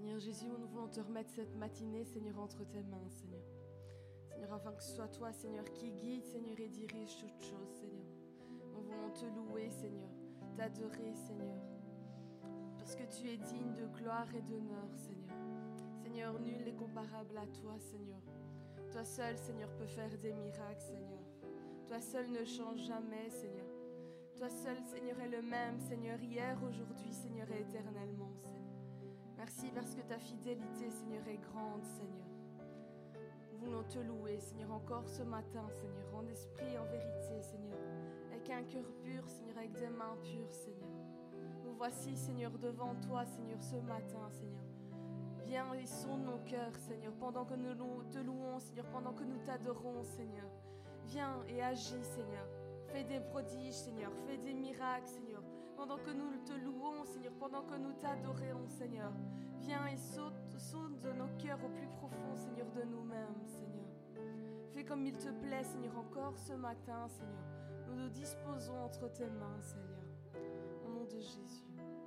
Seigneur Jésus, nous voulons te remettre cette matinée, Seigneur, entre tes mains, Seigneur. Seigneur, afin que ce soit toi, Seigneur, qui guide, Seigneur, et dirige toutes choses, Seigneur. Nous voulons te louer, Seigneur, t'adorer, Seigneur, parce que tu es digne de gloire et d'honneur, Seigneur. Seigneur, nul n'est comparable à toi, Seigneur. Toi seul, Seigneur, peux faire des miracles, Seigneur. Toi seul ne change jamais, Seigneur. Toi seul, Seigneur, est le même, Seigneur, hier, aujourd'hui, Seigneur, et éternellement, Seigneur. Merci parce que ta fidélité, Seigneur, est grande, Seigneur. Nous voulons te louer, Seigneur, encore ce matin, Seigneur, en esprit et en vérité, Seigneur, avec un cœur pur, Seigneur, avec des mains pures, Seigneur. Nous voici, Seigneur, devant toi, Seigneur, ce matin, Seigneur. Viens et sonde nos cœurs, Seigneur, pendant que nous te louons, Seigneur, pendant que nous t'adorons, Seigneur. Viens et agis, Seigneur. Fais des prodiges, Seigneur. Fais des miracles, Seigneur. Pendant que nous te louons, Seigneur. Pendant que nous t'adorons, Seigneur. Viens et sonde de nos cœurs au plus profond, Seigneur, de nous-mêmes, Seigneur. Fais comme il te plaît, Seigneur, encore ce matin, Seigneur. Nous nous disposons entre tes mains, Seigneur. Au nom de Jésus.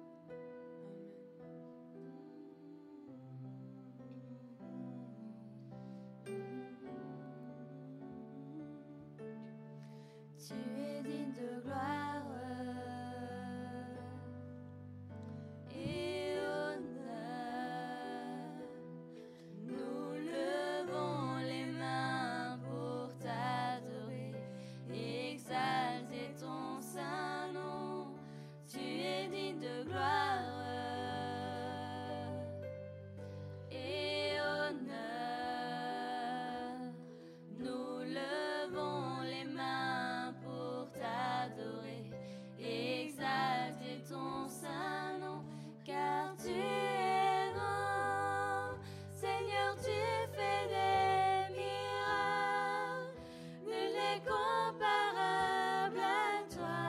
Tu es digne de gloire et honneur. Nous levons les mains pour t'adorer, exalter ton saint nom. Tu es digne de gloire et honneur. Nous levons les mains pour t'adorer, exalter ton saint nom, car tu es grand. Seigneur, tu fais des miracles, nul n'est comparable à toi.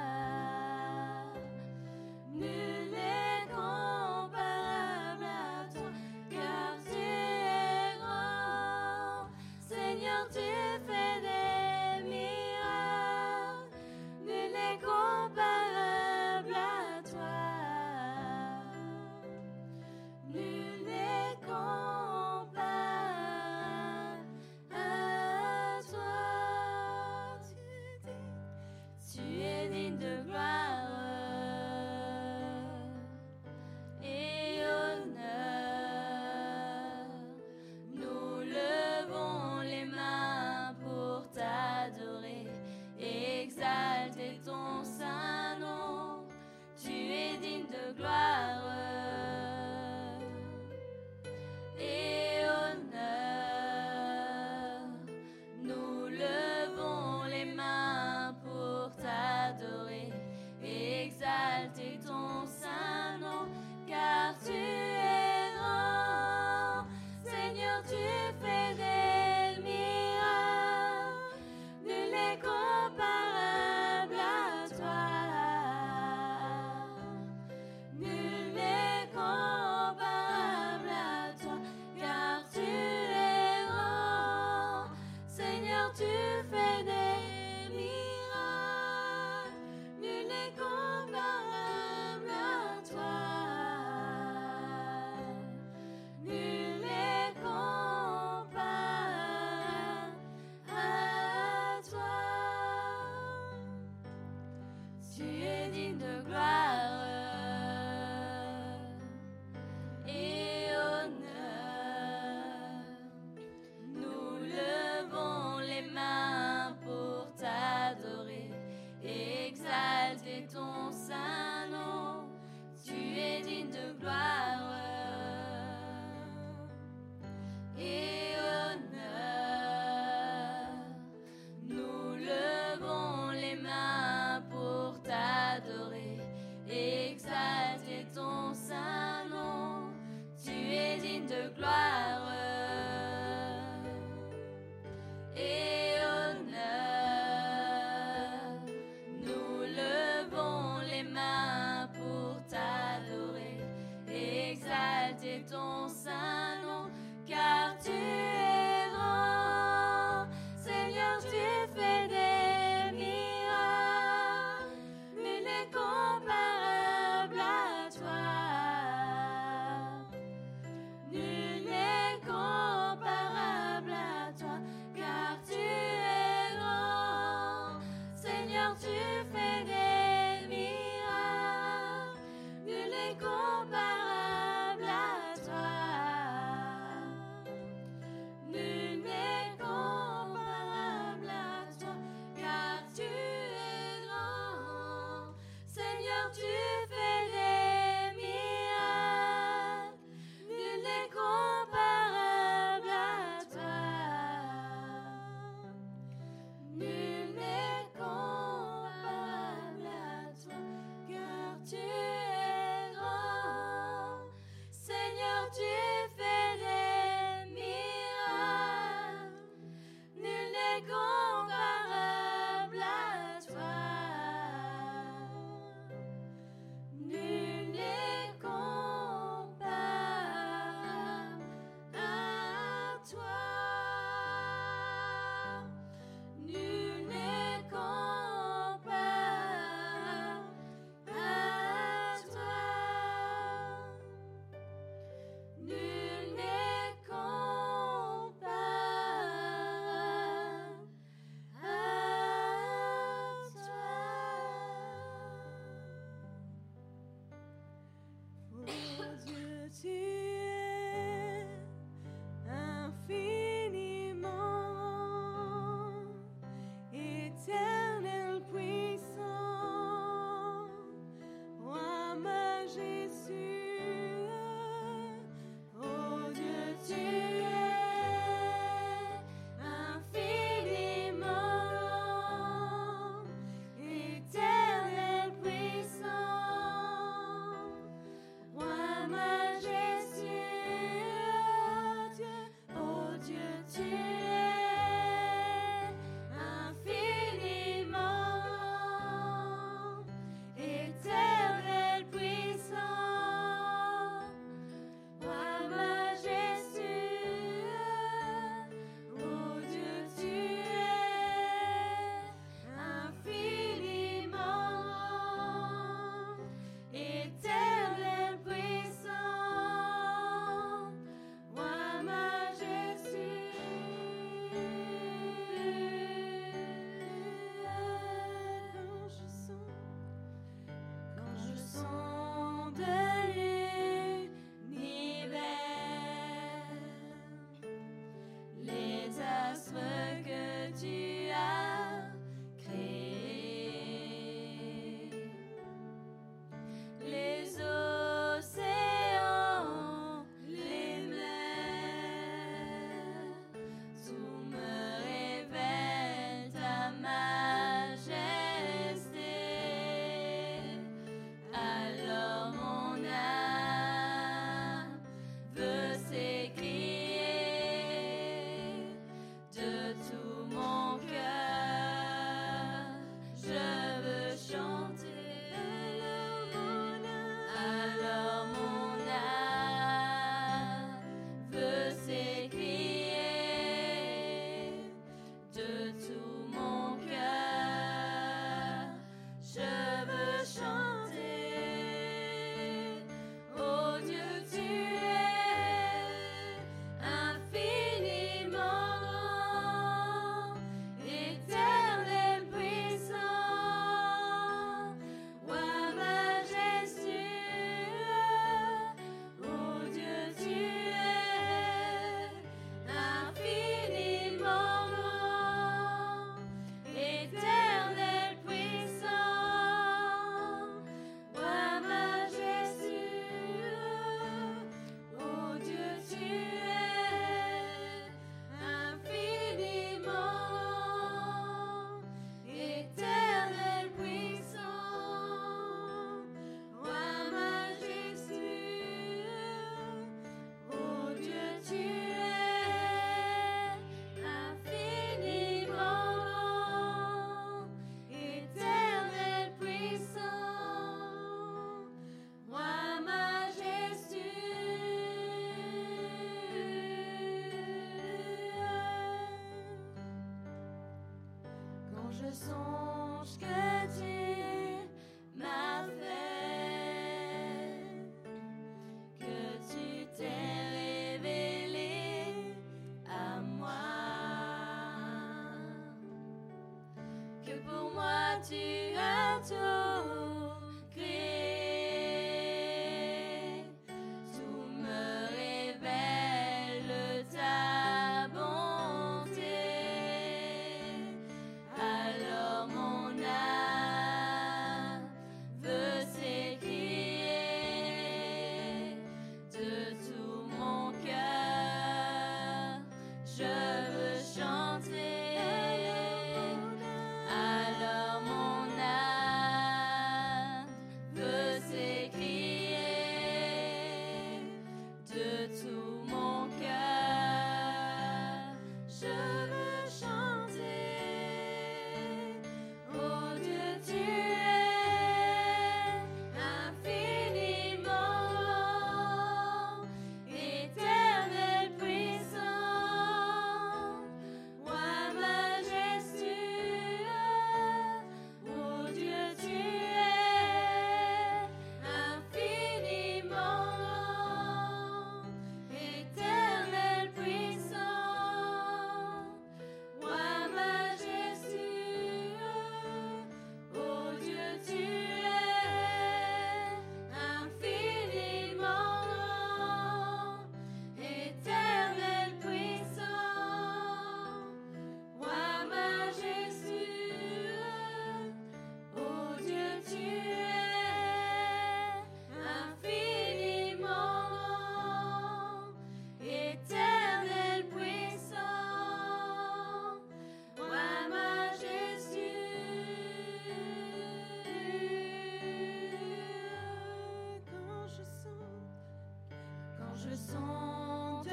Nul n'est comparable à toi, car tu es grand. Seigneur, tu fais des miracles, nul n'est comparable à toi. Nul n'est comparable à toi. Tu es digne de gloire et honneur. Nous levons les mains pour t'adorer, exalter ton saint nom. Tu es digne de gloire et honneur. Nous levons les mains pour t'adorer, exalter ton saint nom, car tu es grand. Seigneur, tu fais des miracles, nul n'est comparable à toi. Nul n'est comparable à toi, car tu es grand. Seigneur, tu fais des miracles, nul n'est comparable à toi. Nul n'est comparable à toi. Tu es digne de gloire et honneur. Nous levons les mains pour t'adorer, exalter ton saint nom. Tu es digne de gloire et honneur. Nous levons les mains pour t'adorer, exalter ton saint nom. Tu es digne de gloire et honneur. Nous levons les mains pour t'adorer, exalter ton saint nom, car tu es grand. Seigneur, tu fais des miracles, nul n'est comparable à toi. je songe que tu m'as fait, que tu t'es révélé à moi, que pour moi tu as tout créé, tout me révèle ta bonté. Alors mon âme veut s'écrier de tout mon cœur, je veux chanter. Alors mon âme veut s'écrier de tout mon cœur, je veux chanter. Oh Dieu, tu es infiniment grand, éternel puissant, roi majestueux. Oh Dieu, tu es infiniment grand, éternel puissant, roi majestueux. Oh Dieu, tu es infiniment grand, éternel puissant, roi majestueux. Oh Dieu, tu es infiniment grand, éternel puissant, roi majestueux. Quand je sonde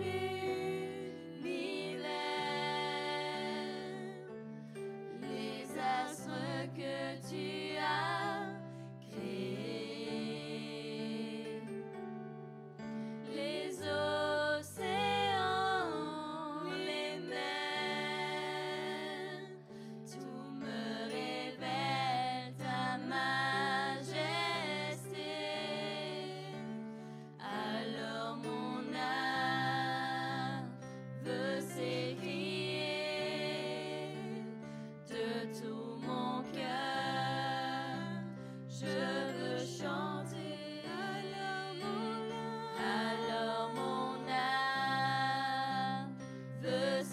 l'univers, les astres que tu as créés, les océans, les mers, tout me révèle ta majesté. Alors mon âme veut s'écrier de tout mon cœur, je veux chanter. Alors mon âme veut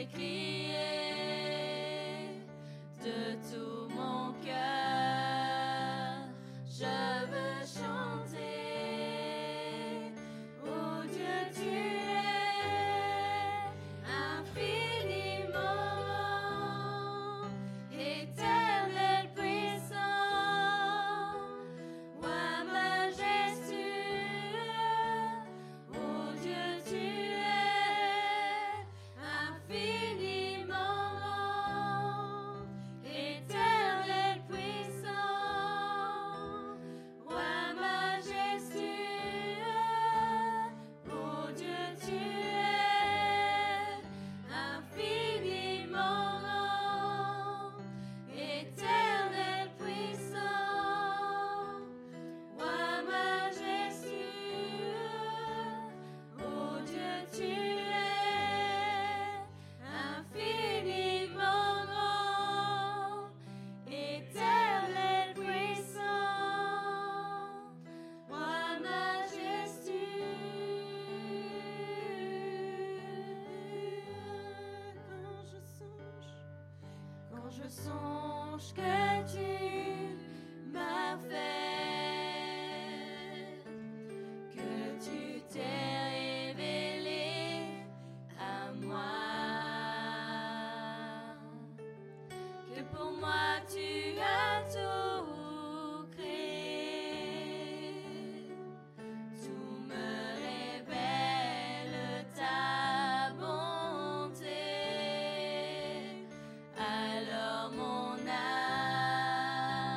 s'écrier de tout mon cœur, je veux chanter. Oh Dieu, tu es infiniment grand, éternel puissant, roi majestueux. Oh Dieu, tu es infiniment grand, éternel puissant, roi majestueux. Oh Dieu, tu es infiniment grand, éternel puissant, roi majestueux. Oh Dieu, tu es infiniment grand, éternel puissant, roi majestueux. Quand je songe que tu m'as fait, que tu t'es révélé à moi, que pour moi tu as tout créé, tout me révèle ta bonté. Alors mon âme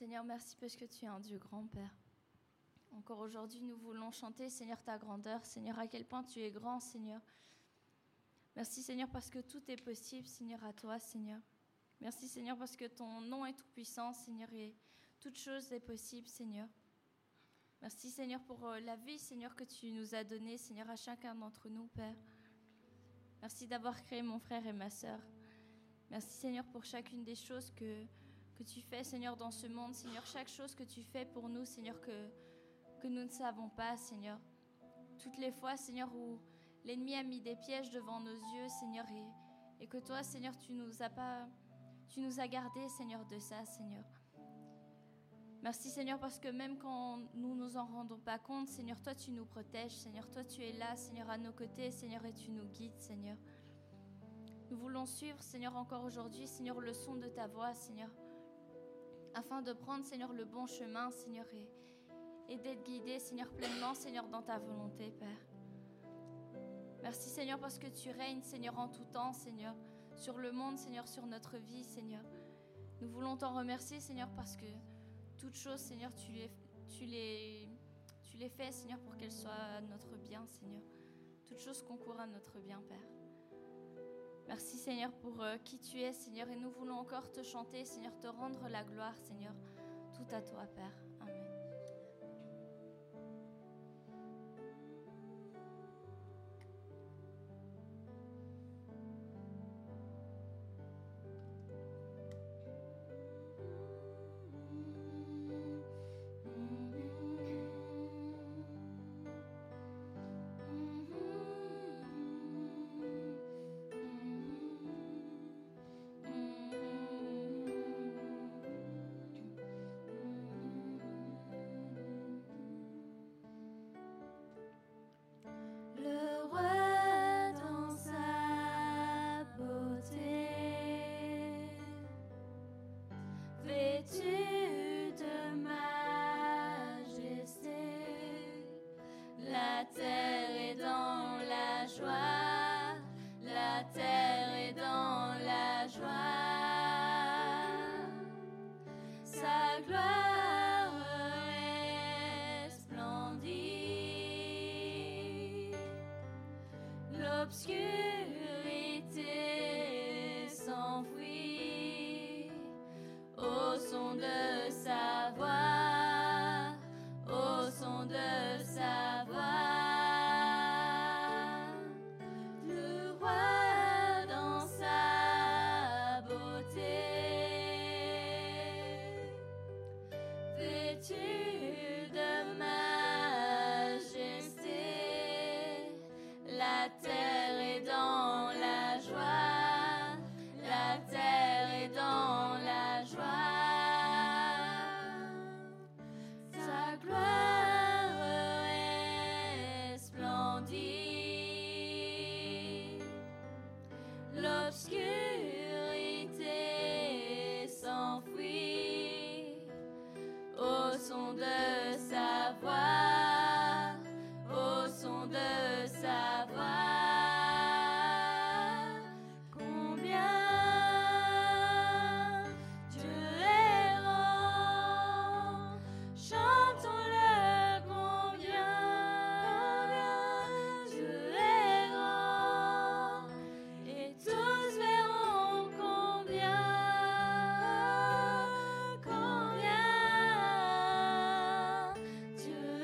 Seigneur, merci parce que tu es un Dieu grand, Père. Encore aujourd'hui, nous voulons chanter, Seigneur, ta grandeur. Seigneur, à quel point tu es grand, Seigneur. Merci, Seigneur, parce que tout est possible, Seigneur, à toi, Seigneur. Merci, Seigneur, parce que ton nom est tout puissant, Seigneur, et toute chose est possible, Seigneur. Merci, Seigneur, pour la vie, Seigneur, que tu nous as donnée, Seigneur, à chacun d'entre nous, Père. Merci d'avoir créé mon frère et ma sœur. Merci, Seigneur, pour chacune des choses que tu fais, Seigneur, dans ce monde. Seigneur, chaque chose que tu fais pour nous, Seigneur, que nous ne savons pas, Seigneur. Toutes les fois, Seigneur, où l'ennemi a mis des pièges devant nos yeux, Seigneur, et que toi, Seigneur, tu nous as gardés, Seigneur, de ça, Seigneur. Merci, Seigneur, parce que même quand nous nous en rendons pas compte, Seigneur, toi, tu nous protèges, Seigneur. Toi, tu es là, Seigneur, à nos côtés, Seigneur, et tu nous guides, Seigneur. Nous voulons suivre, Seigneur, encore aujourd'hui, Seigneur, le son de ta voix, Seigneur, afin de prendre, Seigneur, le bon chemin, Seigneur, et d'être guidé, Seigneur, pleinement, Seigneur, dans ta volonté, Père. Merci, Seigneur, parce que tu règnes, Seigneur, en tout temps, Seigneur, sur le monde, Seigneur, sur notre vie, Seigneur. Nous voulons t'en remercier, Seigneur, parce que toutes choses, Seigneur, tu les fais, Seigneur, pour qu'elles soient à notre bien, Seigneur. Toutes choses concourent à notre bien, Père. Merci, Seigneur, pour qui tu es, Seigneur, et nous voulons encore te chanter, Seigneur, te rendre la gloire, Seigneur. Tout à toi, Père. Amen. L'obscurité s'enfuit au son de sa voix, au son de sa voix. Le roi dans sa beauté, vêtu de majesté, la terre est dans la joie, la terre est dans la joie. Sa gloire est splendide. L'obscurité s'enfuit au son de sa voix, au son de sa voix. Combien Dieu est grand, chantons-le combien Dieu est grand, et tous verront combien Dieu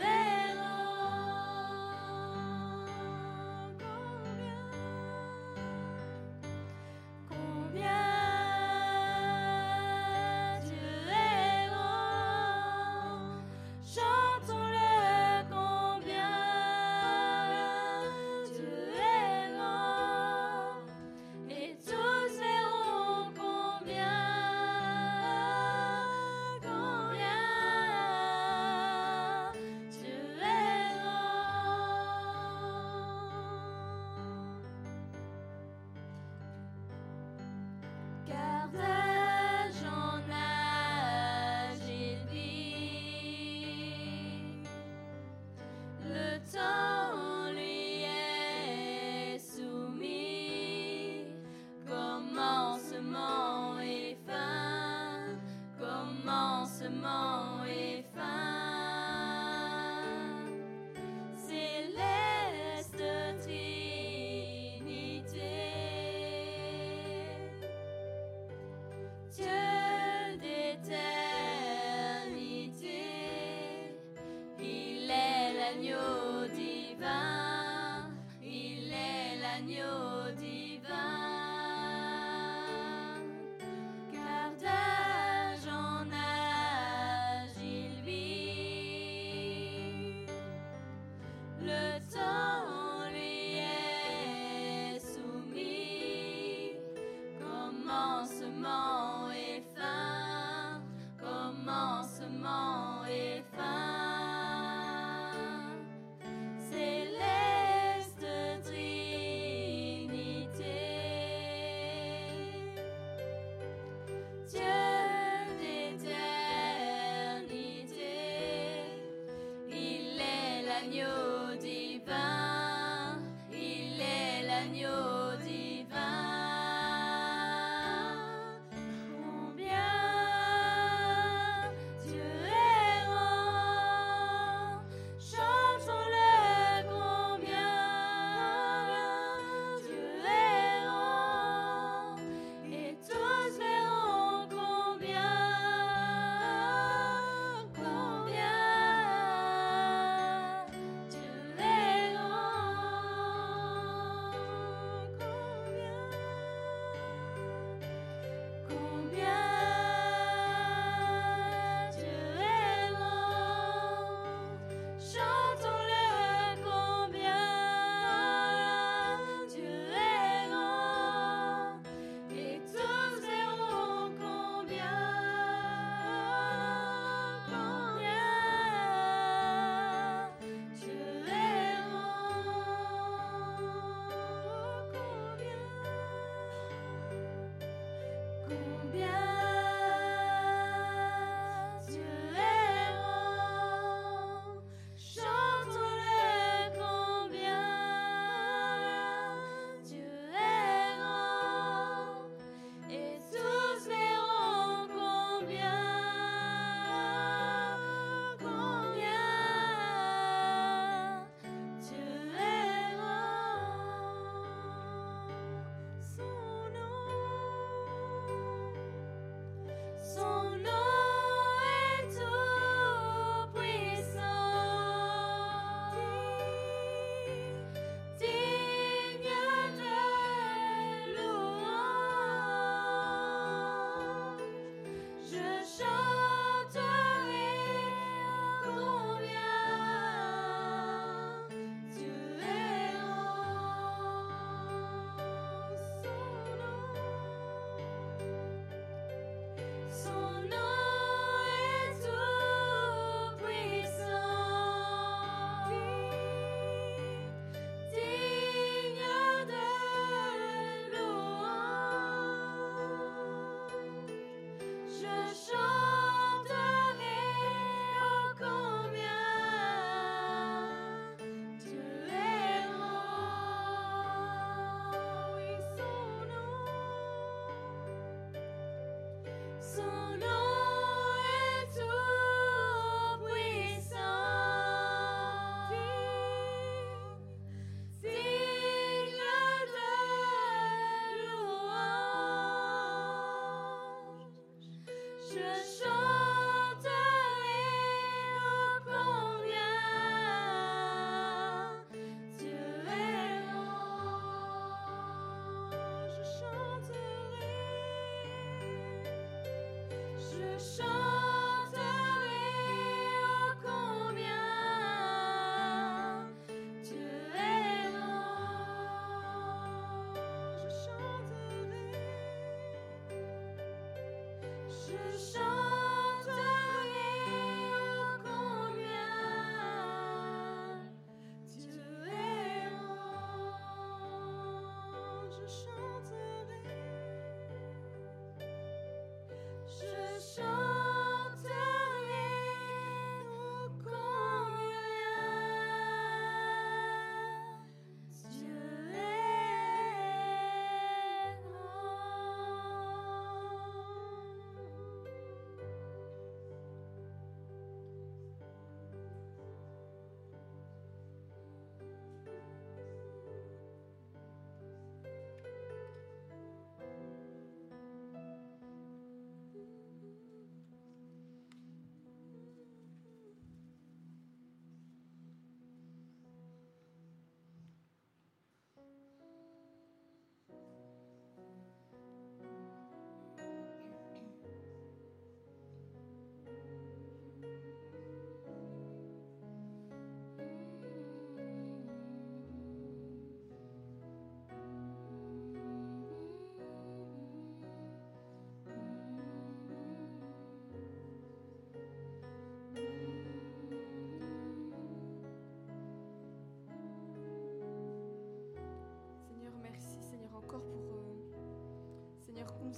l'agneau divin, il est l'agneau divin. Car d'âge en âge il vit, le temps lui est soumis, commencement et fin, commencement et fin.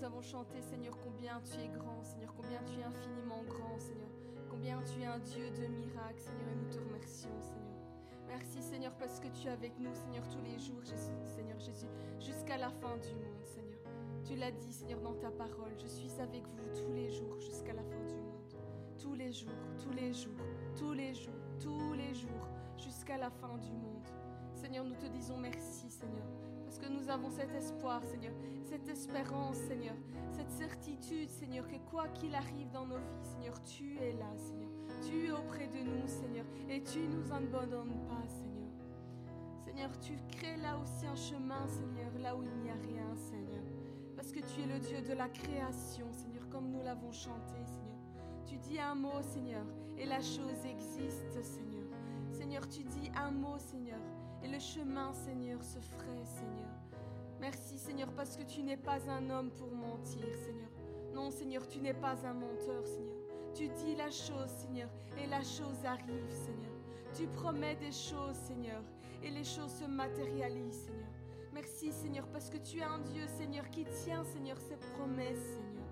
nous avons chanté, Seigneur, combien tu es grand, Seigneur, combien tu es infiniment grand, Seigneur, combien tu es un Dieu de miracles, Seigneur, et nous te remercions, Seigneur. Merci, Seigneur, parce que tu es avec nous, Seigneur, tous les jours, Seigneur Jésus, jusqu'à la fin du monde, Seigneur. Tu l'as dit, Seigneur, dans ta parole, je suis avec vous tous les jours, jusqu'à la fin du monde. Tous les jours, tous les jours, tous les jours, tous les jours, jusqu'à la fin du monde. Seigneur, nous te disons merci, Seigneur, parce que nous avons cet espoir, Seigneur, cette espérance, Seigneur, cette certitude, Seigneur, que quoi qu'il arrive dans nos vies, Seigneur, tu es là, Seigneur. Tu es auprès de nous, Seigneur, et tu ne nous abandonnes pas, Seigneur. Seigneur, tu crées là aussi un chemin, Seigneur, là où il n'y a rien, Seigneur. Parce que tu es le Dieu de la création, Seigneur, comme nous l'avons chanté, Seigneur. Tu dis un mot, Seigneur, et la chose existe, Seigneur. Seigneur, tu dis un mot, Seigneur, et le chemin, Seigneur, se ferait, Seigneur. Merci, Seigneur, parce que tu n'es pas un homme pour mentir, Seigneur. Non, Seigneur, tu n'es pas un menteur, Seigneur. Tu dis la chose, Seigneur, et la chose arrive, Seigneur. Tu promets des choses, Seigneur, et les choses se matérialisent, Seigneur. Merci, Seigneur, parce que tu es un Dieu, Seigneur, qui tient, Seigneur, ses promesses, Seigneur.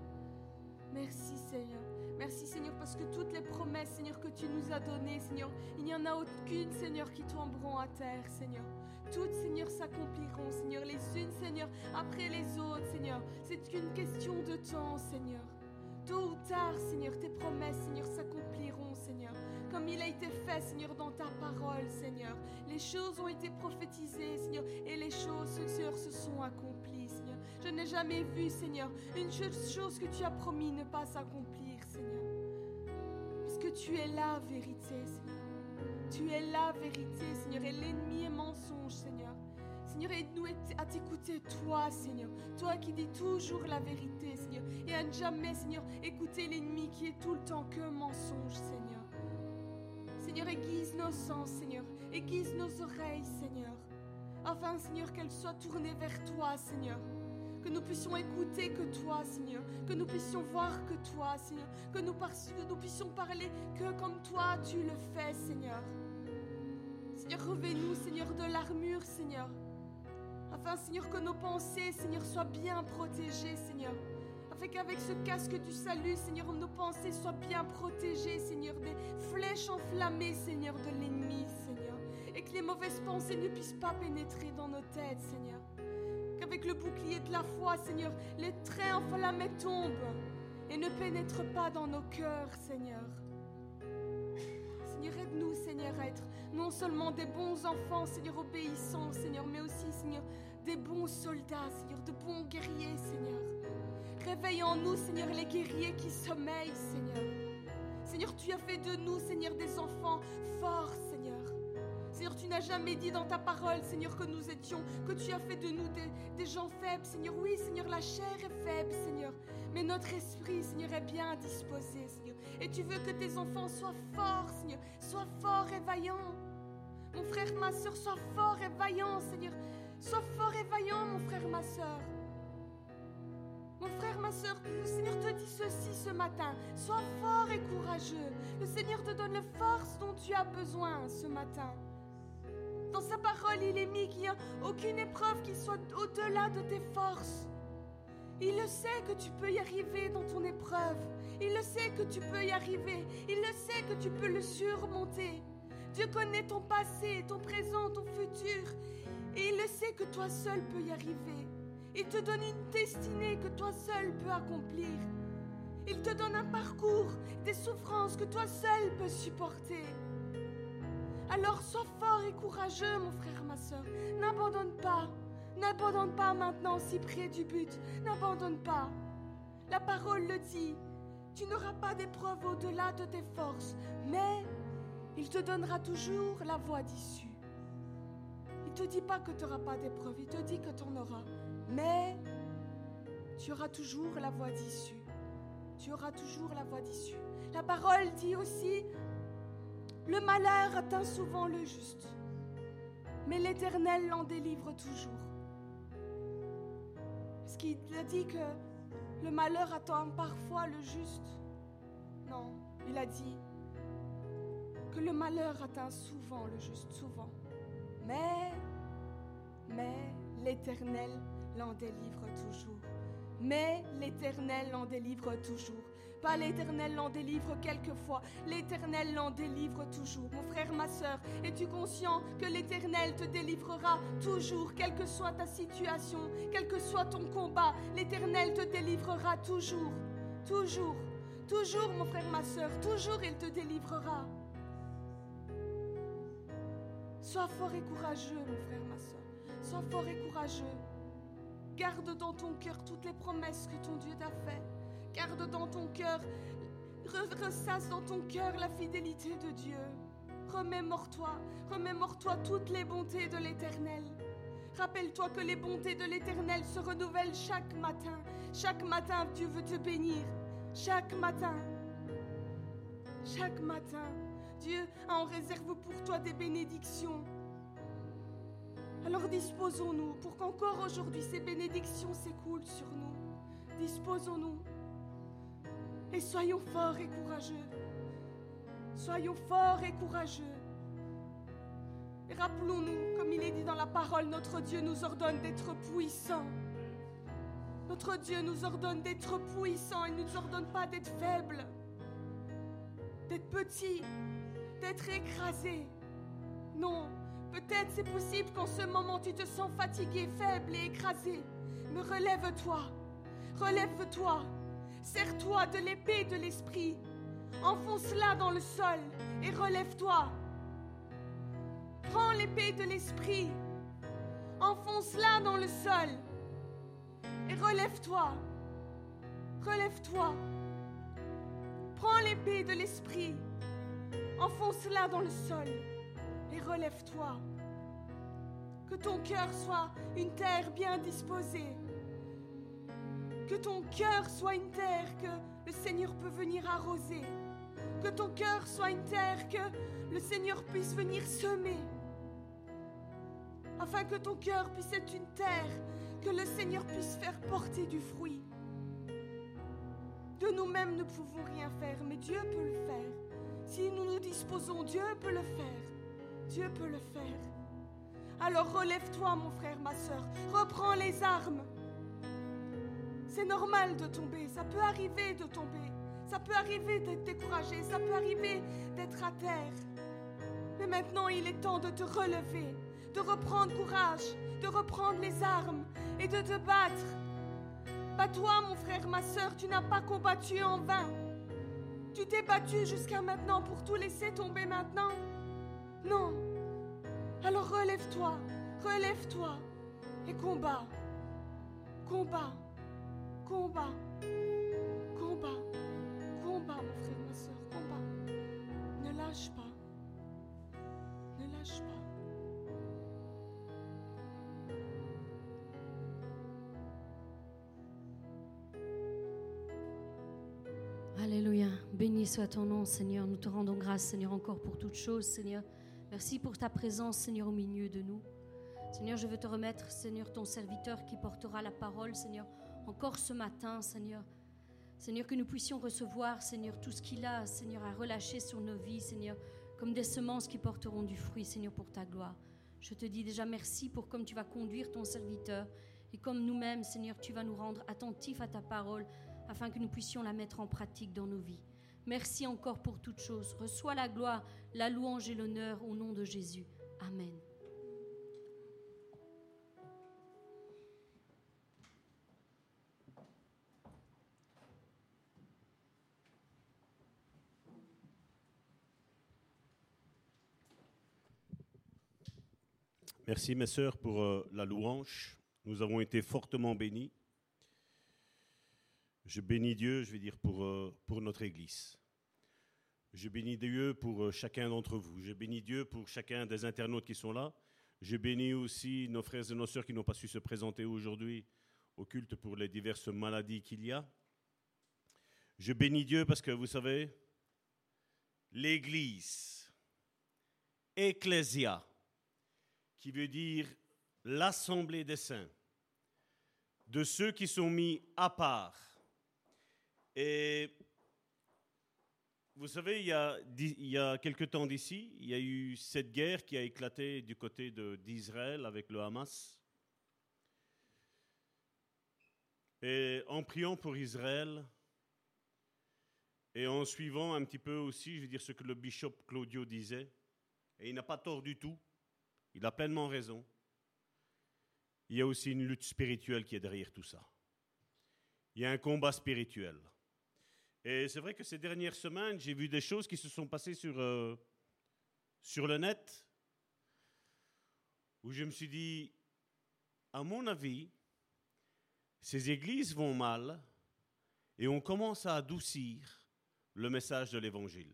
Merci, Seigneur. Merci, Seigneur, parce que toutes les promesses, Seigneur, que tu nous as données, Seigneur, il n'y en a aucune, Seigneur, qui tomberont à terre, Seigneur. Toutes, Seigneur, s'accompliront, Seigneur, les unes, Seigneur, après les autres, Seigneur. C'est qu'une question de temps, Seigneur. Tôt ou tard, Seigneur, tes promesses, Seigneur, s'accompliront, Seigneur. Comme il a été fait, Seigneur, dans ta parole, Seigneur. Les choses ont été prophétisées, Seigneur, et les choses, Seigneur, se sont accomplies, Seigneur. Je n'ai jamais vu, Seigneur, une chose que tu as promis ne pas s'accomplir, Seigneur. Parce que tu es la vérité, Seigneur. Tu es la vérité, Seigneur, et l'ennemi est mensonge, Seigneur. Seigneur, aide-nous à t'écouter, toi, Seigneur. Toi qui dis toujours la vérité, Seigneur. Et à ne jamais, Seigneur, écouter l'ennemi qui est tout le temps que mensonge, Seigneur. Seigneur, aiguise nos sens, Seigneur. Aiguise nos oreilles, Seigneur. Afin, Seigneur, qu'elles soient tournées vers toi, Seigneur. Que nous puissions écouter que toi, Seigneur. Que nous puissions voir que toi, Seigneur. Que nous puissions parler que comme toi, tu le fais, Seigneur. Seigneur, revêt-nous, Seigneur, de l'armure, Seigneur. Afin, Seigneur, que nos pensées, Seigneur, soient bien protégées, Seigneur. Afin qu'avec ce casque du salut, Seigneur, nos pensées soient bien protégées, Seigneur, des flèches enflammées, Seigneur, de l'ennemi, Seigneur. Et que les mauvaises pensées ne puissent pas pénétrer dans nos têtes, Seigneur. Qu'avec le bouclier de la foi, Seigneur, les traits enflammés tombent et ne pénètrent pas dans nos cœurs, Seigneur. Seigneur, aide-nous, Seigneur, à être non seulement des bons enfants, Seigneur, obéissants, Seigneur, mais aussi, Seigneur, des bons soldats, Seigneur, de bons guerriers, Seigneur. Réveille en nous, Seigneur, les guerriers qui sommeillent, Seigneur. Seigneur, tu as fait de nous, Seigneur, des enfants forts, Seigneur. Seigneur, tu n'as jamais dit dans ta parole, Seigneur, que nous étions, que tu as fait de nous des gens faibles, Seigneur. Oui, Seigneur, la chair est faible, Seigneur, mais notre esprit, Seigneur, est bien disposé, Seigneur. Et tu veux que tes enfants soient forts, Seigneur, soient forts et vaillants. Mon frère, ma soeur, sois fort et vaillant, Seigneur. Sois fort et vaillant, mon frère, ma soeur. Mon frère, ma soeur, le Seigneur te dit ceci ce matin. Sois fort et courageux. Le Seigneur te donne la force dont tu as besoin ce matin. Dans sa parole, il est mis qu'il n'y a aucune épreuve qui soit au-delà de tes forces. Il le sait que tu peux y arriver dans ton épreuve. Il le sait que tu peux y arriver. Il le sait que tu peux le surmonter. Dieu connaît ton passé, ton présent, ton futur. Et il le sait que toi seul peux y arriver. Il te donne une destinée que toi seul peux accomplir. Il te donne un parcours, des souffrances que toi seul peux supporter. Alors sois fort et courageux, mon frère, ma soeur. N'abandonne pas. N'abandonne pas maintenant si près du but. N'abandonne pas. La parole le dit. Tu n'auras pas d'épreuve au-delà de tes forces. Mais il te donnera toujours la voie d'issue. Il ne te dit pas que tu n'auras pas d'épreuve. Il te dit que tu en auras. Mais tu auras toujours la voie d'issue. Tu auras toujours la voie d'issue. La parole dit aussi, le malheur atteint souvent le juste, mais l'Éternel l'en délivre toujours. Est-ce qu'il a dit que le malheur attend parfois le juste? Non, il a dit que le malheur atteint souvent le juste, souvent. Mais l'Éternel l'en délivre toujours. Mais l'Éternel l'en délivre toujours. Pas l'Éternel l'en délivre quelquefois, l'Éternel l'en délivre toujours. Mon frère, ma sœur, es-tu conscient que l'Éternel te délivrera toujours, quelle que soit ta situation, quel que soit ton combat, l'Éternel te délivrera toujours, toujours, toujours, mon frère, ma sœur, toujours il te délivrera. Sois fort et courageux, mon frère, ma sœur, sois fort et courageux. Garde dans ton cœur toutes les promesses que ton Dieu t'a faites. Garde dans ton cœur, ressasse dans ton cœur la fidélité de Dieu. Remémore-toi toutes les bontés de l'Éternel. Rappelle-toi que les bontés de l'Éternel se renouvellent chaque matin. Chaque matin, Dieu veut te bénir. Chaque matin. Chaque matin, Dieu a en réserve pour toi des bénédictions. Alors disposons-nous pour qu'encore aujourd'hui ces bénédictions s'écoulent sur nous. Disposons-nous et soyons forts et courageux. Soyons forts et courageux. Et rappelons-nous, comme il est dit dans la parole, notre Dieu nous ordonne d'être puissants. Notre Dieu nous ordonne d'être puissants. Il ne nous ordonne pas d'être faibles, d'être petits, d'être écrasés. Non. Peut-être c'est possible qu'en ce moment tu te sens fatigué, faible et écrasé. Mais relève-toi, relève-toi, serre-toi de l'épée de l'esprit, enfonce-la dans le sol et relève-toi. Prends l'épée de l'esprit, enfonce-la dans le sol et relève-toi, relève-toi. Prends l'épée de l'esprit, enfonce-la dans le sol. Et relève-toi. Que ton cœur soit une terre bien disposée. Que ton cœur soit une terre que le Seigneur peut venir arroser. Que ton cœur soit une terre que le Seigneur puisse venir semer. Afin que ton cœur puisse être une terre que le Seigneur puisse faire porter du fruit. De nous-mêmes ne pouvons rien faire, mais Dieu peut le faire. Si nous nous disposons, Dieu peut le faire. Dieu peut le faire. Alors relève-toi, mon frère, ma sœur. Reprends les armes. C'est normal de tomber. Ça peut arriver de tomber. Ça peut arriver d'être découragé. Ça peut arriver d'être à terre. Mais maintenant, il est temps de te relever, de reprendre courage, de reprendre les armes et de te battre. Bats-toi, mon frère, ma sœur. Tu n'as pas combattu en vain. Tu t'es battu jusqu'à maintenant pour tout laisser tomber maintenant. Non. Alors relève-toi, relève-toi et combat. Combat, combat, combat, combat, mon frère, ma soeur, combat. Ne lâche pas, ne lâche pas. Alléluia. Béni soit ton nom, Seigneur. Nous te rendons grâce, Seigneur, encore pour toutes choses, Seigneur. Merci pour ta présence, Seigneur, au milieu de nous. Seigneur, je veux te remettre, Seigneur, ton serviteur qui portera la parole, Seigneur, encore ce matin, Seigneur. Seigneur, que nous puissions recevoir, Seigneur, tout ce qu'il a, Seigneur, à relâcher sur nos vies, Seigneur, comme des semences qui porteront du fruit, Seigneur, pour ta gloire. Je te dis déjà merci pour comme tu vas conduire ton serviteur et comme nous-mêmes, Seigneur, tu vas nous rendre attentifs à ta parole afin que nous puissions la mettre en pratique dans nos vies. Merci encore pour toutes choses. Reçois la gloire, la louange et l'honneur au nom de Jésus. Amen. Merci mes sœurs pour la louange. Nous avons été fortement bénis. Je bénis Dieu, je vais dire, pour notre Église. Je bénis Dieu pour chacun d'entre vous. Je bénis Dieu pour chacun des internautes qui sont là. Je bénis aussi nos frères et nos sœurs qui n'ont pas su se présenter aujourd'hui au culte pour les diverses maladies qu'il y a. Je bénis Dieu parce que, vous savez, l'Église, ecclésia, qui veut dire l'assemblée des saints, de ceux qui sont mis à part. Et vous savez, il y a quelque temps d'ici, il y a eu cette guerre qui a éclaté du côté d'Israël avec le Hamas. Et en priant pour Israël, et en suivant un petit peu aussi, je veux dire, ce que le bishop Claudio disait, et il n'a pas tort du tout, il a pleinement raison, il y a aussi une lutte spirituelle qui est derrière tout ça. Il y a un combat spirituel. Et c'est vrai que ces dernières semaines, j'ai vu des choses qui se sont passées sur le net, où je me suis dit, à mon avis, ces églises vont mal et on commence à adoucir le message de l'Évangile.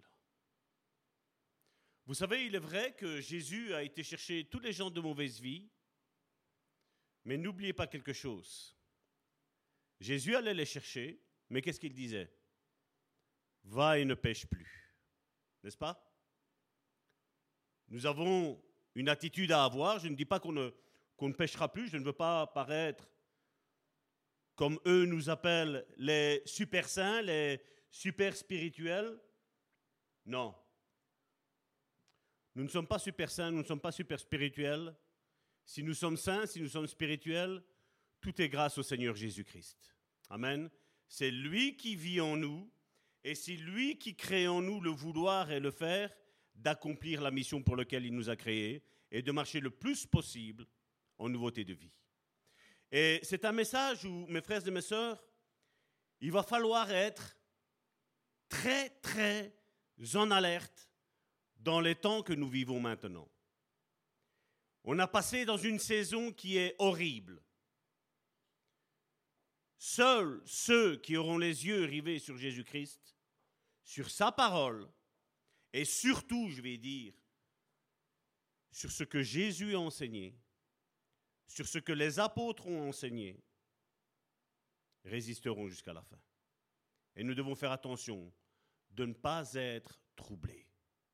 Vous savez, il est vrai que Jésus a été chercher tous les gens de mauvaise vie, mais n'oubliez pas quelque chose. Jésus allait les chercher, mais qu'est-ce qu'il disait? Va et ne pêche plus. N'est-ce pas? Nous avons une attitude à avoir. Je ne dis pas qu'on ne pêchera plus. Je ne veux pas paraître comme eux nous appellent les super saints, les super spirituels. Non. Nous ne sommes pas super saints, nous ne sommes pas super spirituels. Si nous sommes saints, si nous sommes spirituels, tout est grâce au Seigneur Jésus-Christ. Amen. C'est lui qui vit en nous et c'est lui qui crée en nous le vouloir et le faire d'accomplir la mission pour laquelle il nous a créés et de marcher le plus possible en nouveauté de vie. Et c'est un message où, mes frères et mes sœurs, il va falloir être très, très en alerte dans les temps que nous vivons maintenant. On a passé dans une saison qui est horrible. Seuls ceux qui auront les yeux rivés sur Jésus-Christ, sur sa parole, et surtout, je vais dire, sur ce que Jésus a enseigné, sur ce que les apôtres ont enseigné, résisteront jusqu'à la fin. Et nous devons faire attention de ne pas être troublés.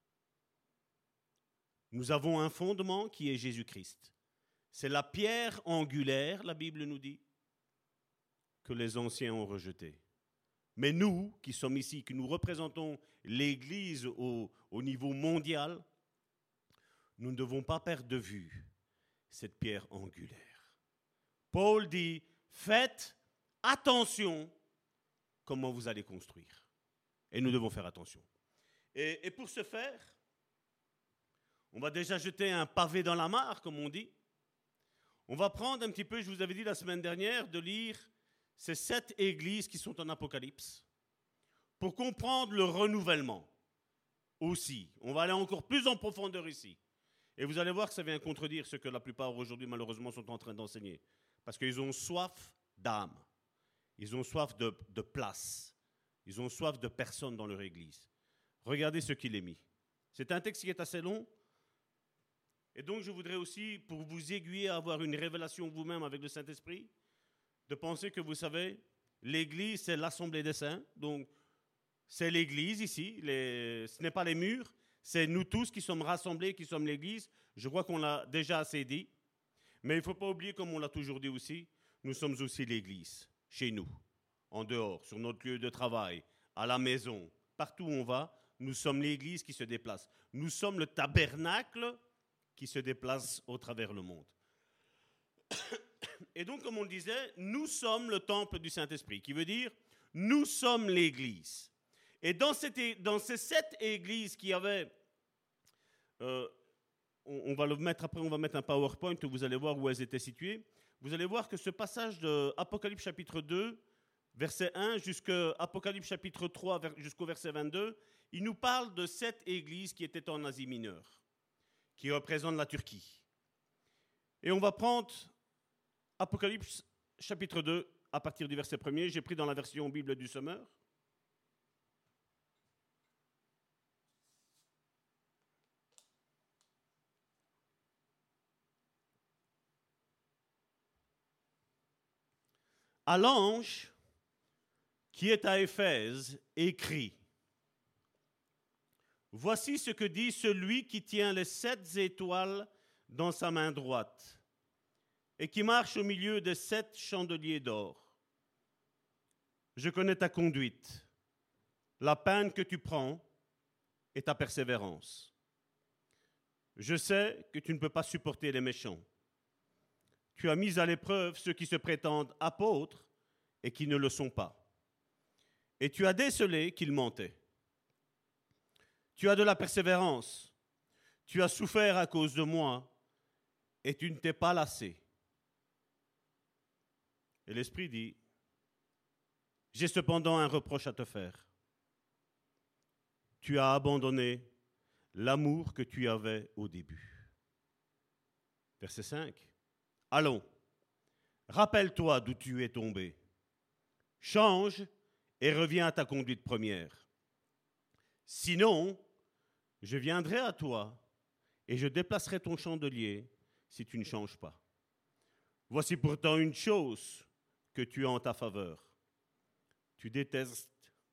Nous avons un fondement qui est Jésus-Christ. C'est la pierre angulaire, la Bible nous dit, que les anciens ont rejetée. Mais nous, qui sommes ici, que nous représentons l'Église au niveau mondial, nous ne devons pas perdre de vue cette pierre angulaire. Paul dit, faites attention comment vous allez construire. Et nous devons faire attention. Et pour ce faire, on va déjà jeter un pavé dans la mare, comme on dit. On va prendre un petit peu, je vous avais dit la semaine dernière, de lire ces 7 églises qui sont en Apocalypse pour comprendre le renouvellement aussi. On va aller encore plus en profondeur ici. Et vous allez voir que ça vient contredire ce que la plupart aujourd'hui, malheureusement, sont en train d'enseigner. Parce qu'ils ont soif d'âme. Ils ont soif de place. Ils ont soif de personnes dans leur église. Regardez ce qu'il est mis. C'est un texte qui est assez long. Et donc, je voudrais aussi, pour vous aiguiller à avoir une révélation vous-même avec le Saint-Esprit, de penser que, vous savez, l'église, c'est l'assemblée des saints. Donc, c'est l'église ici. Ce n'est pas les murs. C'est nous tous qui sommes rassemblés, qui sommes l'église. Je crois qu'on l'a déjà assez dit. Mais il ne faut pas oublier, comme on l'a toujours dit aussi, nous sommes aussi l'église, chez nous, en dehors, sur notre lieu de travail, à la maison, partout où on va, nous sommes l'église qui se déplace. Nous sommes le tabernacle qui se déplace au travers le monde. Et donc, comme on le disait, nous sommes le temple du Saint-Esprit, qui veut dire, nous sommes l'église. Et dans ces 7 églises qui avaient, on va le mettre après, on va mettre un PowerPoint où vous allez voir où elles étaient situées. Vous allez voir que ce passage de Apocalypse chapitre 2, verset 1, jusqu'à Apocalypse chapitre 3, jusqu'au verset 22, il nous parle de 7 églises qui étaient en Asie mineure, qui représentent la Turquie. Et on va prendre Apocalypse chapitre 2, à partir du verset 1er. J'ai pris dans la version Bible du Semeur. À l'ange qui est à Éphèse, écrit, « Voici ce que dit celui qui tient les 7 étoiles dans sa main droite et qui marche au milieu des 7 chandeliers d'or. Je connais ta conduite, la peine que tu prends et ta persévérance. Je sais que tu ne peux pas supporter les méchants. Tu as mis à l'épreuve ceux qui se prétendent apôtres et qui ne le sont pas. Et tu as décelé qu'ils mentaient. Tu as de la persévérance. Tu as souffert à cause de moi et tu ne t'es pas lassé. Et l'Esprit dit, j'ai cependant un reproche à te faire. Tu as abandonné l'amour que tu avais au début. Verset 5. Allons, rappelle-toi d'où tu es tombé. Change et reviens à ta conduite première. Sinon, je viendrai à toi et je déplacerai ton chandelier si tu ne changes pas. Voici pourtant une chose que tu as en ta faveur. Tu détestes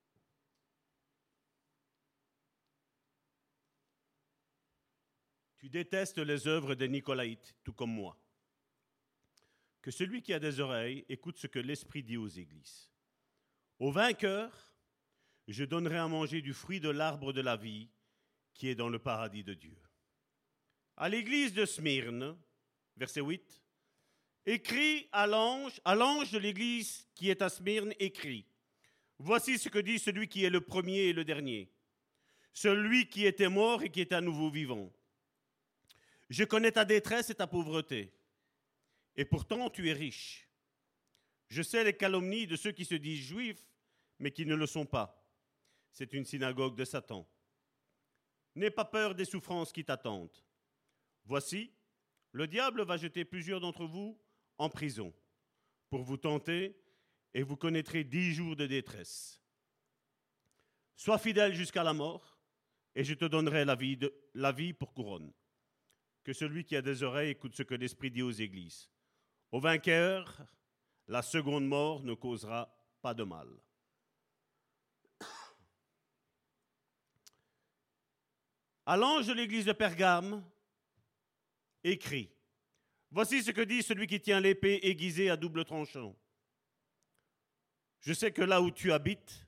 les œuvres des Nicolaïtes, tout comme moi. Que celui qui a des oreilles écoute ce que l'Esprit dit aux églises. Au vainqueur, je donnerai à manger du fruit de l'arbre de la vie qui est dans le paradis de Dieu. À l'église de Smyrne, verset 8, écrit à l'ange de l'église qui est à Smyrne, écrit, voici ce que dit celui qui est le premier et le dernier, celui qui était mort et qui est à nouveau vivant. Je connais ta détresse et ta pauvreté, et pourtant tu es riche. Je sais les calomnies de ceux qui se disent juifs, mais qui ne le sont pas. C'est une synagogue de Satan. N'aie pas peur des souffrances qui t'attendent. Voici, le diable va jeter plusieurs d'entre vous en prison pour vous tenter, et vous connaîtrez 10 jours de détresse. Sois fidèle jusqu'à la mort, et je te donnerai la vie pour couronne. Que celui qui a des oreilles écoute ce que l'Esprit dit aux églises. Au vainqueur, la seconde mort ne causera pas de mal. À l'ange de l'église de Pergame, écrit, voici ce que dit celui qui tient l'épée aiguisée à double tranchant. Je sais que là où tu habites,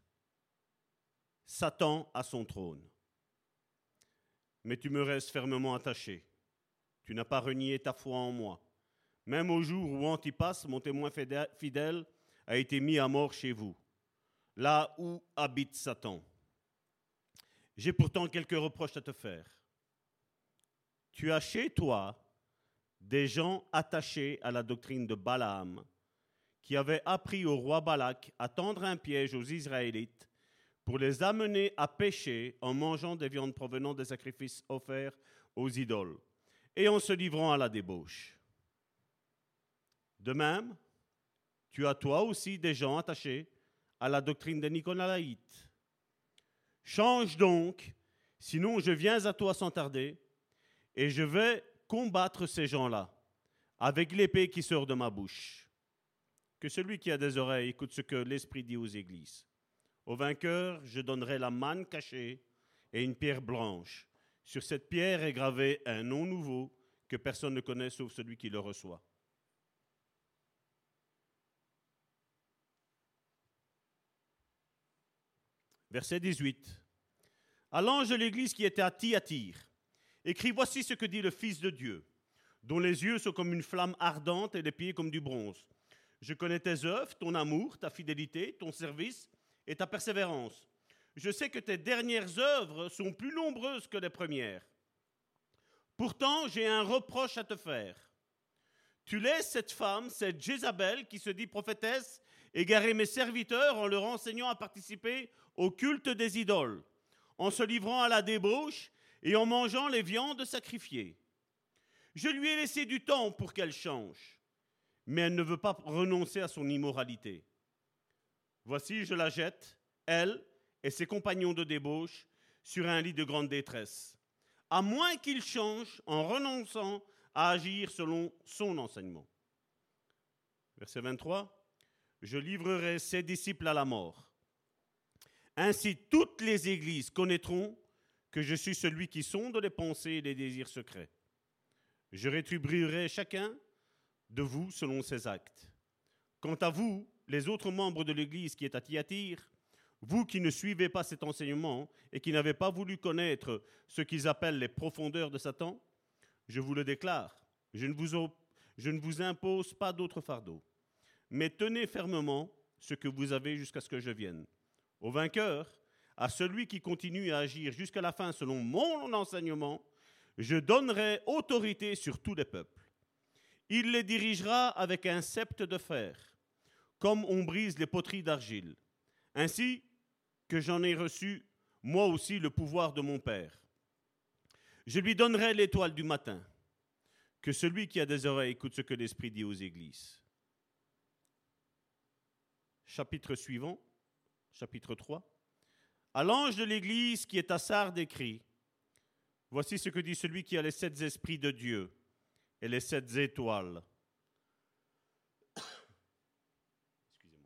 Satan a son trône. Mais tu me restes fermement attaché. Tu n'as pas renié ta foi en moi. Même au jour où Antipas, mon témoin fidèle, a été mis à mort chez vous, là où habite Satan. J'ai pourtant quelques reproches à te faire. Tu as chez toi des gens attachés à la doctrine de Balaam, qui avaient appris au roi Balak à tendre un piège aux Israélites pour les amener à pécher en mangeant des viandes provenant des sacrifices offerts aux idoles et en se livrant à la débauche. De même, tu as toi aussi des gens attachés à la doctrine des Nicolaïtes. Change donc, sinon je viens à toi sans tarder, et je vais combattre ces gens-là avec l'épée qui sort de ma bouche. Que celui qui a des oreilles écoute ce que l'Esprit dit aux églises. Au vainqueur, je donnerai la manne cachée et une pierre blanche. Sur cette pierre est gravé un nom nouveau que personne ne connaît sauf celui qui le reçoit. Verset 18. À l'ange de l'église qui était à Thyatire, écrit, voici ce que dit le Fils de Dieu, dont les yeux sont comme une flamme ardente et les pieds comme du bronze. Je connais tes œuvres, ton amour, ta fidélité, ton service et ta persévérance. Je sais que tes dernières œuvres sont plus nombreuses que les premières. Pourtant, j'ai un reproche à te faire. Tu laisses cette femme, cette Jézabel, qui se dit prophétesse, égarer mes serviteurs en leur enseignant à participer au culte des idoles, en se livrant à la débauche et en mangeant les viandes sacrifiées. Je lui ai laissé du temps pour qu'elle change, mais elle ne veut pas renoncer à son immoralité. Voici, je la jette, elle et ses compagnons de débauche, sur un lit de grande détresse, à moins qu'ils changent en renonçant à agir selon son enseignement. Verset 23. Je livrerai ses disciples à la mort. Ainsi, toutes les églises connaîtront que je suis celui qui sonde les pensées et les désirs secrets. Je rétribuerai chacun de vous selon ses actes. Quant à vous, les autres membres de l'église qui est à Thyatire, vous qui ne suivez pas cet enseignement et qui n'avez pas voulu connaître ce qu'ils appellent les profondeurs de Satan, je vous le déclare, je ne vous impose pas d'autre fardeau. Mais tenez fermement ce que vous avez jusqu'à ce que je vienne. Au vainqueur, à celui qui continue à agir jusqu'à la fin selon mon enseignement, je donnerai autorité sur tous les peuples. Il les dirigera avec un sceptre de fer, comme on brise les poteries d'argile, ainsi que j'en ai reçu moi aussi le pouvoir de mon Père. Je lui donnerai l'étoile du matin. Que celui qui a des oreilles écoute ce que l'Esprit dit aux églises. Chapitre suivant, chapitre 3. À l'ange de l'église qui est à Sardes écrit, voici ce que dit celui qui a les 7 esprits de Dieu et les 7 étoiles. Excusez-moi.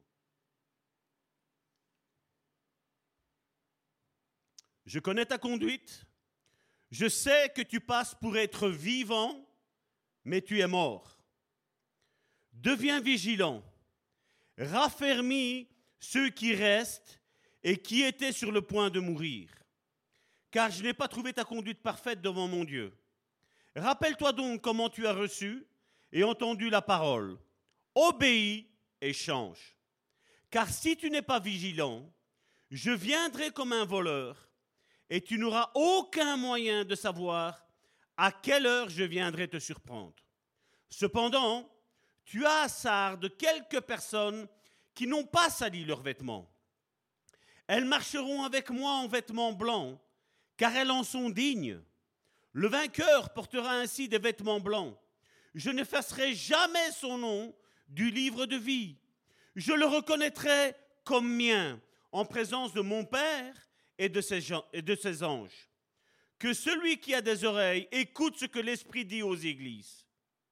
Je connais ta conduite. Je sais que tu passes pour être vivant, mais tu es mort. Deviens vigilant. Raffermis ceux qui restent et qui étaient sur le point de mourir. Car je n'ai pas trouvé ta conduite parfaite devant mon Dieu. Rappelle-toi donc comment tu as reçu et entendu la parole. Obéis et change. Car si tu n'es pas vigilant, je viendrai comme un voleur et tu n'auras aucun moyen de savoir à quelle heure je viendrai te surprendre. Cependant, tu as à Sardes quelques personnes qui n'ont pas sali leurs vêtements. Elles marcheront avec moi en vêtements blancs, car elles en sont dignes. Le vainqueur portera ainsi des vêtements blancs. Je n'effacerai jamais son nom du livre de vie. Je le reconnaîtrai comme mien en présence de mon Père et de ses anges. Que celui qui a des oreilles écoute ce que l'Esprit dit aux églises.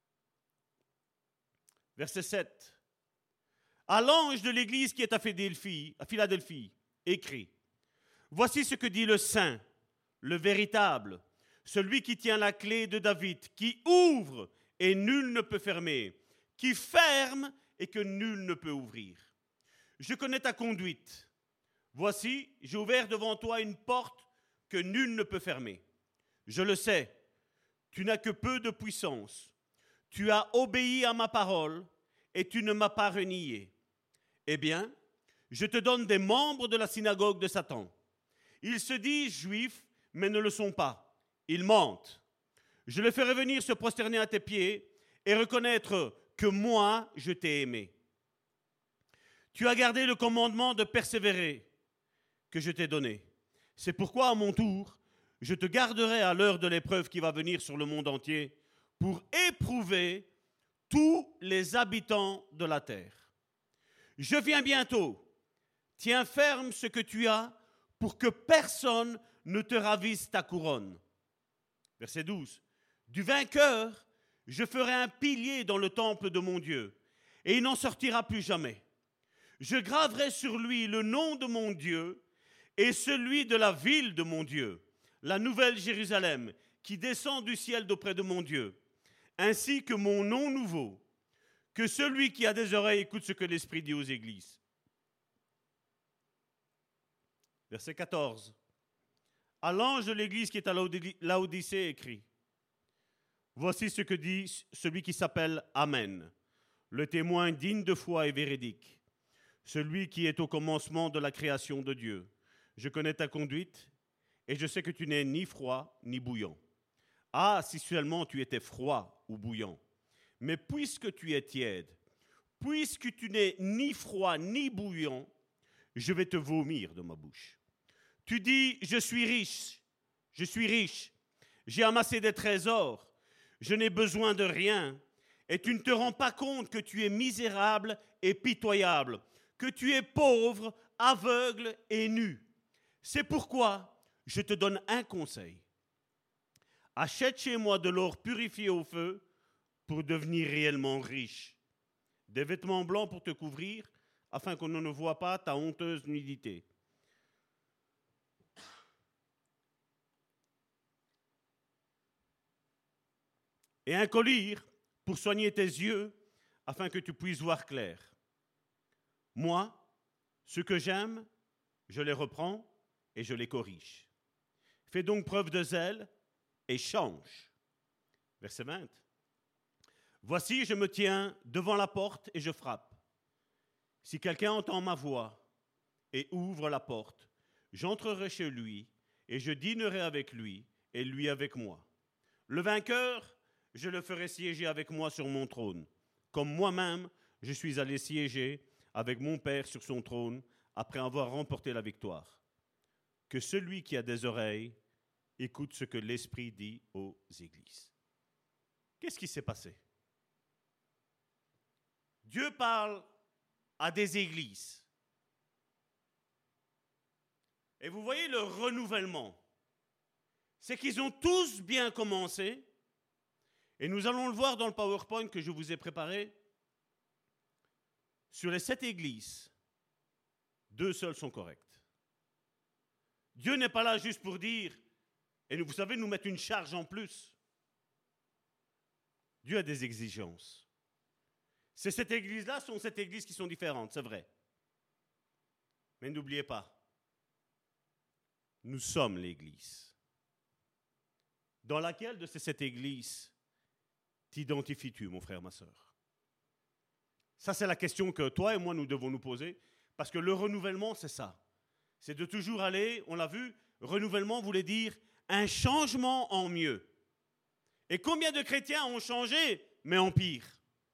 Verset 7. À l'ange de l'église qui est à Philadelphie, écrit, voici ce que dit le Saint, le véritable, celui qui tient la clé de David, qui ouvre et nul ne peut fermer, qui ferme et que nul ne peut ouvrir. Je connais ta conduite. Voici, j'ai ouvert devant toi une porte que nul ne peut fermer. Je le sais, tu n'as que peu de puissance. Tu as obéi à ma parole et tu ne m'as pas renié. Eh bien, je te donne des membres de la synagogue de Satan. Ils se disent juifs, mais ne le sont pas. Ils mentent. Je les ferai venir se prosterner à tes pieds et reconnaître que moi, je t'ai aimé. Tu as gardé le commandement de persévérer que je t'ai donné. C'est pourquoi, à mon tour, je te garderai à l'heure de l'épreuve qui va venir sur le monde entier pour éprouver tous les habitants de la terre. Je viens bientôt. Tiens ferme ce que tu as pour que personne ne te ravisse ta couronne. Verset 12. Du vainqueur, je ferai un pilier dans le temple de mon Dieu, et il n'en sortira plus jamais. Je graverai sur lui le nom de mon Dieu et celui de la ville de mon Dieu, la nouvelle Jérusalem, qui descend du ciel d'auprès de mon Dieu, ainsi que mon nom nouveau. Que celui qui a des oreilles écoute ce que l'Esprit dit aux églises. Verset 14. À l'ange de l'église qui est à Laodicée écrit, voici ce que dit celui qui s'appelle Amen, le témoin digne de foi et véridique, celui qui est au commencement de la création de Dieu. Je connais ta conduite et je sais que tu n'es ni froid ni bouillant. Ah, si seulement tu étais froid ou bouillant. Mais puisque tu es tiède, puisque tu n'es ni froid ni bouillant, je vais te vomir de ma bouche. Tu dis, je suis riche, j'ai amassé des trésors, je n'ai besoin de rien, et tu ne te rends pas compte que tu es misérable et pitoyable, que tu es pauvre, aveugle et nu. C'est pourquoi je te donne un conseil. Achète chez moi de l'or purifié au feu pour devenir réellement riche, des vêtements blancs pour te couvrir, afin qu'on ne voie pas ta honteuse nudité. Et un collier pour soigner tes yeux, afin que tu puisses voir clair. Moi, ce que j'aime, je les reprends et je les corrige. Fais donc preuve de zèle et change. Verset 20. Voici, je me tiens devant la porte et je frappe. Si quelqu'un entend ma voix et ouvre la porte, j'entrerai chez lui et je dînerai avec lui et lui avec moi. Le vainqueur, je le ferai siéger avec moi sur mon trône, comme moi-même je suis allé siéger avec mon Père sur son trône après avoir remporté la victoire. Que celui qui a des oreilles écoute ce que l'Esprit dit aux églises. Qu'est-ce qui s'est passé? Dieu parle à des églises. Et vous voyez le renouvellement. C'est qu'ils ont tous bien commencé. Et nous allons le voir dans le PowerPoint que je vous ai préparé. Sur les 7 églises, 2 seules sont correctes. Dieu n'est pas là juste pour dire, et vous savez, nous mettre une charge en plus. Dieu a des exigences. Ces 7 églises-là sont 7 églises qui sont différentes, c'est vrai. Mais n'oubliez pas, nous sommes l'Église. Dans laquelle de ces 7 églises t'identifies-tu, mon frère, ma sœur? Ça, c'est la question que toi et moi, nous devons nous poser. Parce que le renouvellement, c'est ça. C'est de toujours aller, on l'a vu, renouvellement voulait dire un changement en mieux. Et combien de chrétiens ont changé, mais en pire?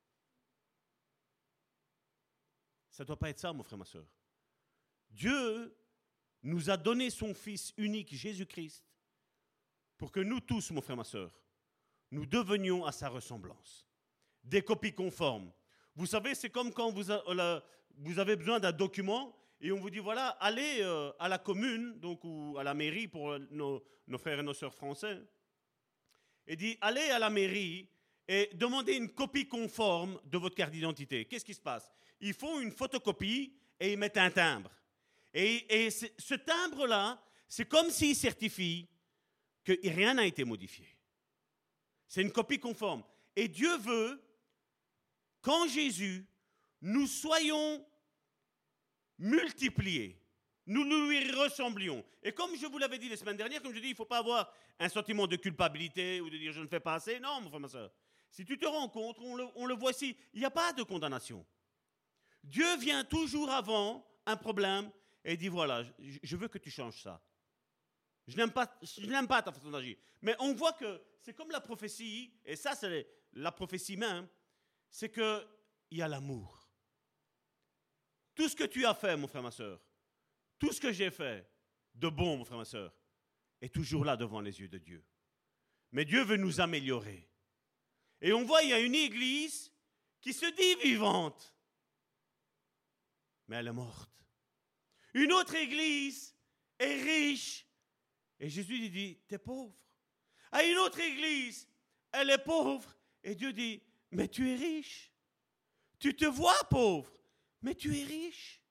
Ça ne doit pas être ça, mon frère, ma sœur. Dieu nous a donné son Fils unique, Jésus-Christ, pour que nous tous, mon frère, ma sœur, nous devenions à sa ressemblance. Des copies conformes. Vous savez, c'est comme quand vous avez besoin d'un document et on vous dit, voilà, allez à la commune, donc, ou à la mairie pour nos frères et nos sœurs français, et dit, allez à la mairie et demandez une copie conforme de votre carte d'identité. Qu'est-ce qui se passe? Ils font une photocopie et ils mettent un timbre. Et ce timbre-là, c'est comme s'il certifie que rien n'a été modifié. C'est une copie conforme. Et Dieu veut qu'en Jésus, nous soyons multipliés. Nous lui ressemblions. Et comme je vous l'avais dit la semaine dernière, comme je dis, il ne faut pas avoir un sentiment de culpabilité ou de dire je ne fais pas assez. Non, mon frère, ma soeur. Si tu te rends compte, on le voit ici, il n'y a pas de condamnation. Dieu vient toujours avant un problème et dit voilà, je veux que tu changes ça. Je n'aime pas ta façon d'agir. Mais on voit que c'est comme la prophétie, et ça c'est la prophétie même, c'est qu'il y a l'amour. Tout ce que tu as fait, mon frère, ma soeur, tout ce que j'ai fait de bon, mon frère, ma soeur, est toujours là devant les yeux de Dieu. Mais Dieu veut nous améliorer. Et on voit, il y a une église qui se dit vivante, mais elle est morte. Une autre église est riche, et Jésus lui dit, t'es pauvre. À une autre église, elle est pauvre, et Dieu dit, mais tu es riche. Tu te vois pauvre, mais tu es riche.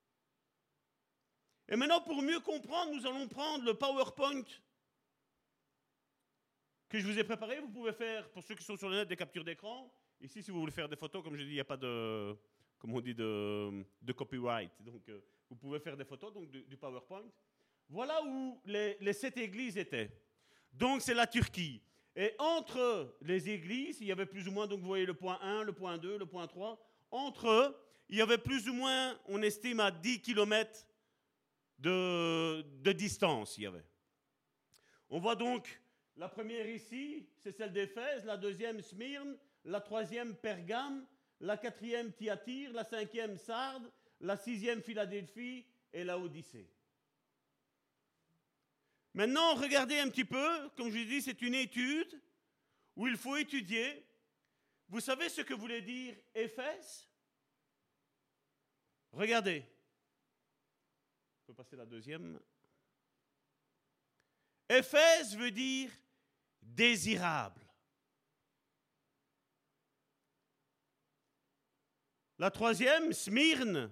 Et maintenant, pour mieux comprendre, nous allons prendre le PowerPoint que je vous ai préparé. Vous pouvez faire, pour ceux qui sont sur le net, des captures d'écran. Ici, si vous voulez faire des photos, comme je dis, il n'y a pas de, comme on dit, de copyright. Donc, vous pouvez faire des photos donc, du PowerPoint. Voilà où les 7 églises étaient. Donc, c'est la Turquie. Et entre les églises, il y avait plus ou moins, donc vous voyez le point 1, le point 2, le point 3. Entre eux, il y avait plus ou moins, on estime à 10 km de distance. Il y avait. On voit donc la première ici, c'est celle d'Éphèse, la deuxième Smyrne, la troisième Pergame, la quatrième Thyatire, la cinquième Sardes, la sixième Philadelphie et la Odyssée. Maintenant, regardez un petit peu, comme je vous dis, c'est une étude où il faut étudier. Vous savez ce que voulait dire Éphèse? Regardez. On peut passer la deuxième. Éphèse veut dire désirable. La troisième, Smyrne.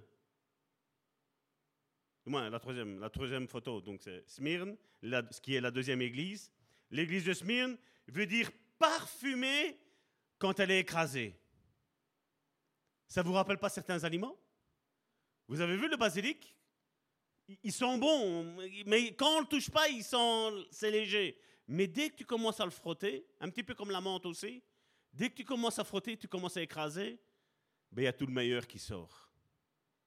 Du moins, la troisième photo, donc c'est Smyrne, ce qui est la deuxième église. L'église de Smyrne veut dire parfumée quand elle est écrasée. Ça ne vous rappelle pas certains aliments? Vous avez vu le basilic? Ils sont bons, mais quand on ne le touche pas, c'est léger. Mais dès que tu commences à le frotter, un petit peu comme la menthe aussi, dès que tu commences à frotter, tu commences à écraser, ben, il y a tout le meilleur qui sort.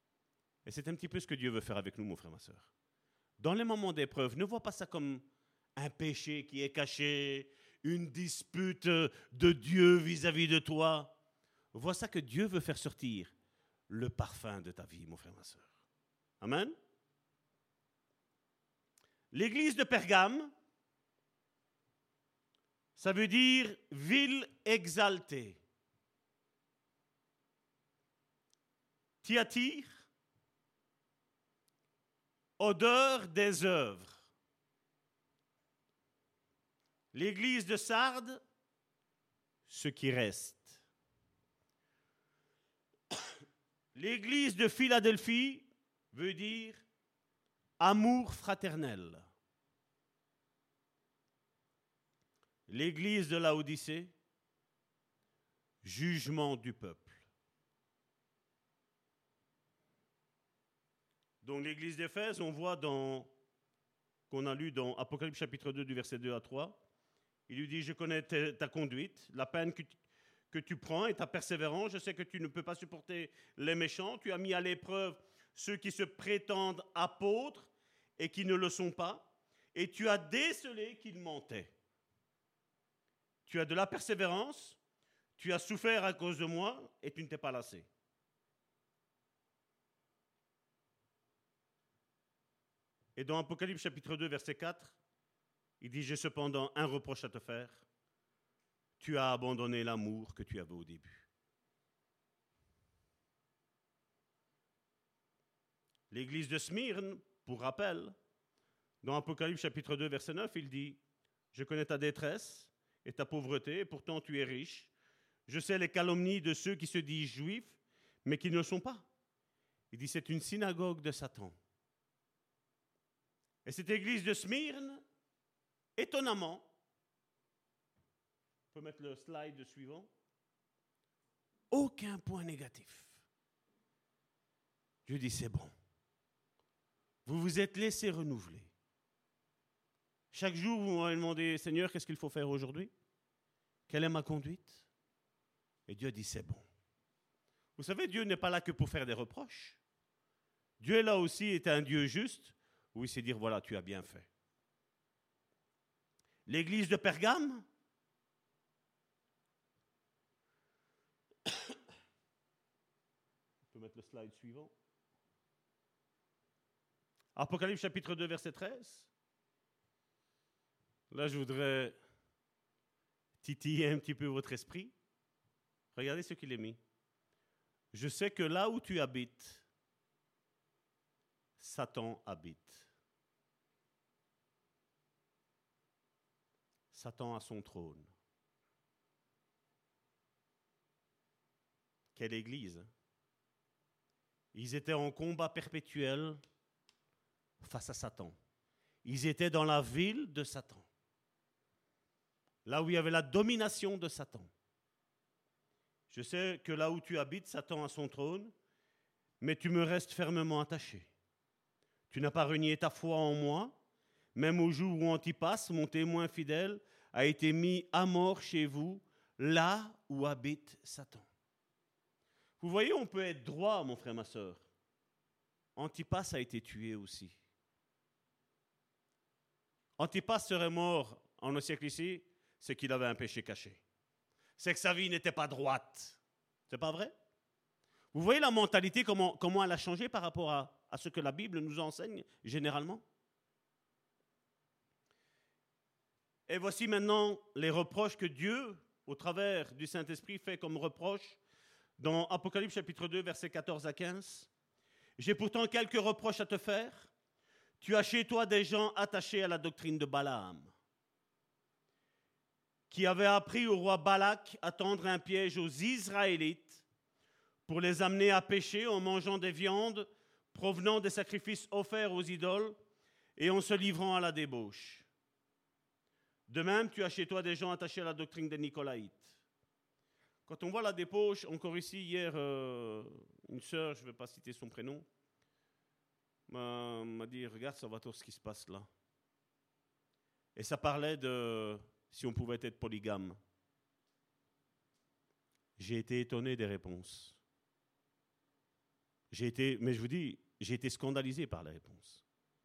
Et c'est un petit peu ce que Dieu veut faire avec nous, mon frère, ma soeur. Dans les moments d'épreuve, ne vois pas ça comme un péché qui est caché, une dispute de Dieu vis-à-vis de toi. Vois ça que Dieu veut faire sortir le parfum de ta vie, mon frère, ma soeur. Amen. L'église de Pergame, ça veut dire ville exaltée. Thyatire, odeur des œuvres. L'église de Sardes, ce qui reste. L'église de Philadelphie veut dire amour fraternel. L'église de Laodicée, jugement du peuple. Donc l'église d'Éphèse, on voit qu'on a lu dans Apocalypse chapitre 2 du verset 2 à 3, il lui dit, je connais ta conduite, la peine que tu prends et ta persévérance, je sais que tu ne peux pas supporter les méchants, tu as mis à l'épreuve ceux qui se prétendent apôtres et qui ne le sont pas, et tu as décelé qu'ils mentaient. Tu as de la persévérance, tu as souffert à cause de moi et tu ne t'es pas lassé. Et dans Apocalypse chapitre 2, verset 4, il dit, j'ai cependant un reproche à te faire. Tu as abandonné l'amour que tu avais au début. L'église de Smyrne, pour rappel, dans Apocalypse chapitre 2, verset 9, il dit, je connais ta détresse et ta pauvreté, et pourtant tu es riche. Je sais les calomnies de ceux qui se disent juifs, mais qui ne le sont pas. Il dit, c'est une synagogue de Satan. Et cette église de Smyrne, étonnamment, on peut mettre le slide suivant, aucun point négatif. Dieu dit, c'est bon. Vous vous êtes laissé renouveler. Chaque jour, vous m'avez demandé, Seigneur, qu'est-ce qu'il faut faire aujourd'hui? Quelle est ma conduite? Et Dieu dit, c'est bon. Vous savez, Dieu n'est pas là que pour faire des reproches. Dieu est là aussi, est un Dieu juste, où il sait dire, voilà, tu as bien fait. L'église de Pergame, on peut mettre le slide suivant. Apocalypse chapitre 2, verset 13. Là, je voudrais titiller un petit peu votre esprit. Regardez ce qu'il est mis. Je sais que là où tu habites, Satan habite. Satan a son trône. Quelle église, hein? Ils étaient en combat perpétuel face à Satan. Ils étaient dans la ville de Satan. Là où il y avait la domination de Satan. Je sais que là où tu habites, Satan a son trône, mais tu me restes fermement attaché. Tu n'as pas renié ta foi en moi, même au jour où Antipas, mon témoin fidèle, a été mis à mort chez vous, là où habite Satan. Vous voyez, on peut être droit, mon frère, ma soeur. Antipas a été tué aussi. Antipas serait mort en un siècle ici, c'est qu'il avait un péché caché. C'est que sa vie n'était pas droite. C'est pas vrai? Vous voyez la mentalité, comment elle a changé par rapport à ce que la Bible nous enseigne généralement? Et voici maintenant les reproches que Dieu, au travers du Saint-Esprit, fait comme reproches dans Apocalypse chapitre 2, versets 14 à 15. J'ai pourtant quelques reproches à te faire. Tu as chez toi des gens attachés à la doctrine de Balaam, qui avait appris au roi Balak à tendre un piège aux Israélites pour les amener à pécher en mangeant des viandes provenant des sacrifices offerts aux idoles et en se livrant à la débauche. De même, tu as chez toi des gens attachés à la doctrine des Nicolaïtes. Quand on voit la débauche, encore ici, hier, une sœur, je ne vais pas citer son prénom, m'a dit, regarde, ça va tout ce qui se passe là. Et ça parlait de si on pouvait être polygame. J'ai été étonné des réponses. Mais je vous dis, j'ai été scandalisé par la réponse.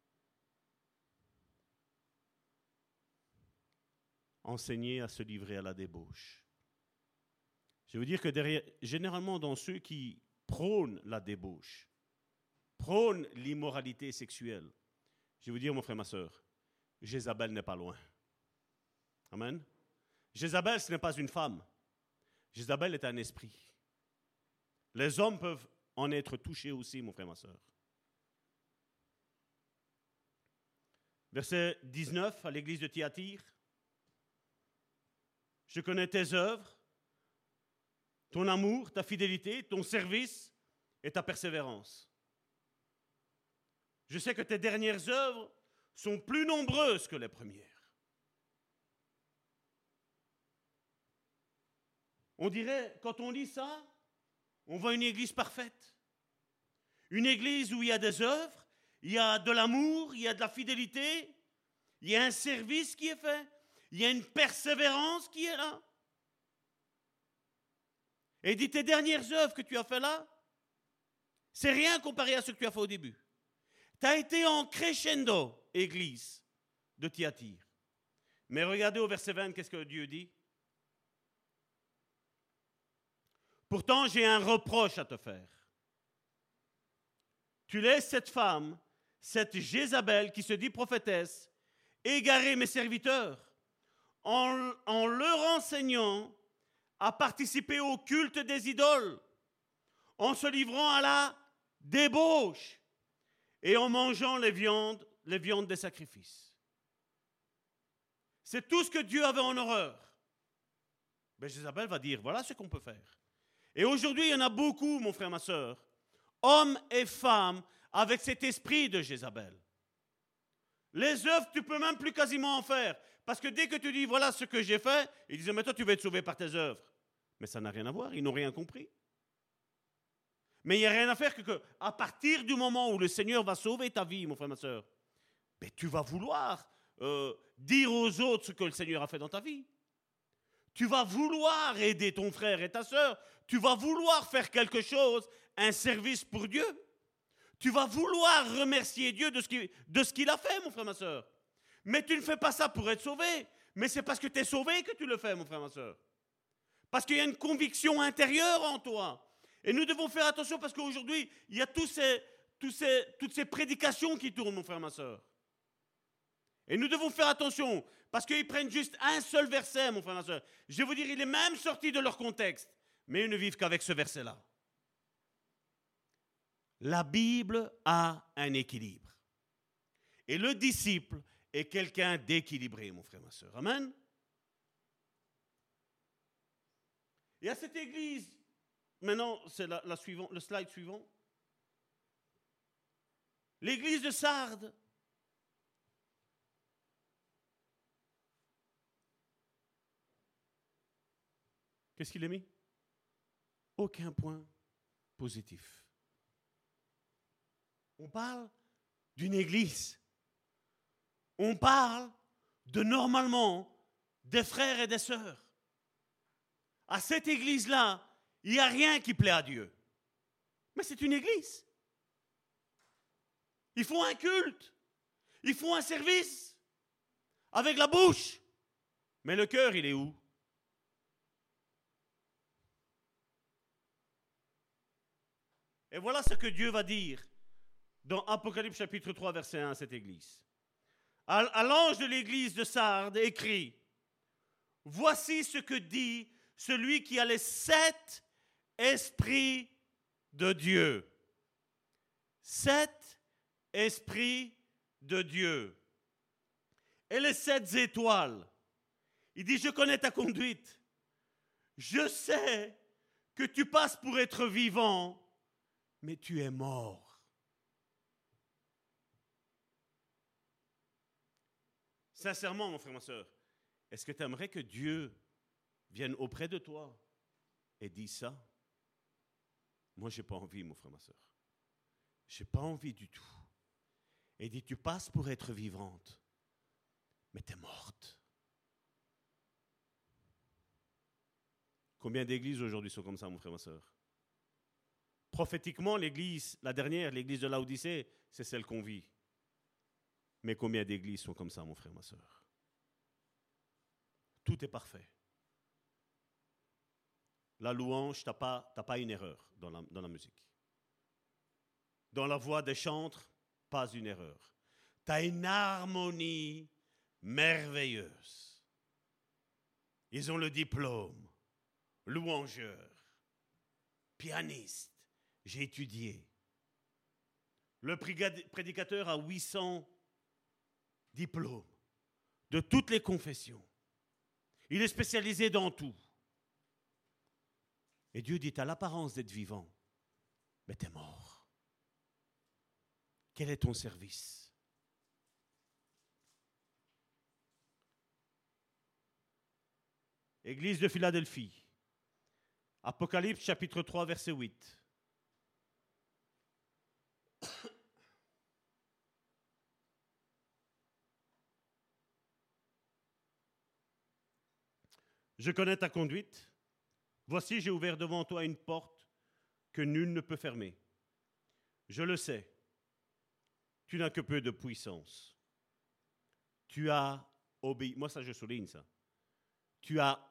Enseigner à se livrer à la débauche. Je veux dire que généralement dans ceux qui prônent la débauche, prônent l'immoralité sexuelle, je vais vous dire, mon frère, ma soeur, Jézabel n'est pas loin. Amen. Jézabel, ce n'est pas une femme. Jézabel est un esprit. Les hommes peuvent en être touchés aussi, mon frère, ma soeur. Verset 19 à l'église de Thyatire. Je connais tes œuvres, ton amour, ta fidélité, ton service et ta persévérance. Je sais que tes dernières œuvres sont plus nombreuses que les premières. On dirait, quand on lit ça, on voit une église parfaite. Une église où il y a des œuvres, il y a de l'amour, il y a de la fidélité, il y a un service qui est fait, il y a une persévérance qui est là. Et dit, tes dernières œuvres que tu as fait là, c'est rien comparé à ce que tu as fait au début. Tu as été en crescendo, église de Thyatire. Mais regardez au verset 20, qu'est-ce que Dieu dit? Pourtant, j'ai un reproche à te faire. Tu laisses cette femme, cette Jézabel qui se dit prophétesse, égarer mes serviteurs en leur enseignant à participer au culte des idoles, en se livrant à la débauche et en mangeant les viandes des sacrifices. C'est tout ce que Dieu avait en horreur. Mais Jézabel va dire, voilà ce qu'on peut faire. Et aujourd'hui, il y en a beaucoup, mon frère, ma soeur, hommes et femmes, avec cet esprit de Jézabel. Les œuvres, tu ne peux même plus quasiment en faire. Parce que dès que tu dis, voilà ce que j'ai fait, ils disent, mais toi, tu vas être sauvé par tes œuvres. Mais ça n'a rien à voir, ils n'ont rien compris. Mais il n'y a rien à faire que à partir du moment où le Seigneur va sauver ta vie, mon frère, ma soeur, ben, tu vas vouloir dire aux autres ce que le Seigneur a fait dans ta vie. Tu vas vouloir aider ton frère et ta soeur. Tu vas vouloir faire quelque chose, un service pour Dieu. Tu vas vouloir remercier Dieu de ce qu'il a fait, mon frère, ma soeur. Mais tu ne fais pas ça pour être sauvé. Mais c'est parce que tu es sauvé que tu le fais, mon frère, ma soeur. Parce qu'il y a une conviction intérieure en toi. Et nous devons faire attention parce qu'aujourd'hui, il y a toutes ces prédications qui tournent, mon frère, ma soeur. Et nous devons faire attention parce qu'ils prennent juste un seul verset, mon frère, ma soeur. Je vais vous dire, il est même sorti de leur contexte. Mais ils ne vivent qu'avec ce verset-là. La Bible a un équilibre. Et le disciple est quelqu'un d'équilibré, mon frère, ma soeur. Amen. Et à cette église, maintenant, c'est le slide suivant. L'église de Sardes. Qu'est-ce qu'il a mis? Aucun point positif. On parle d'une église. On parle de normalement des frères et des sœurs. À cette église-là, il n'y a rien qui plaît à Dieu. Mais c'est une église. Ils font un culte. Ils font un service. Avec la bouche. Mais le cœur, il est où? Et voilà ce que Dieu va dire dans Apocalypse chapitre 3, verset 1 à cette église. À l'ange de l'église de Sardes écrit, « Voici ce que dit celui qui a les 7 esprits de Dieu. » 7 esprits de Dieu. Et les 7 étoiles. Il dit, « Je connais ta conduite. Je sais que tu passes pour être vivant, mais tu es mort. » Sincèrement, mon frère, ma soeur, est-ce que tu aimerais que Dieu vienne auprès de toi et dise ça? Moi, je n'ai pas envie, mon frère, ma soeur. Je n'ai pas envie du tout. Et dit, tu passes pour être vivante, mais tu es morte. Combien d'églises aujourd'hui sont comme ça, mon frère, ma soeur? prophétiquement, l'église, la dernière, l'église de Laodicée, c'est celle qu'on vit. Mais combien d'églises sont comme ça, mon frère, ma soeur? Tout est parfait. La louange, tu n'as pas une erreur dans la musique. Dans la voix des chantres, pas une erreur. Tu as une harmonie merveilleuse. Ils ont le diplôme, louangeur, pianiste. J'ai étudié. Le prédicateur a 800 diplômes de toutes les confessions. Il est spécialisé dans tout. Et Dieu dit, tu as l'apparence d'être vivant, mais tu es mort. Quel est ton service? Église de Philadelphie, Apocalypse chapitre 3, verset 8. Je connais ta conduite. Voici, j'ai ouvert devant toi une porte que nul ne peut fermer. Je le sais. Tu n'as que peu de puissance. Tu as obéi. Moi, ça, je souligne ça. Tu as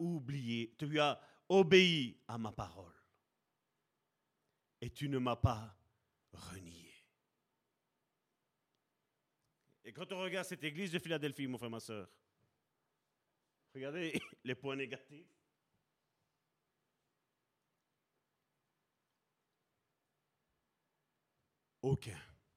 obéi à ma parole. Et tu ne m'as pas renié. Et quand on regarde cette église de Philadelphie, mon frère, ma soeur, regardez les points négatifs. Aucun.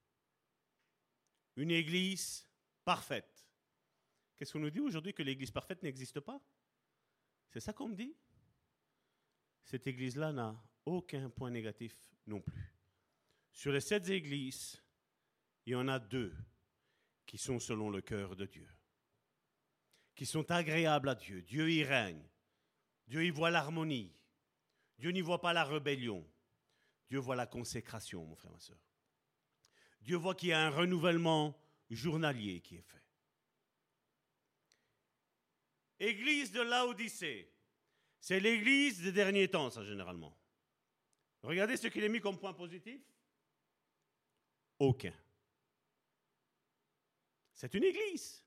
Une église parfaite. Qu'est-ce qu'on nous dit aujourd'hui? Que l'église parfaite n'existe pas? C'est ça qu'on me dit? Cette église-là n'a aucun point négatif non plus. Sur les 7 églises, il y en a 2 qui sont selon le cœur de Dieu, qui sont agréables à Dieu. Dieu y règne. Dieu y voit l'harmonie. Dieu n'y voit pas la rébellion. Dieu voit la consécration, mon frère, ma soeur. Dieu voit qu'il y a un renouvellement journalier qui est fait. Église de Laodicée, c'est l'église des derniers temps, ça, généralement. Regardez ce qu'il est mis comme point positif. Aucun. C'est une église.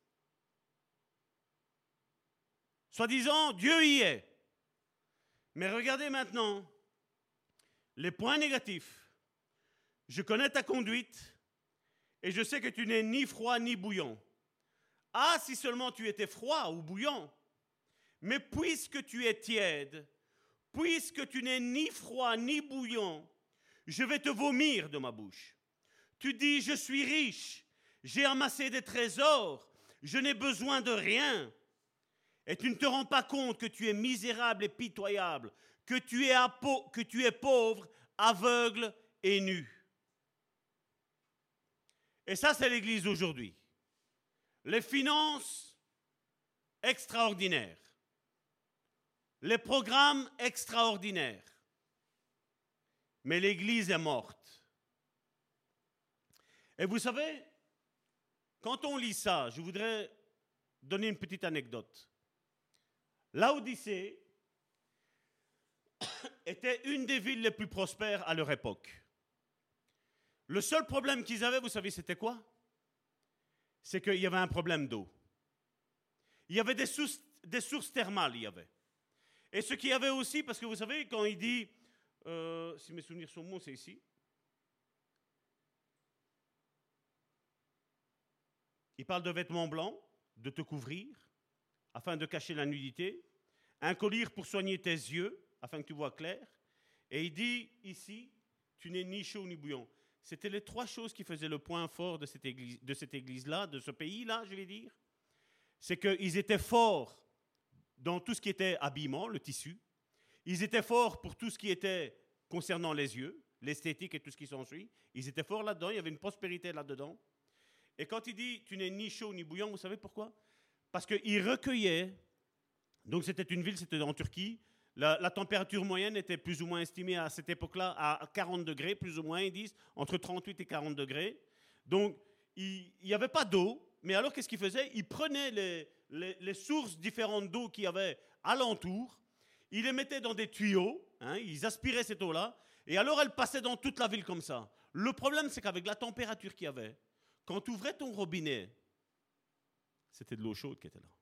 Soi-disant, Dieu y est. Mais regardez maintenant les points négatifs. Je connais ta conduite et je sais que tu n'es ni froid ni bouillant. Ah, si seulement tu étais froid ou bouillant. Mais puisque tu es tiède, puisque tu n'es ni froid ni bouillant, je vais te vomir de ma bouche. Tu dis, je suis riche, j'ai amassé des trésors, je n'ai besoin de rien. Et tu ne te rends pas compte que tu es misérable et pitoyable, que tu es pauvre, aveugle et nu. Et ça, c'est l'Église d'aujourd'hui. Les finances extraordinaires. Les programmes extraordinaires. Mais l'Église est morte. Et vous savez, quand on lit ça, je voudrais donner une petite anecdote. Laodicée était une des villes les plus prospères à leur époque. Le seul problème qu'ils avaient, vous savez, c'était quoi? C'est qu'il y avait un problème d'eau. Il y avait des sources thermales, il y avait. Et ce qu'il y avait aussi, parce que vous savez, quand il dit, si mes souvenirs sont bons, c'est ici. Il parle de vêtements blancs, de te couvrir, afin de cacher la nudité, un collier pour soigner tes yeux, afin que tu vois clair. Et il dit ici, tu n'es ni chaud ni bouillant. C'était les 3 choses qui faisaient le point fort de cette église-là, de ce pays-là, je vais dire. C'est qu'ils étaient forts dans tout ce qui était habillement, le tissu. Ils étaient forts pour tout ce qui était concernant les yeux, l'esthétique et tout ce qui s'ensuit. Ils étaient forts là-dedans, il y avait une prospérité là-dedans. Et quand il dit, tu n'es ni chaud ni bouillant, vous savez pourquoi? Parce qu'ils recueillaient, donc c'était une ville, c'était en Turquie, la température moyenne était plus ou moins estimée à cette époque-là à 40 degrés, plus ou moins, ils disent, entre 38 et 40 degrés. Donc, il n'y avait pas d'eau, mais alors qu'est-ce qu'ils faisaient? Ils prenaient les sources différentes d'eau qu'il y avait alentour, ils les mettaient dans des tuyaux, ils aspiraient cette eau-là, Et alors, elle passait dans toute la ville comme ça. Le problème, c'est qu'avec la température qu'il y avait, quand tu ouvrais ton robinet, c'était de l'eau chaude qui était là.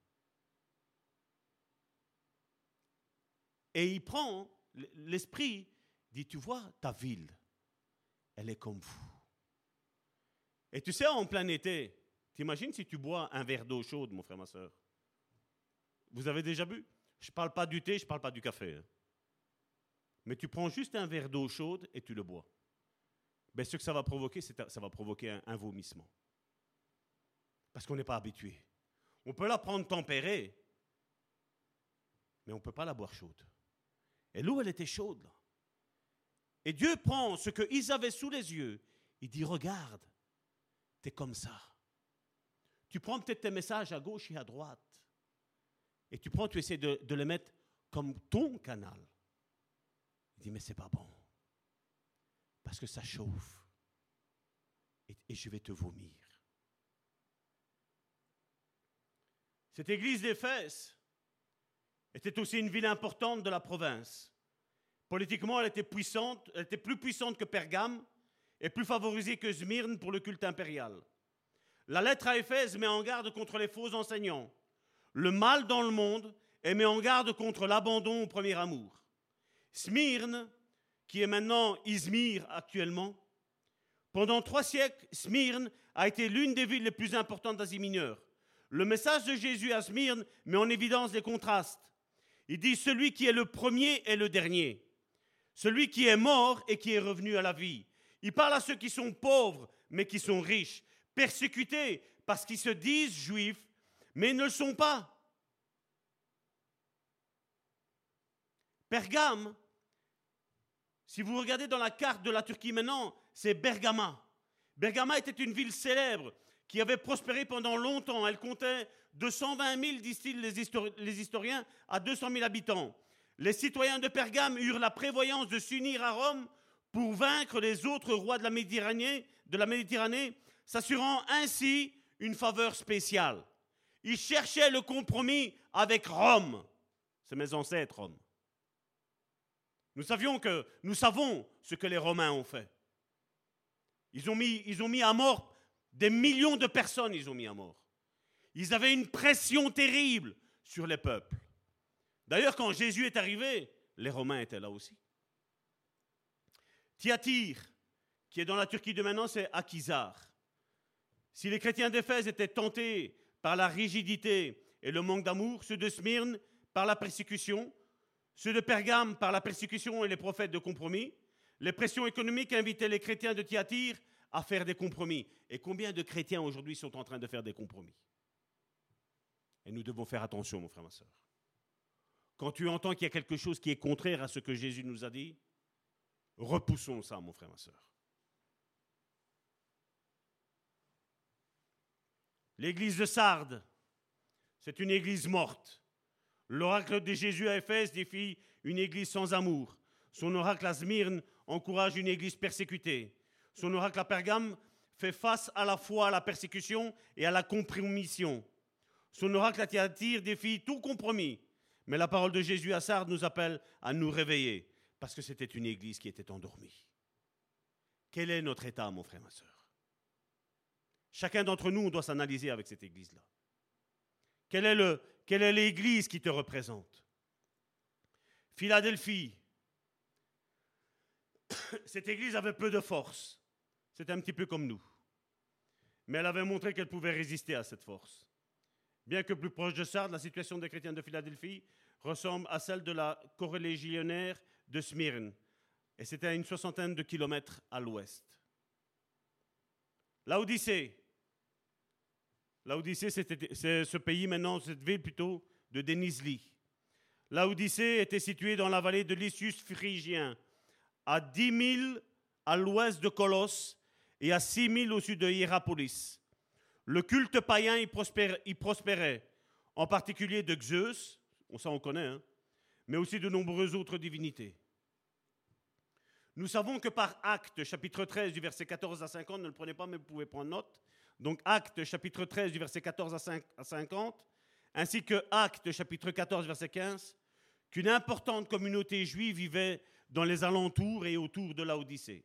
Et il prend, l'esprit dit, tu vois, ta ville, elle est comme vous. Et tu sais, en plein été, t'imagines si tu bois un verre d'eau chaude, mon frère, ma soeur. Vous avez déjà bu? Je ne parle pas du thé, je ne parle pas du café. Mais tu prends juste un verre d'eau chaude et tu le bois. Ben, ce que ça va provoquer, ça va provoquer un vomissement. Parce qu'on n'est pas habitué. On peut la prendre tempérée, mais on ne peut pas la boire chaude. Et l'eau, elle était chaude, là. Et Dieu prend ce qu'ils avaient sous les yeux, il dit, regarde, t'es comme ça. Tu prends peut-être tes messages à gauche et à droite, et tu essaies de les mettre comme ton canal. Il dit, mais c'est pas bon, parce que ça chauffe, et je vais te vomir. Cette église d'Éphèse était aussi une ville importante de la province. Politiquement, elle était puissante, elle était plus puissante que Pergame et plus favorisée que Smyrne pour le culte impérial. La lettre à Éphèse met en garde contre les faux enseignants, le mal dans le monde et met en garde contre l'abandon au premier amour. Smyrne, qui est maintenant Izmir actuellement, pendant 3 siècles, Smyrne a été l'une des villes les plus importantes d'Asie mineure. Le message de Jésus à Smyrne met en évidence des contrastes. Il dit, celui qui est le premier est le dernier. Celui qui est mort et qui est revenu à la vie. Il parle à ceux qui sont pauvres, mais qui sont riches, persécutés parce qu'ils se disent juifs, mais ne le sont pas. Pergame, si vous regardez dans la carte de la Turquie maintenant, c'est Bergama. Bergama était une ville célèbre qui avait prospéré pendant longtemps. Elle comptait de 120 000, disent-ils les historiens, à 200 000 habitants. Les citoyens de Pergame eurent la prévoyance de s'unir à Rome pour vaincre les autres rois de la Méditerranée, s'assurant ainsi une faveur spéciale. Ils cherchaient le compromis avec Rome. C'est mes ancêtres, Rome. Nous savons ce que les Romains ont fait. Ils ont mis à mort des millions de personnes, ils ont mis à mort. Ils avaient une pression terrible sur les peuples. D'ailleurs, quand Jésus est arrivé, les Romains étaient là aussi. Thyatire, qui est dans la Turquie de maintenant, c'est Akhisar. Si les chrétiens d'Éphèse étaient tentés par la rigidité et le manque d'amour, ceux de Smyrne par la persécution, ceux de Pergame par la persécution et les prophètes de compromis, les pressions économiques invitaient les chrétiens de Thyatire à faire des compromis. Et combien de chrétiens aujourd'hui sont en train de faire des compromis? Et nous devons faire attention, mon frère, ma soeur. Quand tu entends qu'il y a quelque chose qui est contraire à ce que Jésus nous a dit, repoussons ça, mon frère, ma soeur. L'église de Sardes, c'est une église morte. L'oracle de Jésus à Éphèse défie une église sans amour. Son oracle à Smyrne encourage une église persécutée. Son oracle à Pergame fait face à la fois à la persécution et à la compromission. Son oracle à Thyatire défie tout compromis. Mais la parole de Jésus à Sardes nous appelle à nous réveiller, parce que c'était une église qui était endormie. Quel est notre état, mon frère, ma soeur? Chacun d'entre nous, on doit s'analyser avec cette église-là. Quelle est l'église qui te représente? Philadelphie. Cette église avait peu de force. C'était un petit peu comme nous. Mais elle avait montré qu'elle pouvait résister à cette force. Bien que plus proche de Sardes, la situation des chrétiens de Philadelphie ressemble à celle de la corélégionnaire de Smyrne. Et c'était à une 60aine de kilomètres à l'ouest. Laodicée, c'est ce pays maintenant, cette ville plutôt, de Denizli. Laodicée était située dans la vallée de l'Issus phrygien, à 10 000 à l'ouest de Colosse et à 6 000 au sud de Hiérapolis. Le culte païen y prospérait, en particulier de Zeus, on connaît, hein, mais aussi de nombreuses autres divinités. Nous savons que par Actes, chapitre 13, du verset 14 à 50, ne le prenez pas, mais vous pouvez prendre note. Donc Actes, chapitre 13, du verset 14 à 50, ainsi que Actes, chapitre 14, verset 15, qu'une importante communauté juive vivait dans les alentours et autour de Laodicée.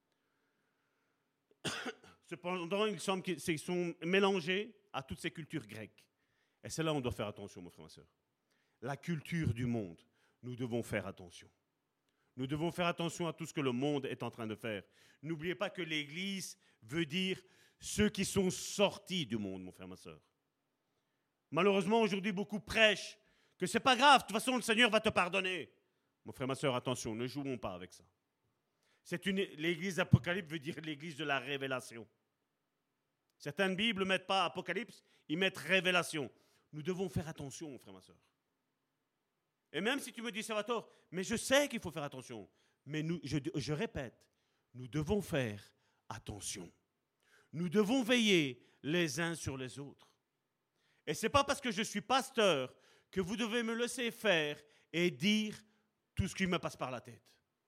Cependant, il semble qu'ils sont mélangés à toutes ces cultures grecques. Et c'est là où on doit faire attention, mon frère, ma soeur. La culture du monde, nous devons faire attention. Nous devons faire attention à tout ce que le monde est en train de faire. N'oubliez pas que l'Église veut dire ceux qui sont sortis du monde, mon frère, ma soeur. Malheureusement, aujourd'hui, beaucoup prêchent que ce n'est pas grave, de toute façon, le Seigneur va te pardonner. Mon frère, ma soeur, attention, ne jouons pas avec ça. L'Église d'Apocalypse veut dire l'Église de la révélation. Certaines Bibles ne mettent pas Apocalypse, ils mettent révélation. Nous devons faire attention, mon frère, ma soeur. Et même si tu me dis, Salvatore, mais je sais qu'il faut faire attention. Mais je répète, nous devons faire attention. Nous devons veiller les uns sur les autres. Et ce n'est pas parce que je suis pasteur que vous devez me laisser faire et dire tout ce qui me passe par la tête.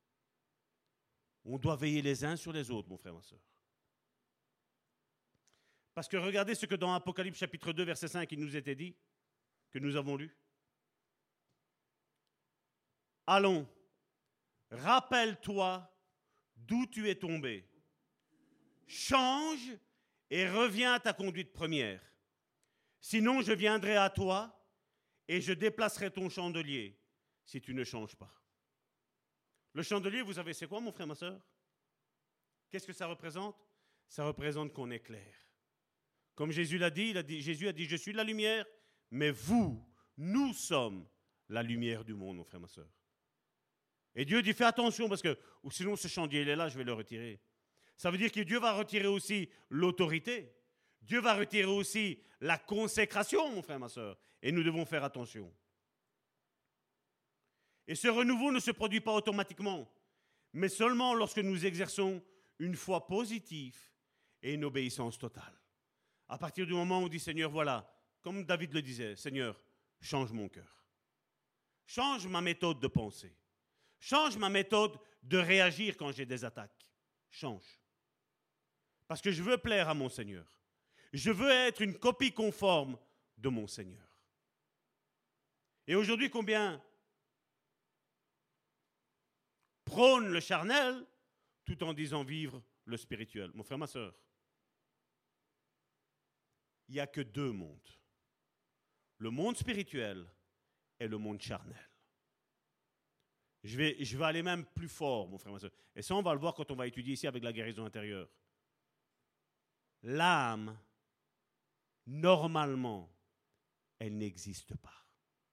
On doit veiller les uns sur les autres, mon frère, ma soeur. Parce que regardez ce que dans Apocalypse chapitre 2, verset 5, il nous était dit, que nous avons lu. Allons, rappelle-toi d'où tu es tombé. Change et reviens à ta conduite première. Sinon, je viendrai à toi et je déplacerai ton chandelier si tu ne changes pas. Le chandelier, vous savez, c'est quoi, mon frère, ma soeur? Qu'est-ce que ça représente? Ça représente qu'on est clair. Comme Jésus l'a dit, Jésus a dit, je suis la lumière, mais vous, nous sommes la lumière du monde, mon frère, ma soeur. Et Dieu dit, fais attention, parce que ou sinon ce chandelier est là, je vais le retirer. Ça veut dire que Dieu va retirer aussi l'autorité. Dieu va retirer aussi la consécration, mon frère, ma soeur. Et nous devons faire attention. Et ce renouveau ne se produit pas automatiquement, mais seulement lorsque nous exerçons une foi positive et une obéissance totale. À partir du moment où on dit, Seigneur, voilà, comme David le disait, Seigneur, change mon cœur. Change ma méthode de pensée. Change ma méthode de réagir quand j'ai des attaques. Change. Parce que je veux plaire à mon Seigneur. Je veux être une copie conforme de mon Seigneur. Et aujourd'hui, combien prône le charnel tout en disant vivre le spirituel? Mon frère, ma soeur, il n'y a que deux mondes. Le monde spirituel et le monde charnel. Je vais aller même plus fort, mon frère, ma soeur. Et ça, on va le voir quand on va étudier ici avec la guérison intérieure. L'âme, normalement, elle n'existe pas.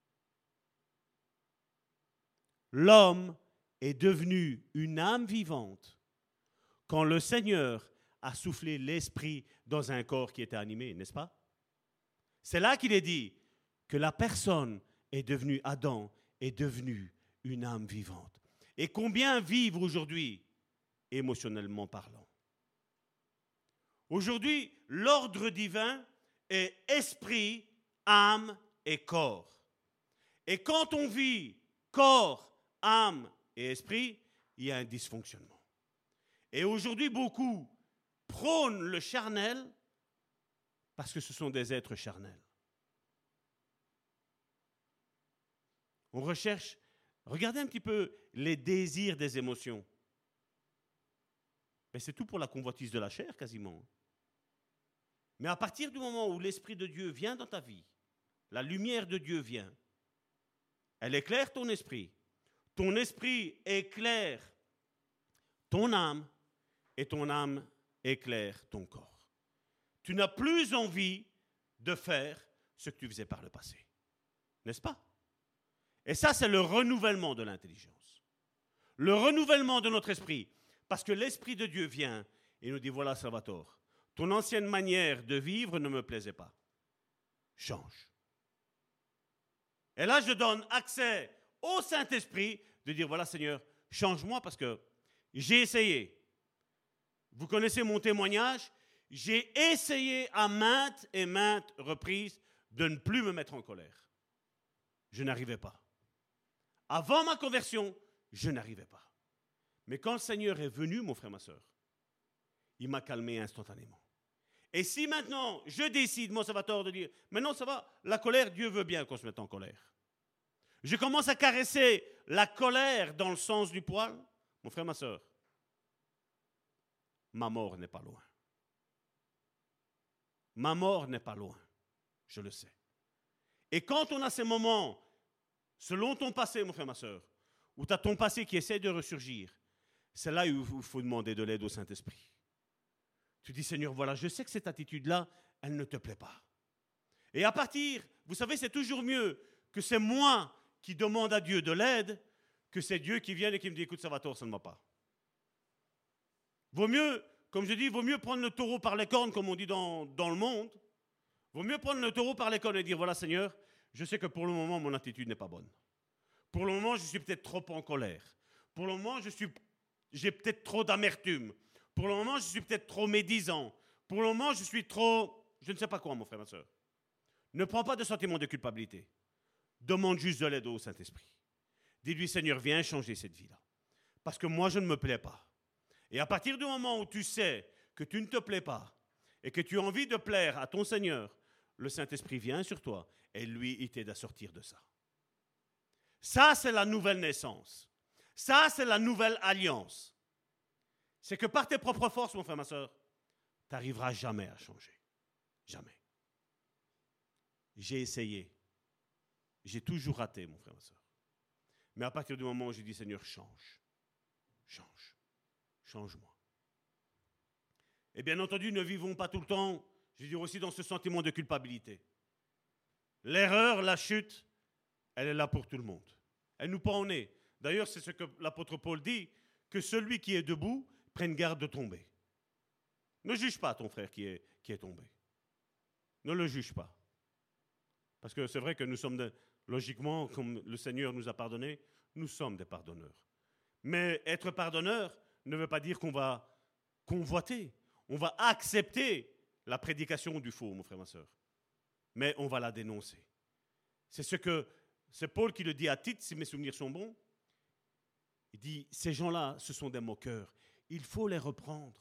L'homme est devenu une âme vivante quand le Seigneur a soufflé l'esprit dans un corps qui était animé, n'est-ce pas? C'est là qu'il est dit que la personne est devenue, Adam est devenu une âme vivante. Et combien vivent aujourd'hui, émotionnellement parlant? Aujourd'hui, l'ordre divin est esprit, âme et corps. Et quand on vit corps, âme et esprit, il y a un dysfonctionnement. Et aujourd'hui, beaucoup prônent le charnel parce que ce sont des êtres charnels. On recherche, regardez un petit peu les désirs des émotions. Mais c'est tout pour la convoitise de la chair, quasiment. Mais à partir du moment où l'Esprit de Dieu vient dans ta vie, la lumière de Dieu vient, elle éclaire ton esprit éclaire ton âme, et ton âme éclaire ton corps. Tu n'as plus envie de faire ce que tu faisais par le passé. N'est-ce pas? Et ça, c'est le renouvellement de l'intelligence. Le renouvellement de notre esprit. Parce que l'Esprit de Dieu vient et nous dit, voilà, Salvatore, ton ancienne manière de vivre ne me plaisait pas. Change. Et là, je donne accès au Saint-Esprit de dire, voilà, Seigneur, change-moi parce que j'ai essayé. Vous connaissez mon témoignage. J'ai essayé à maintes et maintes reprises de ne plus me mettre en colère. Je n'arrivais pas. Avant ma conversion, je n'arrivais pas. Mais quand le Seigneur est venu, mon frère, ma soeur, il m'a calmé instantanément. Et si maintenant, je décide, mon Salvatore, de dire, mais non, ça va, la colère, Dieu veut bien qu'on se mette en colère. Je commence à caresser la colère dans le sens du poil, mon frère, ma soeur, ma mort n'est pas loin. Ma mort n'est pas loin, je le sais. Et quand on a ces moments, selon ton passé, mon frère, ma soeur, où tu as ton passé qui essaie de ressurgir, c'est là où il faut demander de l'aide au Saint-Esprit. Tu dis, Seigneur, voilà, je sais que cette attitude-là, elle ne te plaît pas. Et à partir, vous savez, c'est toujours mieux que c'est moi qui demande à Dieu de l'aide que c'est Dieu qui vient et qui me dit, écoute, Salvatore, ça ne va pas. Vaut mieux, comme je dis, vaut mieux prendre le taureau par les cornes, comme on dit dans le monde. Vaut mieux prendre le taureau par les cornes et dire, voilà, Seigneur, je sais que pour le moment, mon attitude n'est pas bonne. Pour le moment, je suis peut-être trop en colère. Pour le moment, j'ai peut-être trop d'amertume. Pour le moment, je suis peut-être trop médisant. Pour le moment, je suis trop... Je ne sais pas quoi, mon frère, ma soeur. Ne prends pas de sentiment de culpabilité. Demande juste de l'aide au Saint-Esprit. Dis-lui, Seigneur, viens changer cette vie-là. Parce que moi, je ne me plais pas. Et à partir du moment où tu sais que tu ne te plais pas et que tu as envie de plaire à ton Seigneur, le Saint-Esprit vient sur toi et lui, il t'aide à sortir de ça. Ça, c'est la nouvelle naissance. Ça, c'est la nouvelle alliance. C'est que par tes propres forces, mon frère, ma soeur, tu n'arriveras jamais à changer. Jamais. J'ai essayé. J'ai toujours raté, mon frère, ma soeur. Mais à partir du moment où j'ai dit, Seigneur, change. Change. Change-moi. Et bien entendu, ne vivons pas tout le temps, je veux dire aussi dans ce sentiment de culpabilité. L'erreur, la chute, elle est là pour tout le monde. Elle nous pend au nez. D'ailleurs, c'est ce que l'apôtre Paul dit, que celui qui est debout prenne garde de tomber. Ne juge pas ton frère qui est tombé. Ne le juge pas. Parce que c'est vrai que nous sommes, logiquement, comme le Seigneur nous a pardonné, nous sommes des pardonneurs. Mais être pardonneur ne veut pas dire qu'on va convoiter. On va accepter la prédication du faux, mon frère, ma soeur. Mais on va la dénoncer. C'est Paul qui le dit à Tite, si mes souvenirs sont bons. Il dit, ces gens-là, ce sont des moqueurs. Il faut les reprendre.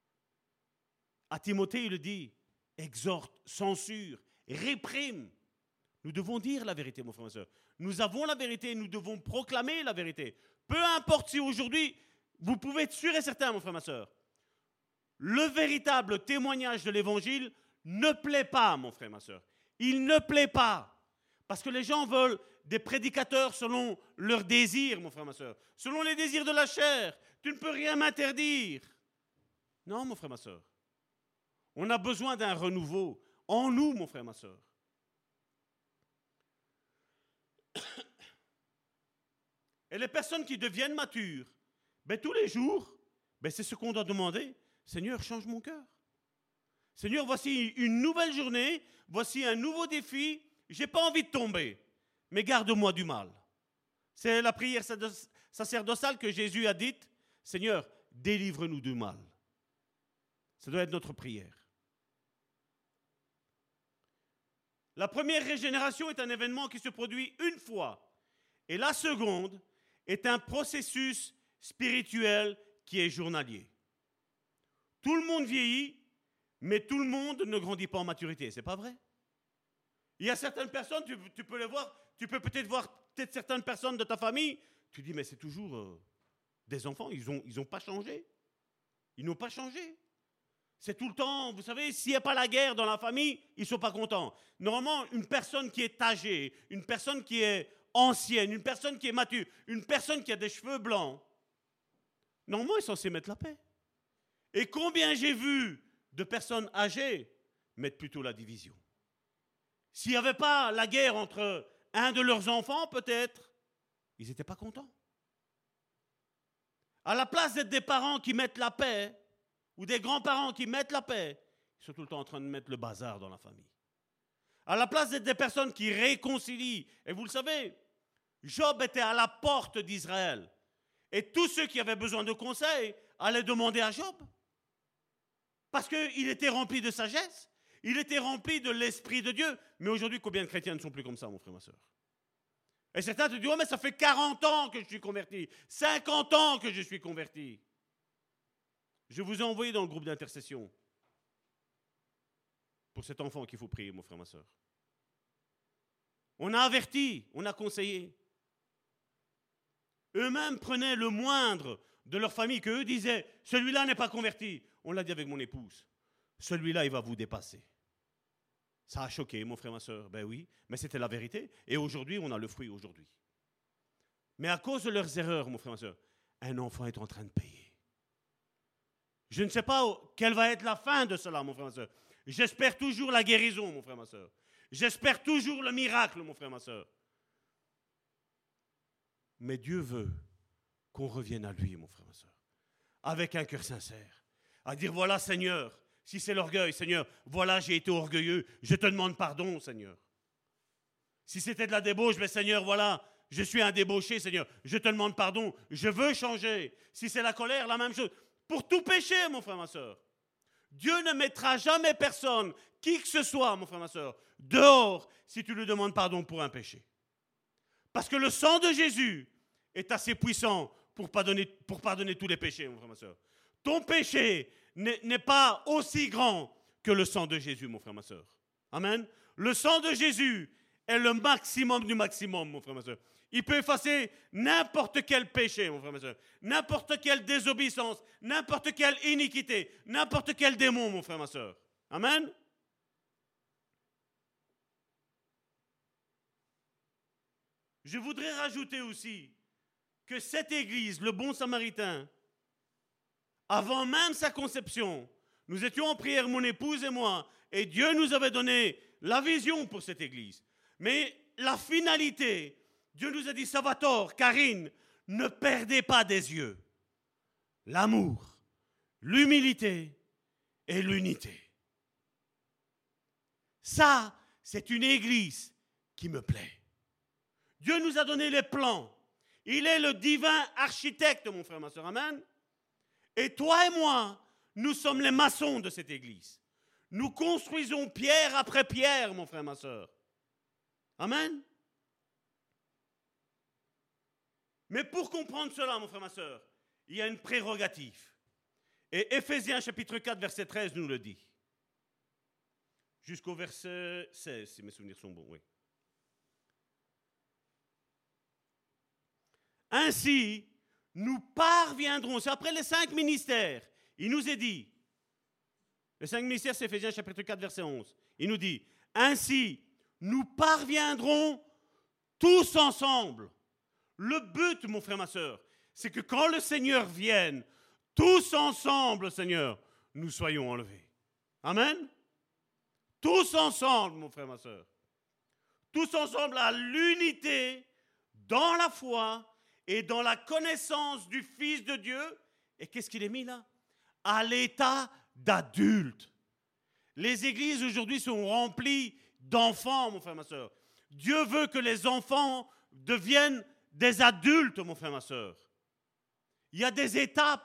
À Timothée, il le dit, exhorte, censure, réprime. Nous devons dire la vérité, mon frère, ma soeur. Nous avons la vérité, nous devons proclamer la vérité. Peu importe si aujourd'hui, vous pouvez être sûr et certain, mon frère, ma soeur, le véritable témoignage de l'évangile ne plaît pas, mon frère, ma soeur. Il ne plaît pas. Parce que les gens veulent des prédicateurs selon leurs désirs, mon frère, ma soeur. Selon les désirs de la chair. Tu ne peux rien m'interdire. Non, mon frère, ma soeur. On a besoin d'un renouveau en nous, mon frère, ma soeur. Et les personnes qui deviennent matures, tous les jours, c'est ce qu'on doit demander. Seigneur, change mon cœur. Seigneur, voici une nouvelle journée, voici un nouveau défi. Je n'ai pas envie de tomber, mais garde-moi du mal. C'est la prière sacerdotale que Jésus a dite. Seigneur, délivre-nous du mal. Ça doit être notre prière. La première régénération est un événement qui se produit une fois. Et la seconde est un processus spirituel qui est journalier. Tout le monde vieillit, mais tout le monde ne grandit pas en maturité. C'est pas vrai? Il y a certaines personnes, tu peux les voir, tu peux peut-être voir certaines personnes de ta famille, tu dis, mais c'est toujours des enfants, ils n'ont pas changé. Ils n'ont pas changé. C'est tout le temps, vous savez, s'il n'y a pas la guerre dans la famille, ils ne sont pas contents. Normalement, une personne qui est âgée, une personne qui est ancienne, une personne qui est mature, une personne qui a des cheveux blancs, normalement, elle est censée mettre la paix. Et combien j'ai vu de personnes âgées mettre plutôt la division. S'il n'y avait pas la guerre entre un de leurs enfants, peut-être, ils n'étaient pas contents. À la place d'être des parents qui mettent la paix, ou des grands-parents qui mettent la paix, ils sont tout le temps en train de mettre le bazar dans la famille. À la place d'être des personnes qui réconcilient, et vous le savez, Job était à la porte d'Israël. Et tous ceux qui avaient besoin de conseils allaient demander à Job. Parce qu'il était rempli de sagesse, il était rempli de l'Esprit de Dieu. Mais aujourd'hui, combien de chrétiens ne sont plus comme ça, mon frère, ma soeur? Et certains te disent, oh, mais ça fait 40 ans que je suis converti, 50 ans que je suis converti. Je vous ai envoyé dans le groupe d'intercession pour cet enfant qu'il faut prier, mon frère, ma soeur. On a averti, on a conseillé. eux-mêmes prenaient le moindre de leur famille, qu'eux disaient, celui-là n'est pas converti. On l'a dit avec mon épouse, celui-là, il va vous dépasser. Ça a choqué, mon frère, ma soeur. Ben oui, mais c'était la vérité. Et aujourd'hui, on a le fruit aujourd'hui. Mais à cause de leurs erreurs, mon frère, ma soeur, un enfant est en train de payer. Je ne sais pas quelle va être la fin de cela, mon frère, ma soeur. J'espère toujours la guérison, mon frère, ma soeur. J'espère toujours le miracle, mon frère, ma soeur. Mais Dieu veut qu'on revienne à lui, mon frère, ma soeur, avec un cœur sincère, à dire, voilà, Seigneur, si c'est l'orgueil, Seigneur, voilà, j'ai été orgueilleux, je te demande pardon, Seigneur. Si c'était de la débauche, mais Seigneur, voilà, je suis un débauché, Seigneur, je te demande pardon, je veux changer. Si c'est la colère, la même chose. Pour tout péché, mon frère, ma soeur. Dieu ne mettra jamais personne, qui que ce soit, mon frère, ma soeur, dehors si tu lui demandes pardon pour un péché. Parce que le sang de Jésus est assez puissant pour pardonner tous les péchés, mon frère, ma soeur. Ton péché n'est pas aussi grand que le sang de Jésus, mon frère, ma soeur. Amen. Le sang de Jésus est le maximum du maximum, mon frère, ma soeur. Il peut effacer n'importe quel péché, mon frère, ma soeur. N'importe quelle désobéissance, n'importe quelle iniquité, n'importe quel démon, mon frère, ma soeur. Amen. Je voudrais rajouter aussi que cette église, le Bon Samaritain, avant même sa conception, nous étions en prière, mon épouse et moi, et Dieu nous avait donné la vision pour cette église. Mais la finalité, Dieu nous a dit, Salvatore, Karine, ne perdez pas des yeux l'amour, l'humilité et l'unité. Ça, c'est une église qui me plaît. Dieu nous a donné les plans. Il est le divin architecte, mon frère, ma soeur. Amen. Et toi et moi, nous sommes les maçons de cette église. Nous construisons pierre après pierre, mon frère, ma soeur. Amen. Mais pour comprendre cela, mon frère, ma soeur, il y a une prérogative. Et Éphésiens chapitre 4, verset 13 nous le dit. Jusqu'au verset 16, si mes souvenirs sont bons, oui. Ainsi, nous parviendrons, c'est après les 5 ministères, il nous est dit, les 5 ministères, c'est Éphésiens chapitre 4, verset 11, il nous dit, ainsi, nous parviendrons tous ensemble. Le but, mon frère, ma soeur, c'est que quand le Seigneur vienne, tous ensemble, Seigneur, nous soyons enlevés. Amen. Tous ensemble, mon frère, ma soeur. Tous ensemble à l'unité, dans la foi et dans la connaissance du Fils de Dieu. Et qu'est-ce qu'il est mis là? À l'état d'adulte. Les églises aujourd'hui sont remplies d'enfants, mon frère, ma soeur. Dieu veut que les enfants deviennent des adultes, mon frère, ma soeur. Il y a des étapes.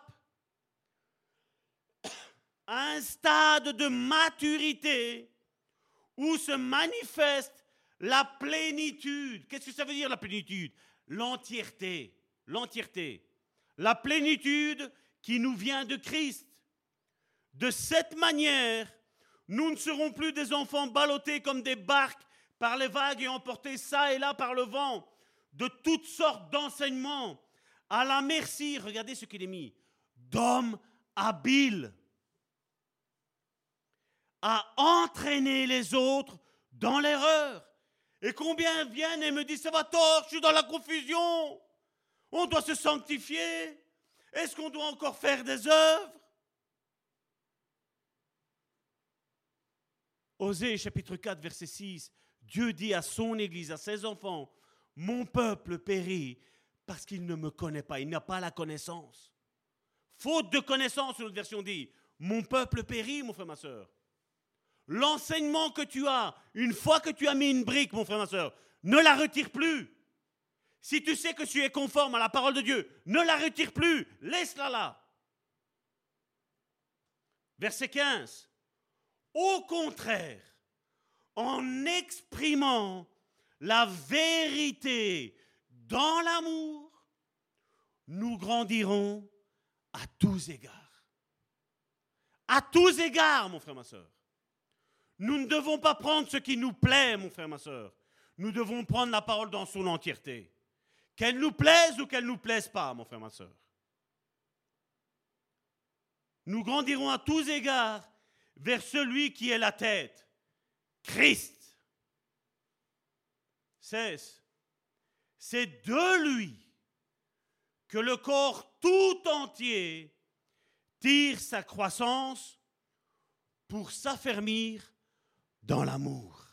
Un stade de maturité où se manifeste la plénitude. Qu'est-ce que ça veut dire la plénitude? L'entièreté. L'entièreté. La plénitude qui nous vient de Christ. De cette manière, nous ne serons plus des enfants ballottés comme des barques par les vagues et emportés ça et là par le vent, de toutes sortes d'enseignements, à la merci, regardez ce qu'il est mis, d'hommes habiles à entraîner les autres dans l'erreur. Et combien viennent et me disent, Salvatore, je suis dans la confusion, on doit se sanctifier, est-ce qu'on doit encore faire des œuvres? Osée chapitre 4 verset 6, Dieu dit à son église, à ses enfants, mon peuple périt parce qu'il ne me connaît pas, il n'a pas la connaissance. Faute de connaissance, notre version dit, mon peuple périt, mon frère, ma soeur. L'enseignement que tu as, une fois que tu as mis une brique, mon frère, ma soeur, ne la retire plus. Si tu sais que tu es conforme à la parole de Dieu, ne la retire plus, laisse-la là. Verset 15. Au contraire, en exprimant la vérité dans l'amour, nous grandirons à tous égards. À tous égards, mon frère, ma soeur. Nous ne devons pas prendre ce qui nous plaît, mon frère, ma soeur. Nous devons prendre la parole dans son entièreté. Qu'elle nous plaise ou qu'elle ne nous plaise pas, mon frère, ma soeur. Nous grandirons à tous égards vers celui qui est la tête, Christ. 16. C'est de lui que le corps tout entier tire sa croissance pour s'affermir dans l'amour.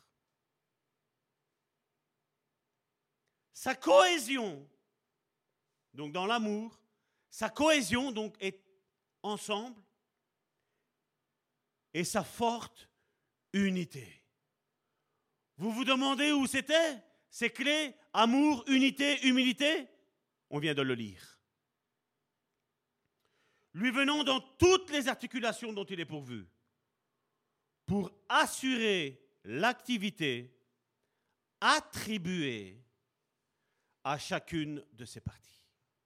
Sa cohésion, donc dans l'amour, sa cohésion donc est ensemble et sa forte unité. Vous vous demandez où c'était ces clés, amour, unité, humilité? On vient de le lire. Lui venant dans toutes les articulations dont il est pourvu, pour assurer l'activité attribuée à chacune de ses parties.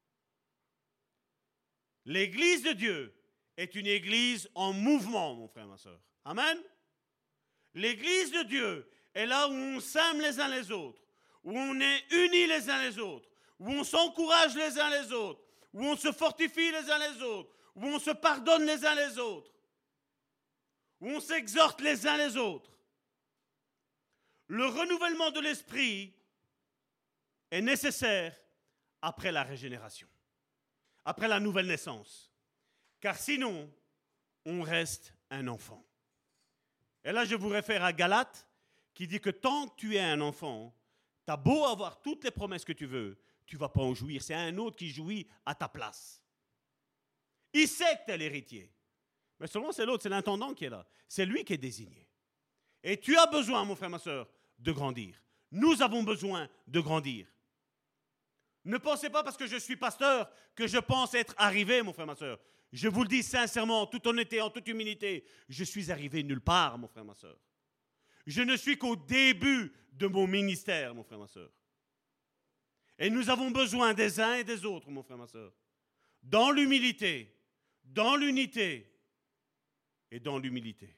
L'Église de Dieu est une Église en mouvement, mon frère, ma soeur. Amen. L'Église de Dieu est là où on s'aime les uns les autres, où on est unis les uns les autres, où on s'encourage les uns les autres, où on se fortifie les uns les autres, où on se pardonne les uns les autres, où on s'exhorte les uns les autres. Le renouvellement de l'esprit est nécessaire après la régénération, après la nouvelle naissance. Car sinon, on reste un enfant. Et là, je vous réfère à Galates, qui dit que tant que tu es un enfant, tu as beau avoir toutes les promesses que tu veux, tu ne vas pas en jouir. C'est un autre qui jouit à ta place. Il sait que tu es l'héritier. Mais seulement c'est l'autre, c'est l'intendant qui est là. C'est lui qui est désigné. Et tu as besoin, mon frère, ma soeur, de grandir. Nous avons besoin de grandir. Ne pensez pas parce que je suis pasteur que je pense être arrivé, mon frère, ma soeur. Je vous le dis sincèrement, en toute honnêteté, en toute humilité, je suis arrivé nulle part, mon frère, ma soeur. Je ne suis qu'au début de mon ministère, mon frère, ma soeur. Et nous avons besoin des uns et des autres, mon frère, ma soeur. Dans l'humilité, dans l'unité et dans l'humilité.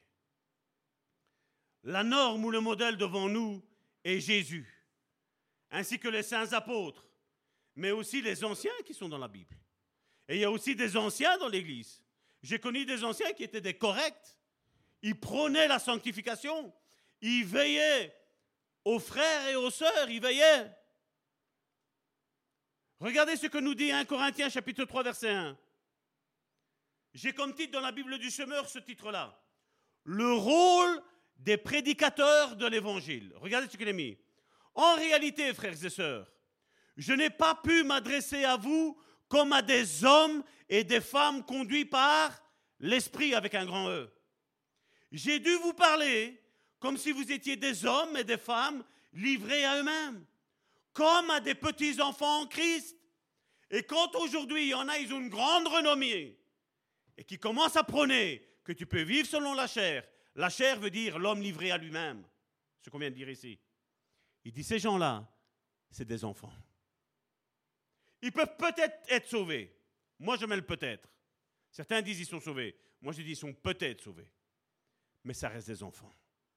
La norme ou le modèle devant nous est Jésus, ainsi que les saints apôtres, mais aussi les anciens qui sont dans la Bible. Et il y a aussi des anciens dans l'Église. J'ai connu des anciens qui étaient des corrects. Ils prônaient la sanctification. Ils veillaient aux frères et aux sœurs. Ils veillaient. Regardez ce que nous dit 1 Corinthiens chapitre 3 verset 1. J'ai comme titre dans la Bible du semeur ce titre-là. Le rôle des prédicateurs de l'Évangile. Regardez ce qu'il est mis. En réalité, frères et sœurs, je n'ai pas pu m'adresser à vous comme à des hommes et des femmes conduits par l'Esprit avec un grand E. J'ai dû vous parler comme si vous étiez des hommes et des femmes livrés à eux-mêmes, comme à des petits-enfants en Christ. Et quand aujourd'hui, il y en a, ils ont une grande renommée, et qui commencent à prôner que tu peux vivre selon la chair veut dire l'homme livré à lui-même, ce qu'on vient de dire ici. Il dit, ces gens-là, c'est des enfants. Ils peuvent peut-être être sauvés. Moi, je mets le peut-être. Certains disent qu'ils sont sauvés. Moi, je dis qu'ils sont peut-être sauvés. Mais ça reste des enfants.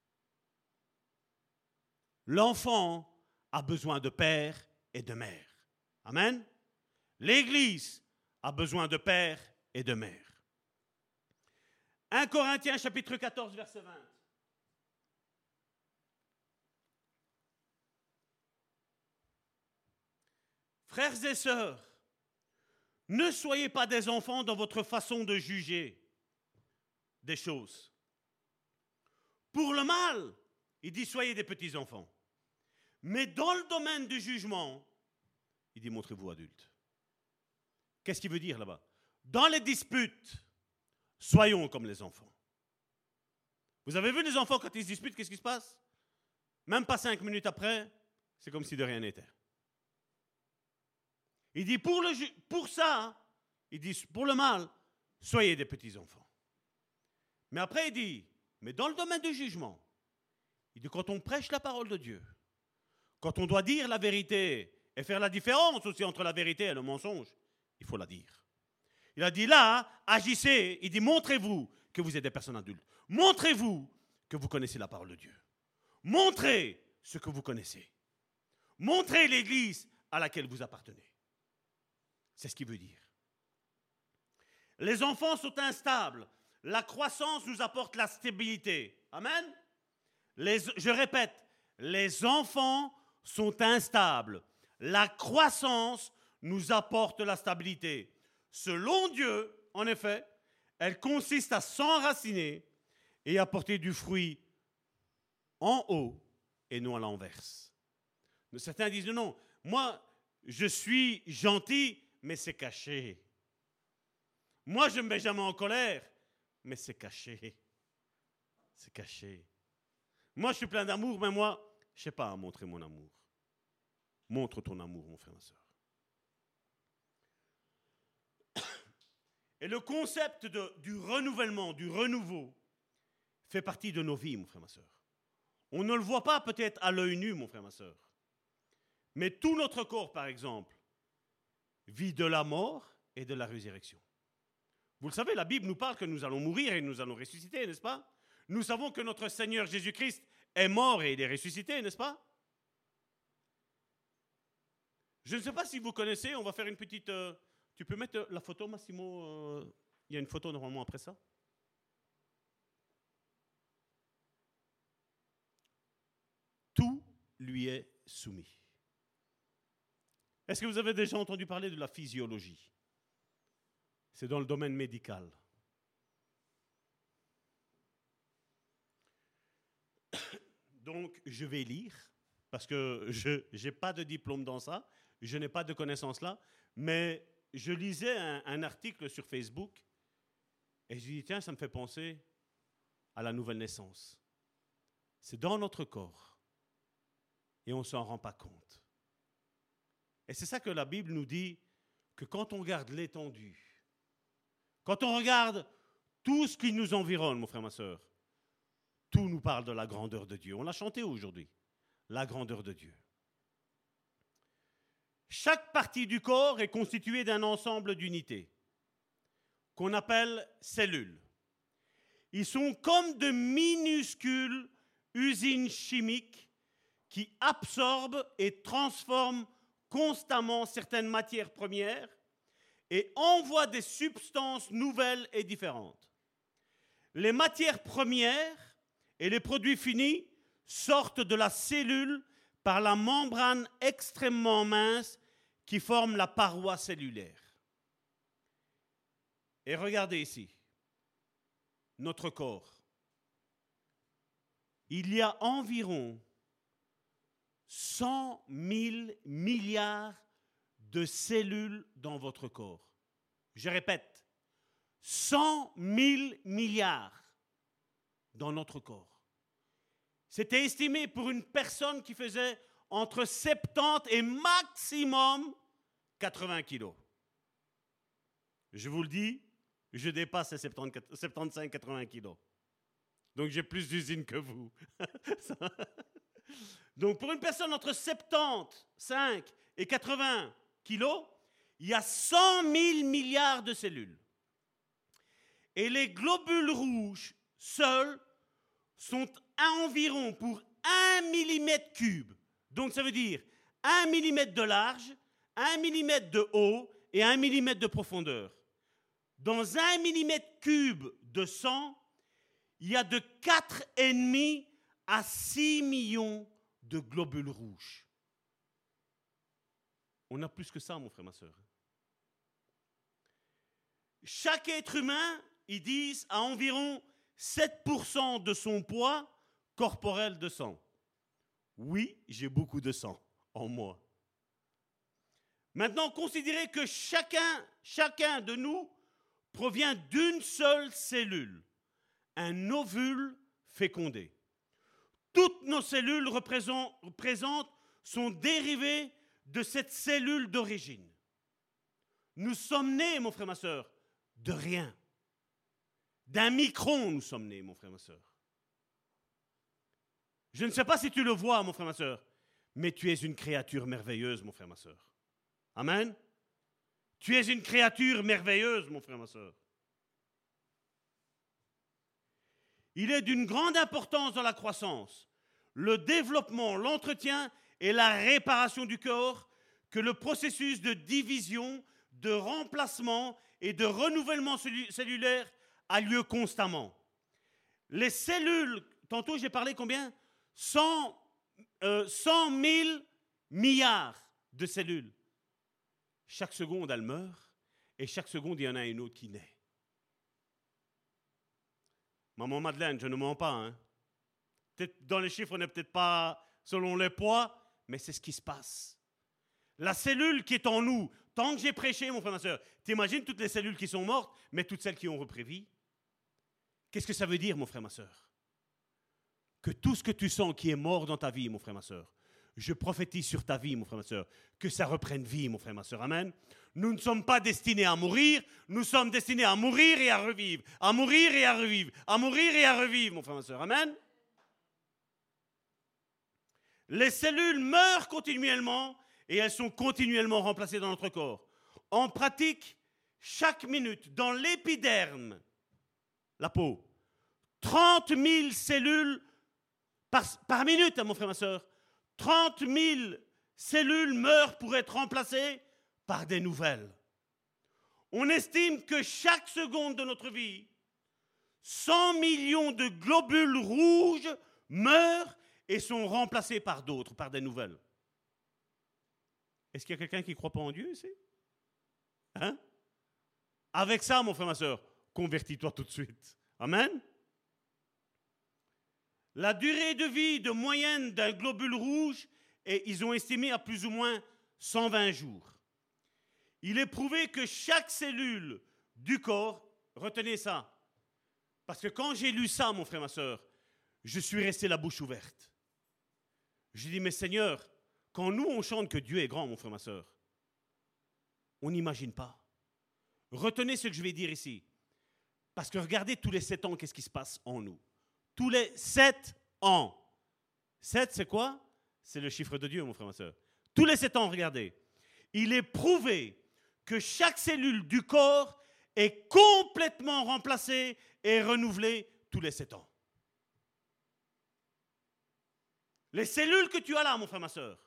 L'enfant a besoin de père et de mère. Amen. L'Église a besoin de père et de mère. 1 Corinthiens chapitre 14, verset 20. Frères et sœurs, ne soyez pas des enfants dans votre façon de juger des choses. Pour le mal, il dit soyez des petits enfants. Mais dans le domaine du jugement, il dit montrez-vous adultes. Qu'est-ce qu'il veut dire là-bas? Dans les disputes, soyons comme les enfants. Vous avez vu les enfants quand ils se disputent, qu'est-ce qui se passe? Même pas 5 minutes après, c'est comme si de rien n'était. Il dit pour ça, il dit pour le mal, soyez des petits enfants. Mais après il dit, mais dans le domaine du jugement, il dit quand on prêche la parole de Dieu, quand on doit dire la vérité et faire la différence aussi entre la vérité et le mensonge, il faut la dire. Il a dit là, agissez, il dit montrez-vous que vous êtes des personnes adultes. Montrez-vous que vous connaissez la parole de Dieu. Montrez ce que vous connaissez. Montrez l'Église à laquelle vous appartenez. C'est ce qu'il veut dire. Les enfants sont instables. La croissance nous apporte la stabilité. Amen. Je répète, les enfants sont instables. La croissance nous apporte la stabilité. Selon Dieu, en effet, elle consiste à s'enraciner et à porter du fruit en haut et non à l'inverse. Certains disent non, moi je suis gentil, mais c'est caché. Moi je ne me mets jamais en colère, mais c'est caché. C'est caché. Moi je suis plein d'amour, mais moi je ne sais pas montrer mon amour. Montre ton amour, mon frère, ma soeur. Et le concept du renouvellement, du renouveau, fait partie de nos vies, mon frère, ma soeur. On ne le voit pas peut-être à l'œil nu, mon frère, ma soeur. Mais tout notre corps, par exemple, vit de la mort et de la résurrection. Vous le savez, la Bible nous parle que nous allons mourir et nous allons ressusciter, n'est-ce pas? Nous savons que notre Seigneur Jésus-Christ est mort et il est ressuscité, n'est-ce pas? Je ne sais pas si vous connaissez, on va faire une petite... tu peux mettre la photo, Massimo? Il y a une photo normalement après ça. Tout lui est soumis. Est-ce que vous avez déjà entendu parler de la physiologie? C'est dans le domaine médical. Donc, je vais lire, parce que je n'ai pas de diplôme dans ça, je n'ai pas de connaissances là, mais je lisais un article sur Facebook et je dis, tiens, ça me fait penser à la nouvelle naissance. C'est dans notre corps et on ne s'en rend pas compte. Et c'est ça que la Bible nous dit, que quand on regarde l'étendue, quand on regarde tout ce qui nous environne, mon frère, ma soeur, tout nous parle de la grandeur de Dieu. On l'a chanté aujourd'hui, la grandeur de Dieu. Chaque partie du corps est constituée d'un ensemble d'unités qu'on appelle cellules. Ils sont comme de minuscules usines chimiques qui absorbent et transforment constamment certaines matières premières et envoient des substances nouvelles et différentes. Les matières premières et les produits finis sortent de la cellule par la membrane extrêmement mince qui forme la paroi cellulaire. Et regardez ici, notre corps. Il y a environ 100 000 milliards de cellules dans votre corps. Je répète, 100 000 milliards dans notre corps. C'était estimé pour une personne qui faisait entre 70 et maximum 80 kilos. Je vous le dis, je dépasse les 75-80 kilos. Donc j'ai plus d'usines que vous. Donc pour une personne entre 75 et 80 kilos, il y a 100 000 milliards de cellules. Et les globules rouges seuls sont environ pour 1 millimètre cube. Donc ça veut dire 1 millimètre de large, 1 millimètre de haut et 1 millimètre de profondeur. Dans 1 millimètre cube de sang, il y a de 4,5 à 6 millions de globules rouges. On a plus que ça, mon frère, ma soeur. Chaque être humain, ils disent, a environ 7% de son poids corporel de sang. Oui, j'ai beaucoup de sang en moi. Maintenant, considérez que chacun de nous provient d'une seule cellule, un ovule fécondé. Toutes nos cellules présentes sont dérivées de cette cellule d'origine. Nous sommes nés, mon frère, ma soeur, de rien. D'un micron, nous sommes nés, mon frère, ma soeur. Je ne sais pas si tu le vois, mon frère, ma soeur, mais tu es une créature merveilleuse, mon frère, ma soeur. Amen. Tu es une créature merveilleuse, mon frère, ma soeur. Il est d'une grande importance dans la croissance, le développement, l'entretien et la réparation du corps que le processus de division, de remplacement et de renouvellement cellulaire a lieu constamment. Les cellules, tantôt j'ai parlé combien ? 100 000 milliards de cellules. Chaque seconde, elle meurt, et chaque seconde, il y en a une autre qui naît. Maman Madeleine, je ne mens pas. Hein. Peut-être dans les chiffres, on n'est peut-être pas selon les poids, mais c'est ce qui se passe. La cellule qui est en nous, tant que j'ai prêché, mon frère, ma soeur, t'imagines toutes les cellules qui sont mortes, mais toutes celles qui ont repris vie? Qu'est-ce que ça veut dire, mon frère, ma soeur? Que tout ce que tu sens qui est mort dans ta vie, mon frère, ma soeur, je prophétise sur ta vie, mon frère, ma soeur, que ça reprenne vie, mon frère, ma soeur. Amen. Nous ne sommes pas destinés à mourir, nous sommes destinés à mourir et à revivre. À mourir et à revivre. À mourir et à revivre, mon frère, ma soeur. Amen. Les cellules meurent continuellement et elles sont continuellement remplacées dans notre corps. En pratique, chaque minute, dans l'épiderme, la peau, 30 000 cellules par minute, mon frère, ma soeur. 30 000 cellules meurent pour être remplacées par des nouvelles. On estime que chaque seconde de notre vie, 100 millions de globules rouges meurent et sont remplacés par d'autres, par des nouvelles. Est-ce qu'il y a quelqu'un qui ne croit pas en Dieu ici? Hein? Avec ça, mon frère, ma soeur, convertis-toi tout de suite. Amen. La durée de vie de moyenne d'un globule rouge, ils ont estimé à plus ou moins 120 jours. Il est prouvé que chaque cellule du corps, retenez ça, parce que quand j'ai lu ça, mon frère, ma soeur, je suis resté la bouche ouverte. J'ai dit, mais Seigneur, quand nous on chante que Dieu est grand, mon frère, ma soeur, on n'imagine pas. Retenez ce que je vais dire ici. Parce que regardez tous les 7 ans, qu'est-ce qui se passe en nous. Tous les 7 ans. 7, c'est quoi? C'est le chiffre de Dieu, mon frère, ma soeur. Tous les 7 ans, regardez. Il est prouvé que chaque cellule du corps est complètement remplacée et renouvelée tous les 7 ans. Les cellules que tu as là, mon frère, ma soeur,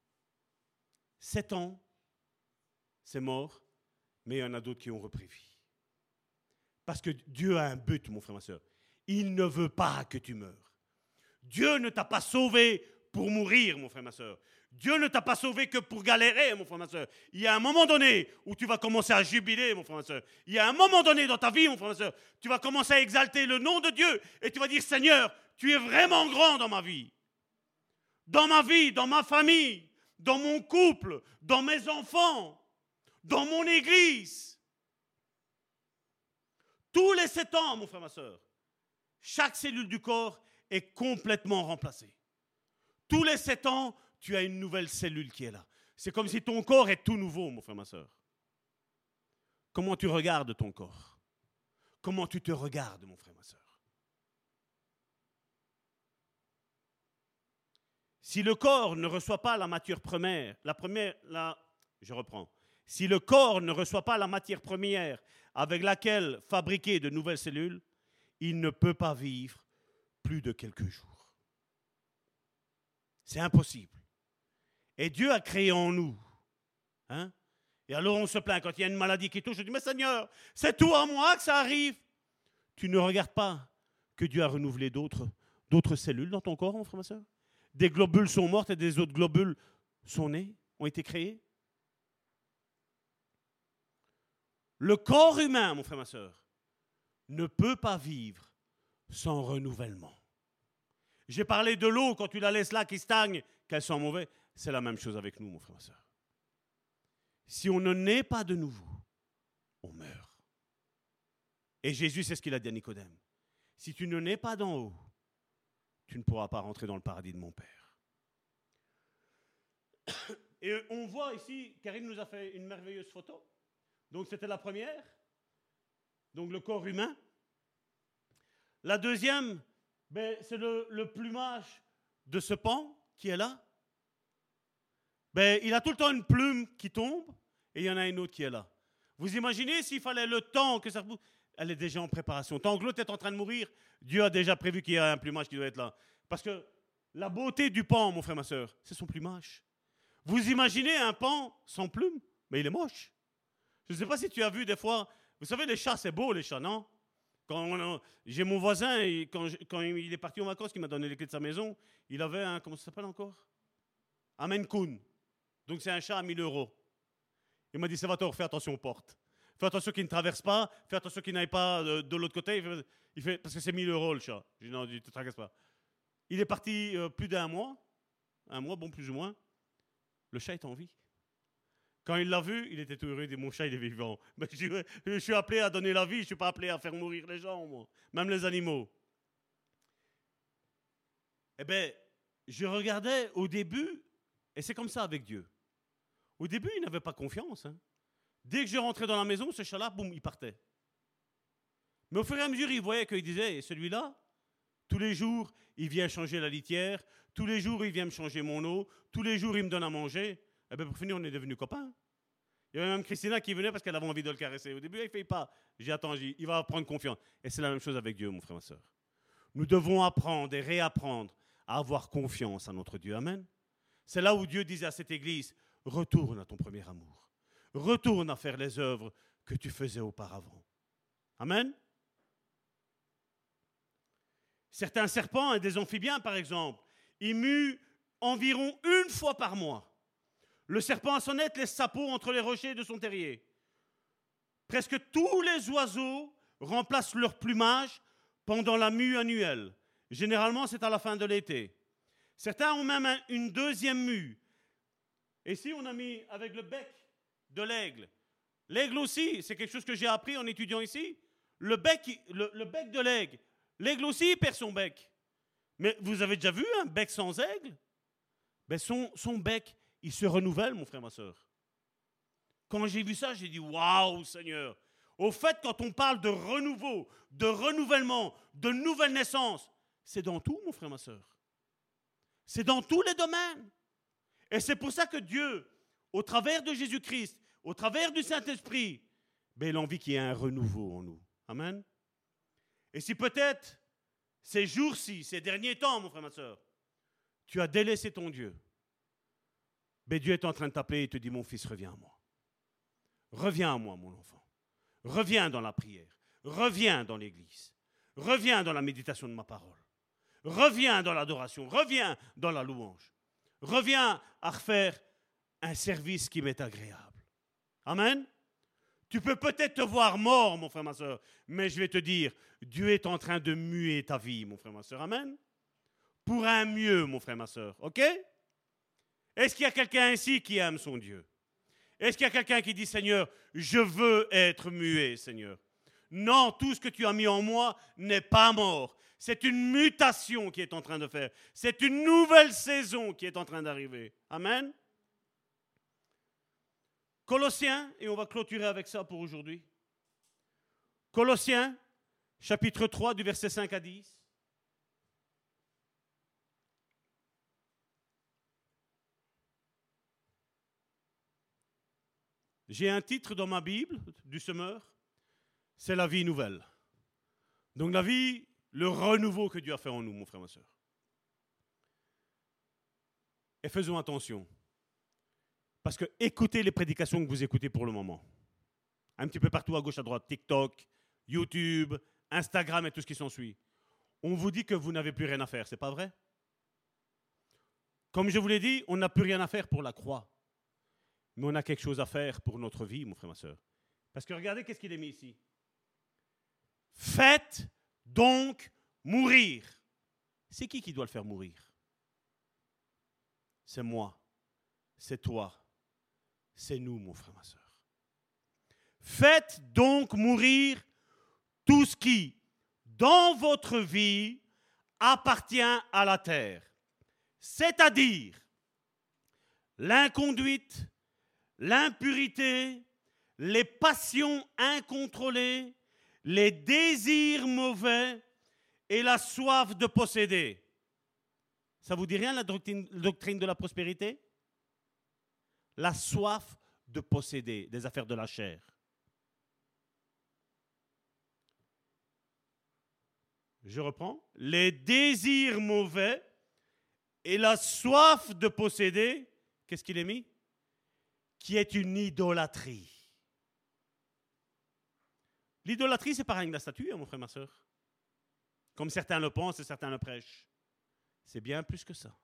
7 ans, c'est mort, mais il y en a d'autres qui ont repris vie. Parce que Dieu a un but, mon frère, ma soeur. Il ne veut pas que tu meurs. Dieu ne t'a pas sauvé pour mourir, mon frère, ma soeur. Dieu ne t'a pas sauvé que pour galérer, mon frère, ma soeur. Il y a un moment donné où tu vas commencer à jubiler, mon frère, ma soeur. Il y a un moment donné dans ta vie, mon frère, ma soeur, tu vas commencer à exalter le nom de Dieu et tu vas dire, Seigneur, tu es vraiment grand dans ma vie. Dans ma vie, dans ma famille, dans mon couple, dans mes enfants, dans mon église. Tous les 7 ans, mon frère, ma soeur, chaque cellule du corps est complètement remplacée. Tous les 7 ans, tu as une nouvelle cellule qui est là. C'est comme si ton corps est tout nouveau, mon frère, ma soeur. Comment tu regardes ton corps? Comment tu te regardes, mon frère, ma soeur? Si le corps ne reçoit pas la matière première, Si le corps ne reçoit pas la matière première avec laquelle fabriquer de nouvelles cellules, il ne peut pas vivre plus de quelques jours. C'est impossible. Et Dieu a créé en nous. Hein? Et alors on se plaint quand il y a une maladie qui touche, je dis, mais Seigneur, c'est tout à moi que ça arrive. Tu ne regardes pas que Dieu a renouvelé d'autres cellules dans ton corps, mon frère, ma soeur? Des globules sont mortes et des autres globules sont nés, ont été créés. Le corps humain, mon frère, ma soeur, ne peut pas vivre sans renouvellement. J'ai parlé de l'eau, quand tu la laisses là qui stagne, qu'elle sent mauvais. C'est la même chose avec nous, mon frère, ma soeur. Si on ne naît pas de nouveau, on meurt. Et Jésus, c'est ce qu'il a dit à Nicodème. Si tu ne nais pas d'en haut, tu ne pourras pas rentrer dans le paradis de mon Père. Et on voit ici, Karine nous a fait une merveilleuse photo. Donc c'était la première. Donc le corps humain. La deuxième, c'est le plumage de ce pan qui est là. Il a tout le temps une plume qui tombe et il y en a une autre qui est là. Vous imaginez s'il fallait le temps que ça repousse? Elle est déjà en préparation. Tant que l'autre est en train de mourir, Dieu a déjà prévu qu'il y a un plumage qui doit être là. Parce que la beauté du pan, mon frère, ma soeur, c'est son plumage. Vous imaginez un paon sans plumes? Mais il est moche. Je ne sais pas si tu as vu des fois. Vous savez, les chats, c'est beau, les chats, non? J'ai mon voisin, quand il est parti en vacances, qui m'a donné les clés de sa maison, il avait un, comment ça s'appelle encore? Un Maine Coon. Donc c'est un chat à 1 000 €. Il m'a dit, Salvatore, fais attention aux portes. Fais attention qu'il ne traverse pas, fais attention qu'il n'aille pas de l'autre côté. Il fait, parce que c'est 1 000 € le chat. Je dis, non, ne te tracasse pas. Il est parti plus d'1 mois. Un mois, bon, plus ou moins. Le chat est en vie. Quand il l'a vu, il était tout heureux. Il dit, mon chat, il est vivant. Mais je suis appelé à donner la vie. Je ne suis pas appelé à faire mourir les gens, moi. Même les animaux. Eh bien, je regardais au début, et c'est comme ça avec Dieu. Au début, il n'avait pas confiance. Hein. Dès que je rentrais dans la maison, ce chat-là, boum, il partait. Mais au fur et à mesure, il voyait qu'il disait, celui-là, tous les jours, il vient changer la litière. Tous les jours, il vient me changer mon eau. Tous les jours, il me donne à manger. Eh bien, pour finir, on est devenus copains. Il y avait même Christina qui venait parce qu'elle avait envie de le caresser. Au début, il ne fait pas. J'ai attendu, il va prendre confiance. Et c'est la même chose avec Dieu, mon frère, ma soeur. Nous devons apprendre et réapprendre à avoir confiance en notre Dieu. Amen. C'est là où Dieu disait à cette église, retourne à ton premier amour. Retourne à faire les œuvres que tu faisais auparavant. Amen. Certains serpents et des amphibiens, par exemple, ils muent environ 1 fois par mois. Le serpent à sonnette laisse sa peau entre les rochers de son terrier. Presque tous les oiseaux remplacent leur plumage pendant la mue annuelle. Généralement, c'est à la fin de l'été. Certains ont même une deuxième mue. Et ici, on a mis avec le bec de l'aigle. L'aigle aussi, c'est quelque chose que j'ai appris en étudiant ici. Le bec de l'aigle. L'aigle aussi, il perd son bec. Mais vous avez déjà vu un bec sans aigle? Ben son bec, il se renouvelle, mon frère, ma soeur. Quand j'ai vu ça, j'ai dit, waouh, Seigneur. Au fait, quand on parle de renouveau, de renouvellement, de nouvelle naissance, c'est dans tout, mon frère, ma soeur. C'est dans tous les domaines. Et c'est pour ça que Dieu, au travers de Jésus-Christ, au travers du Saint-Esprit, ben, il a envie qu'il y ait un renouveau en nous. Amen. Et si peut-être, ces jours-ci, ces derniers temps, mon frère, ma soeur, tu as délaissé ton Dieu, ben Dieu est en train de t'appeler et te dit, mon fils, reviens à moi. Reviens à moi, mon enfant. Reviens dans la prière. Reviens dans l'église. Reviens dans la méditation de ma parole. Reviens dans l'adoration. Reviens dans la louange. Reviens à refaire un service qui m'est agréable. Amen. Tu peux peut-être te voir mort, mon frère, ma soeur, mais je vais te dire, Dieu est en train de muer ta vie, mon frère, ma soeur. Amen. Pour un mieux, mon frère, ma soeur. OK? Est-ce qu'il y a quelqu'un ici qui aime son Dieu? Est-ce qu'il y a quelqu'un qui dit, Seigneur, je veux être muet, Seigneur? Non, tout ce que tu as mis en moi n'est pas mort. C'est une mutation qui est en train de faire. C'est une nouvelle saison qui est en train d'arriver. Amen. Colossiens, et on va clôturer avec ça pour aujourd'hui. Colossiens, chapitre 3, du verset 5 à 10. J'ai un titre dans ma Bible, du semeur, c'est la vie nouvelle. Donc la vie, le renouveau que Dieu a fait en nous, mon frère, ma soeur. Et faisons attention. Parce que écoutez les prédications que vous écoutez pour le moment. Un petit peu partout à gauche, à droite, TikTok, YouTube, Instagram et tout ce qui s'ensuit. On vous dit que vous n'avez plus rien à faire, c'est pas vrai? Comme je vous l'ai dit, on n'a plus rien à faire pour la croix. Mais on a quelque chose à faire pour notre vie, mon frère, ma soeur. Parce que regardez qu'est-ce qu'il est mis ici. Faites donc mourir. C'est qui doit le faire mourir? C'est moi. C'est toi. C'est nous, mon frère, ma soeur. Faites donc mourir tout ce qui, dans votre vie, appartient à la terre. C'est-à-dire l'inconduite, l'impurité, les passions incontrôlées, les désirs mauvais et la soif de posséder. Ça vous dit rien, la doctrine de la prospérité? La soif de posséder des affaires de la chair. Je reprends. Les désirs mauvais et la soif de posséder qu'est-ce qu'il est mis? Qui est une idolâtrie. L'idolâtrie, c'est pas rien que la statue, mon frère, ma soeur. Comme certains le pensent et certains le prêchent. C'est bien plus que ça.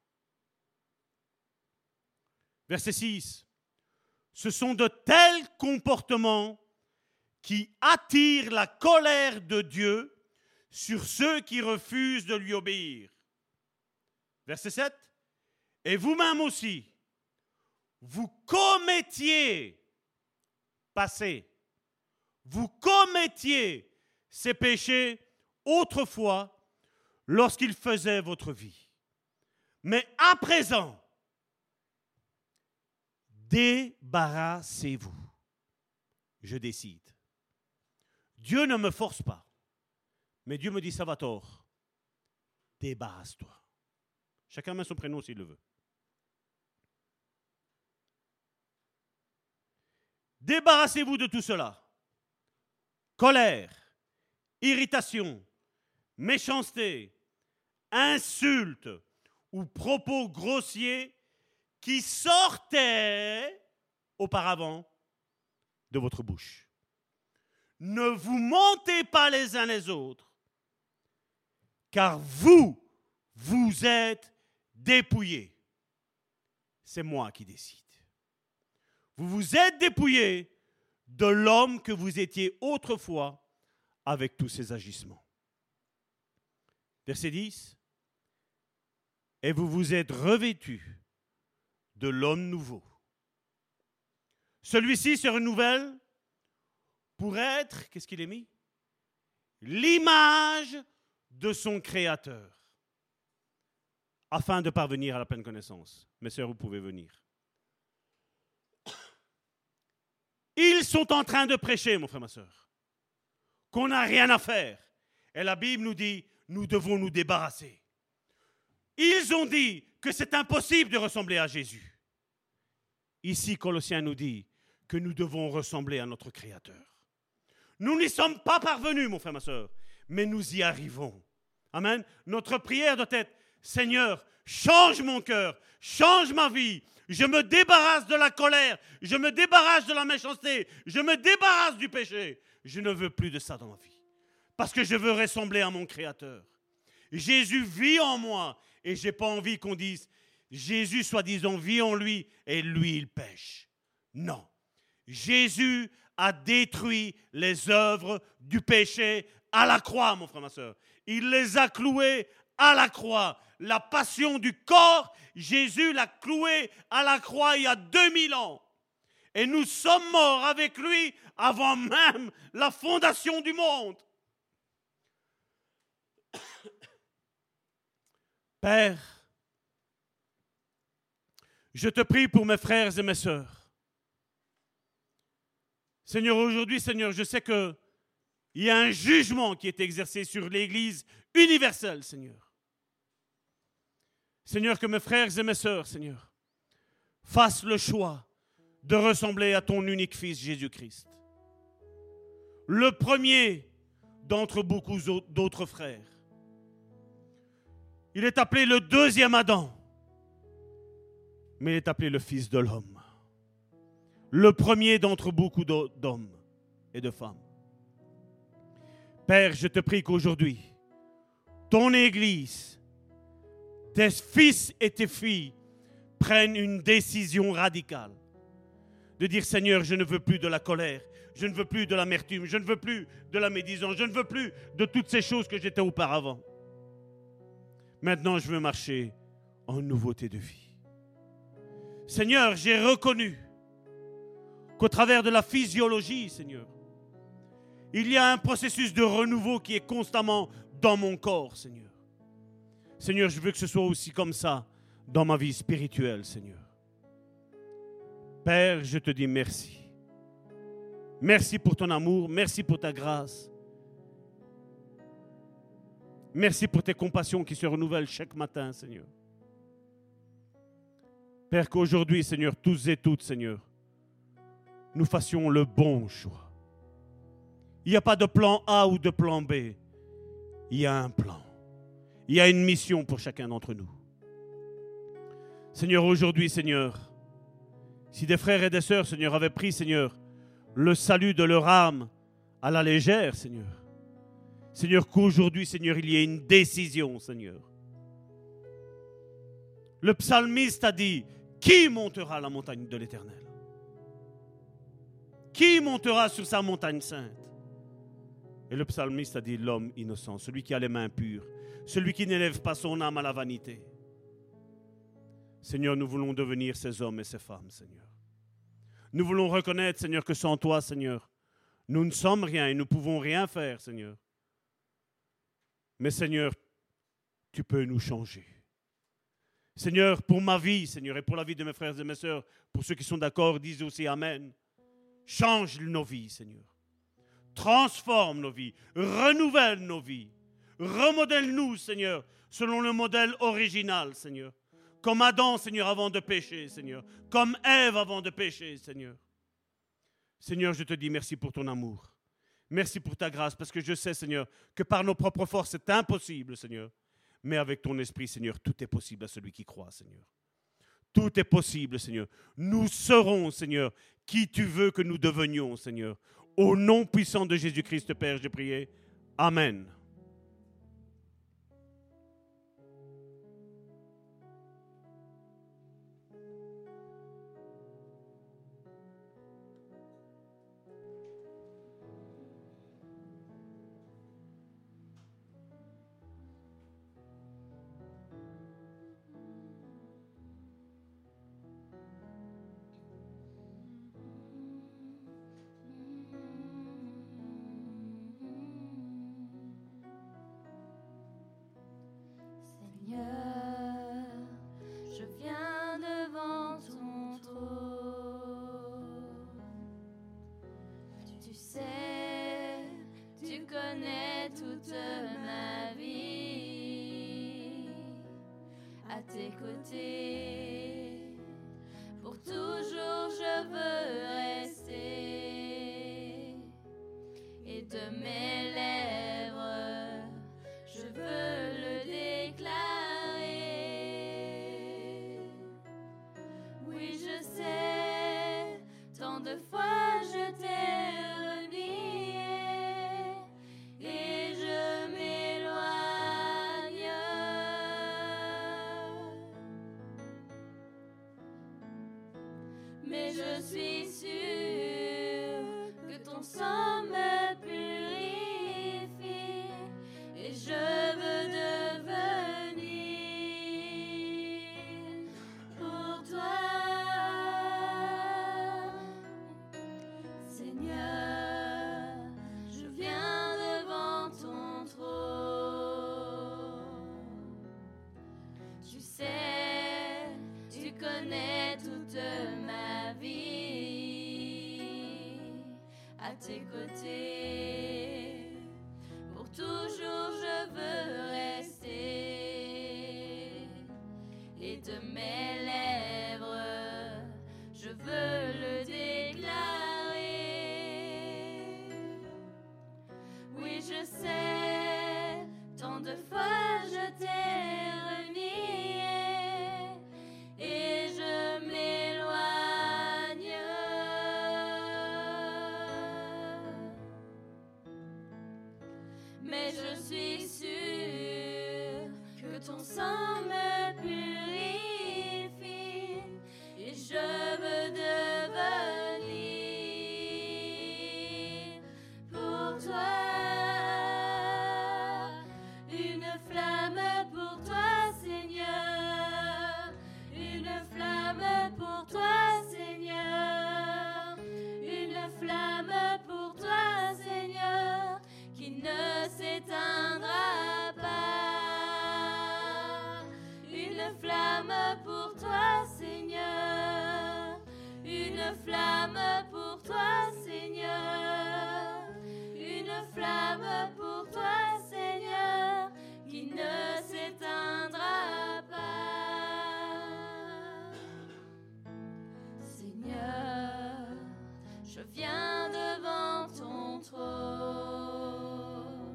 Verset 6. Ce sont de tels comportements qui attirent la colère de Dieu sur ceux qui refusent de lui obéir. Verset 7. Et vous-même aussi, vous commettiez, passé, vous commettiez ces péchés autrefois lorsqu'ils faisaient votre vie. Mais à présent, débarrassez-vous. Je décide. Dieu ne me force pas. Mais Dieu me dit, Salvatore, débarrasse-toi. Chacun met son prénom s'il le veut. Débarrassez-vous de tout cela. Colère, irritation, méchanceté, insultes ou propos grossiers qui sortaient auparavant de votre bouche. Ne vous mentez pas les uns les autres, car vous êtes dépouillés. C'est moi qui décide. Vous vous êtes dépouillés de l'homme que vous étiez autrefois avec tous ses agissements. Verset 10. Et vous vous êtes revêtus de l'homme nouveau. Celui-ci se renouvelle pour être, qu'est-ce qu'il est mis? L'image de son Créateur, afin de parvenir à la pleine connaissance. Mes sœurs, vous pouvez venir. Ils sont en train de prêcher, mon frère, ma sœur, qu'on n'a rien à faire. Et la Bible nous dit, nous devons nous débarrasser. Ils ont dit que c'est impossible de ressembler à Jésus. Ici, Colossiens nous dit que nous devons ressembler à notre Créateur. Nous n'y sommes pas parvenus, mon frère, ma sœur, mais nous y arrivons. Amen. Notre prière doit être, Seigneur, change mon cœur, change ma vie. Je me débarrasse de la colère, je me débarrasse de la méchanceté, je me débarrasse du péché. Je ne veux plus de ça dans ma vie. Parce que je veux ressembler à mon Créateur. Jésus vit en moi et je n'ai pas envie qu'on dise Jésus, soi-disant, vit en lui et lui, il pêche. Non. Jésus a détruit les œuvres du péché à la croix, mon frère, ma soeur. Il les a clouées à la croix. La passion du corps, Jésus l'a cloué à la croix il y a 2000 ans. Et nous sommes morts avec lui avant même la fondation du monde. Père, je te prie pour mes frères et mes sœurs. Seigneur, aujourd'hui, Seigneur, je sais qu'il y a un jugement qui est exercé sur l'Église universelle, Seigneur. Seigneur, que mes frères et mes sœurs, Seigneur, fassent le choix de ressembler à ton unique Fils, Jésus-Christ. Le premier d'entre beaucoup d'autres frères. Il est appelé le deuxième Adam, mais il est appelé le Fils de l'homme. Le premier d'entre beaucoup d'hommes et de femmes. Père, je te prie qu'aujourd'hui, ton Église, tes fils et tes filles prennent une décision radicale. De dire, Seigneur, je ne veux plus de la colère, je ne veux plus de l'amertume, je ne veux plus de la médisance, je ne veux plus de toutes ces choses que j'étais auparavant. Maintenant, je veux marcher en nouveauté de vie. Seigneur, j'ai reconnu qu'au travers de la physiologie, Seigneur, il y a un processus de renouveau qui est constamment dans mon corps, Seigneur. Seigneur, je veux que ce soit aussi comme ça dans ma vie spirituelle, Seigneur. Père, je te dis merci. Merci pour ton amour, merci pour ta grâce. Merci pour tes compassions qui se renouvellent chaque matin, Seigneur. Père, qu'aujourd'hui, Seigneur, tous et toutes, Seigneur, nous fassions le bon choix. Il n'y a pas de plan A ou de plan B. Il y a un plan. Il y a une mission pour chacun d'entre nous. Seigneur, aujourd'hui, Seigneur, Si des frères et des sœurs, Seigneur, avaient pris, Seigneur, le salut de leur âme à la légère, Seigneur. Seigneur, qu'aujourd'hui, Seigneur, il y ait une décision, Seigneur. Le psalmiste a dit, qui montera à la montagne de l'Éternel? Qui montera sur sa montagne sainte? Et le psalmiste a dit, l'homme innocent, celui qui a les mains pures, celui qui n'élève pas son âme à la vanité. Seigneur, nous voulons devenir ces hommes et ces femmes, Seigneur. Nous voulons reconnaître, Seigneur, que sans toi, Seigneur, nous ne sommes rien et nous ne pouvons rien faire, Seigneur. Mais Seigneur, tu peux nous changer. Seigneur, pour ma vie, Seigneur, et pour la vie de mes frères et mes sœurs, pour ceux qui sont d'accord, disent aussi Amen. Change nos vies, Seigneur. Transforme nos vies, renouvelle nos vies. Remodèle-nous, Seigneur, selon le modèle original, Seigneur. Comme Adam, Seigneur, avant de pécher, Seigneur. Comme Ève avant de pécher, Seigneur. Seigneur, je te dis merci pour ton amour. Merci pour ta grâce, parce que je sais, Seigneur, que par nos propres forces, c'est impossible, Seigneur. Mais avec ton esprit, Seigneur, tout est possible à celui qui croit, Seigneur. Tout est possible, Seigneur. Nous serons, Seigneur, qui tu veux que nous devenions, Seigneur. Au nom puissant de Jésus-Christ, Père, j'ai prié. Amen. Seigneur, je viens devant ton trône. Tu sais, tu connais toute ma vie. À tes côtés, pour toujours je veux rester. Et de mes lèvres, je veux le déclarer. Oui, je sais, tant de fois je t'ai renié et je m'éloigne. Mais je suis sûre que ton sang me purifie et je veux devenir pour toi. Seigneur, je viens devant ton trône. Tu sais, tu connais toute ma vie. À tes côtés, pour toujours je veux rester. Et de mes lèvres, je veux le déclarer. Oui, je sais, tant de fois je t'ai renié et je m'éloigne. Mais je suis sûre que ton sang me purifie et je veux devenir pour toi. Une flamme pour toi, Seigneur. Une flamme pour toi, Seigneur. Une flamme pour toi, Seigneur, qui ne s'éteindra pas. Une flamme pour toi, Seigneur. Une flamme pour toi, Seigneur. Une flamme pour toi, Seigneur, qui ne s'éteindra pas. Seigneur, je viens devant ton trône.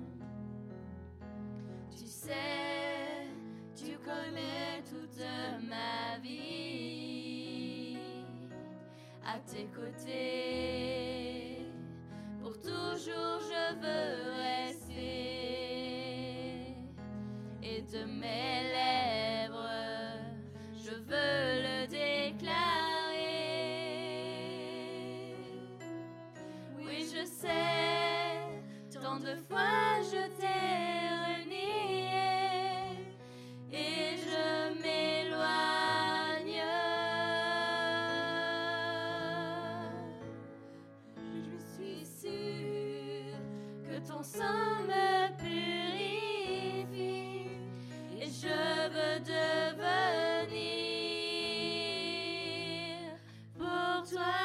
Tu sais, tu connais toute ma vie. tes côtés. Pour toujours je veux rester, et de mes lèvres je veux le déclarer. Oui, je sais, tant de fois je t'ai renié, et je m'éloigne. Je suis sûre que ton sang me purifie, et je veux devenir pour toi.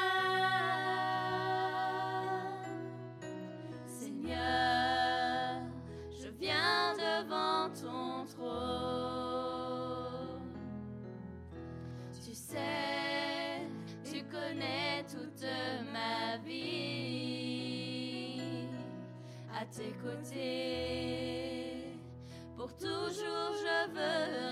Seigneur, je viens devant ton trône. Tu sais, tu connais toute ma vie. À tes côtés, pour toujours je veux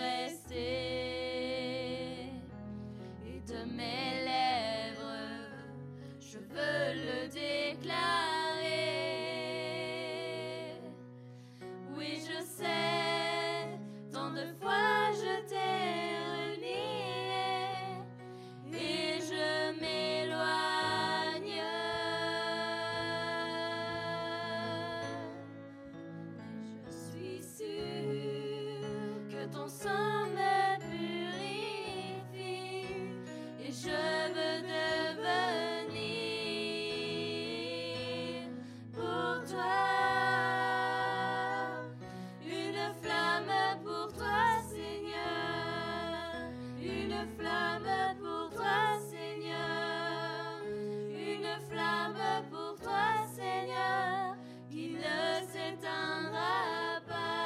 rester, et de mes lèvres je veux le déclarer. Oui, je sais, tant de fois je t'ai renié, et je m'éloigne. Je suis sûre que ton sang me purifie, et je veux devenir pour toi. Une flamme pour toi, Seigneur. Une flamme pour toi, Seigneur. Une flamme pour toi, Seigneur, qui ne s'éteindra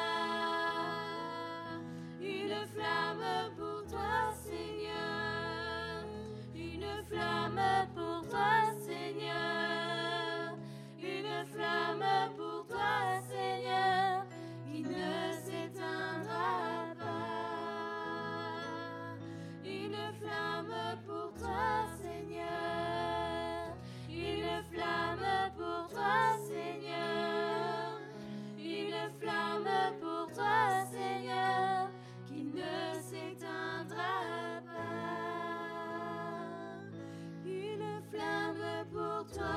pas. Une flamme pour toi, Seigneur. Une flamme pour toi, Seigneur. Une flamme pour toi, Seigneur, qui ne s'éteindra pas. Une flamme pour toi, Seigneur. Une flamme pour toi, Seigneur. Une flamme pour toi, Seigneur, qui ne s'éteindra pas. Une flamme pour toi.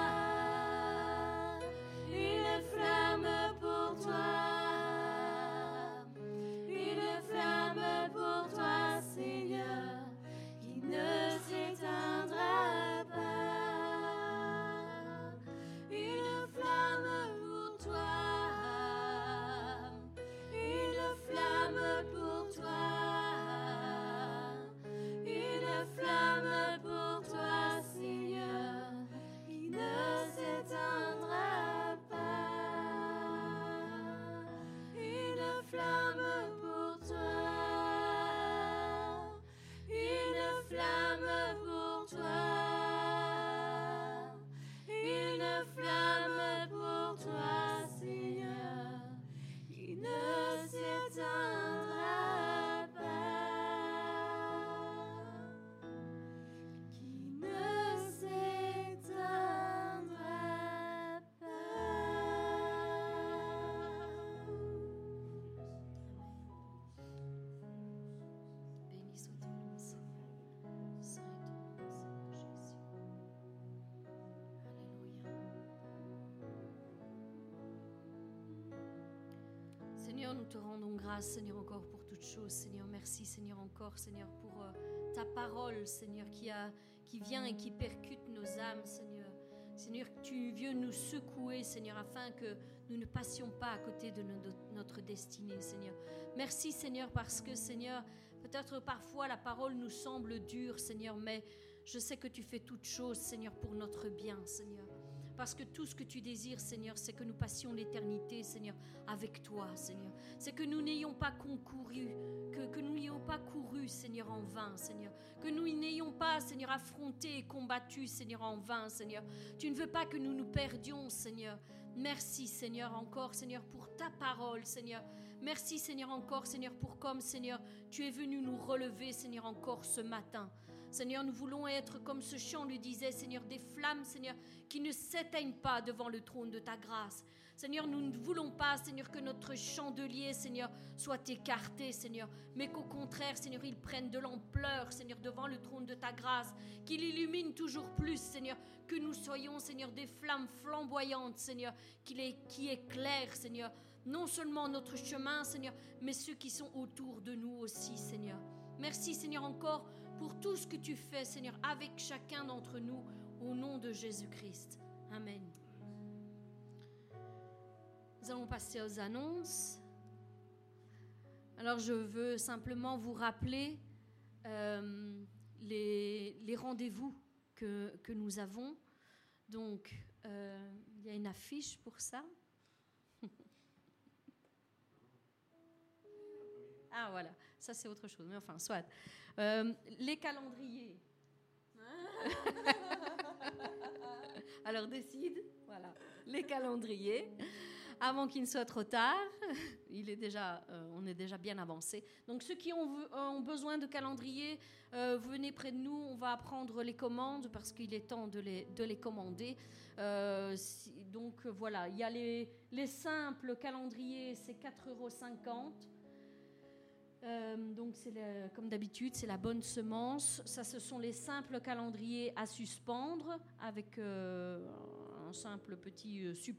Une flamme pour toi. Une flamme pour toi, Seigneur, qui ne s'éteindra pas. Une flamme pour toi. Une flamme pour toi. Une flamme pour toi, Seigneur, qui ne s'éteindra pas. Une flamme pour toi. Une flamme pour toi. Une flamme pour toi, Seigneur, qui ne s'éteindra pas. Qui ne s'éteindra Béni soit ton nom, Seigneur. Saint est ton nom, Seigneur Jésus. Alléluia. Seigneur, nous te rendons grâce, Seigneur, encore pour toutes choses. Seigneur, merci, Seigneur, encore, Seigneur, pour ta parole, Seigneur, qui vient et qui percute nos âmes, Seigneur. Seigneur, tu viens nous secouer, Seigneur, afin que nous ne passions pas à côté de notre destinée, Seigneur. Merci, Seigneur, parce que, Seigneur, peut-être parfois la parole nous semble dure, Seigneur, mais je sais que tu fais toutes choses, Seigneur, pour notre bien, Seigneur. Parce que tout ce que tu désires, Seigneur, c'est que nous passions l'éternité, Seigneur, avec toi, Seigneur. C'est que nous n'ayons pas concouru, que nous n'ayons pas couru, Seigneur, en vain, Seigneur. Que nous n'ayons pas, Seigneur, affronté et combattu, Seigneur, en vain, Seigneur. Tu ne veux pas que nous nous perdions, Seigneur. Merci, Seigneur, encore, Seigneur, pour ta parole, Seigneur. Merci, Seigneur, encore, Seigneur, pour comme, Seigneur, tu es venu nous relever, Seigneur, encore ce matin. Seigneur, nous voulons être, comme ce chant lui disait, Seigneur, des flammes, Seigneur, qui ne s'éteignent pas devant le trône de ta grâce. Seigneur, nous ne voulons pas, Seigneur, que notre chandelier, Seigneur, soit écarté, Seigneur, mais qu'au contraire, Seigneur, il prenne de l'ampleur, Seigneur, devant le trône de ta grâce, qu'il illumine toujours plus, Seigneur, que nous soyons, Seigneur, des flammes flamboyantes, Seigneur, qui éclairent, Seigneur, non seulement notre chemin, Seigneur, mais ceux qui sont autour de nous aussi, Seigneur. Merci, Seigneur, encore pour tout ce que tu fais, Seigneur, avec chacun d'entre nous, au nom de Jésus-Christ. Amen. Nous allons passer aux annonces. Alors, je veux simplement vous rappeler les rendez-vous que nous avons. Donc, il y a une affiche pour ça. Ah, voilà. Ça, c'est autre chose. Mais enfin, soit. Les calendriers. Alors, décide. Voilà. Les calendriers. Avant qu'il ne soit trop tard. On est déjà bien avancé. Donc, ceux qui ont besoin de calendriers, venez près de nous. On va prendre les commandes parce qu'il est temps de les commander. Donc, voilà. Il y a les simples calendriers, c'est 4,50 €. Donc, comme d'habitude, c'est la bonne semence. Ça, ce sont les simples calendriers à suspendre avec un simple petit support.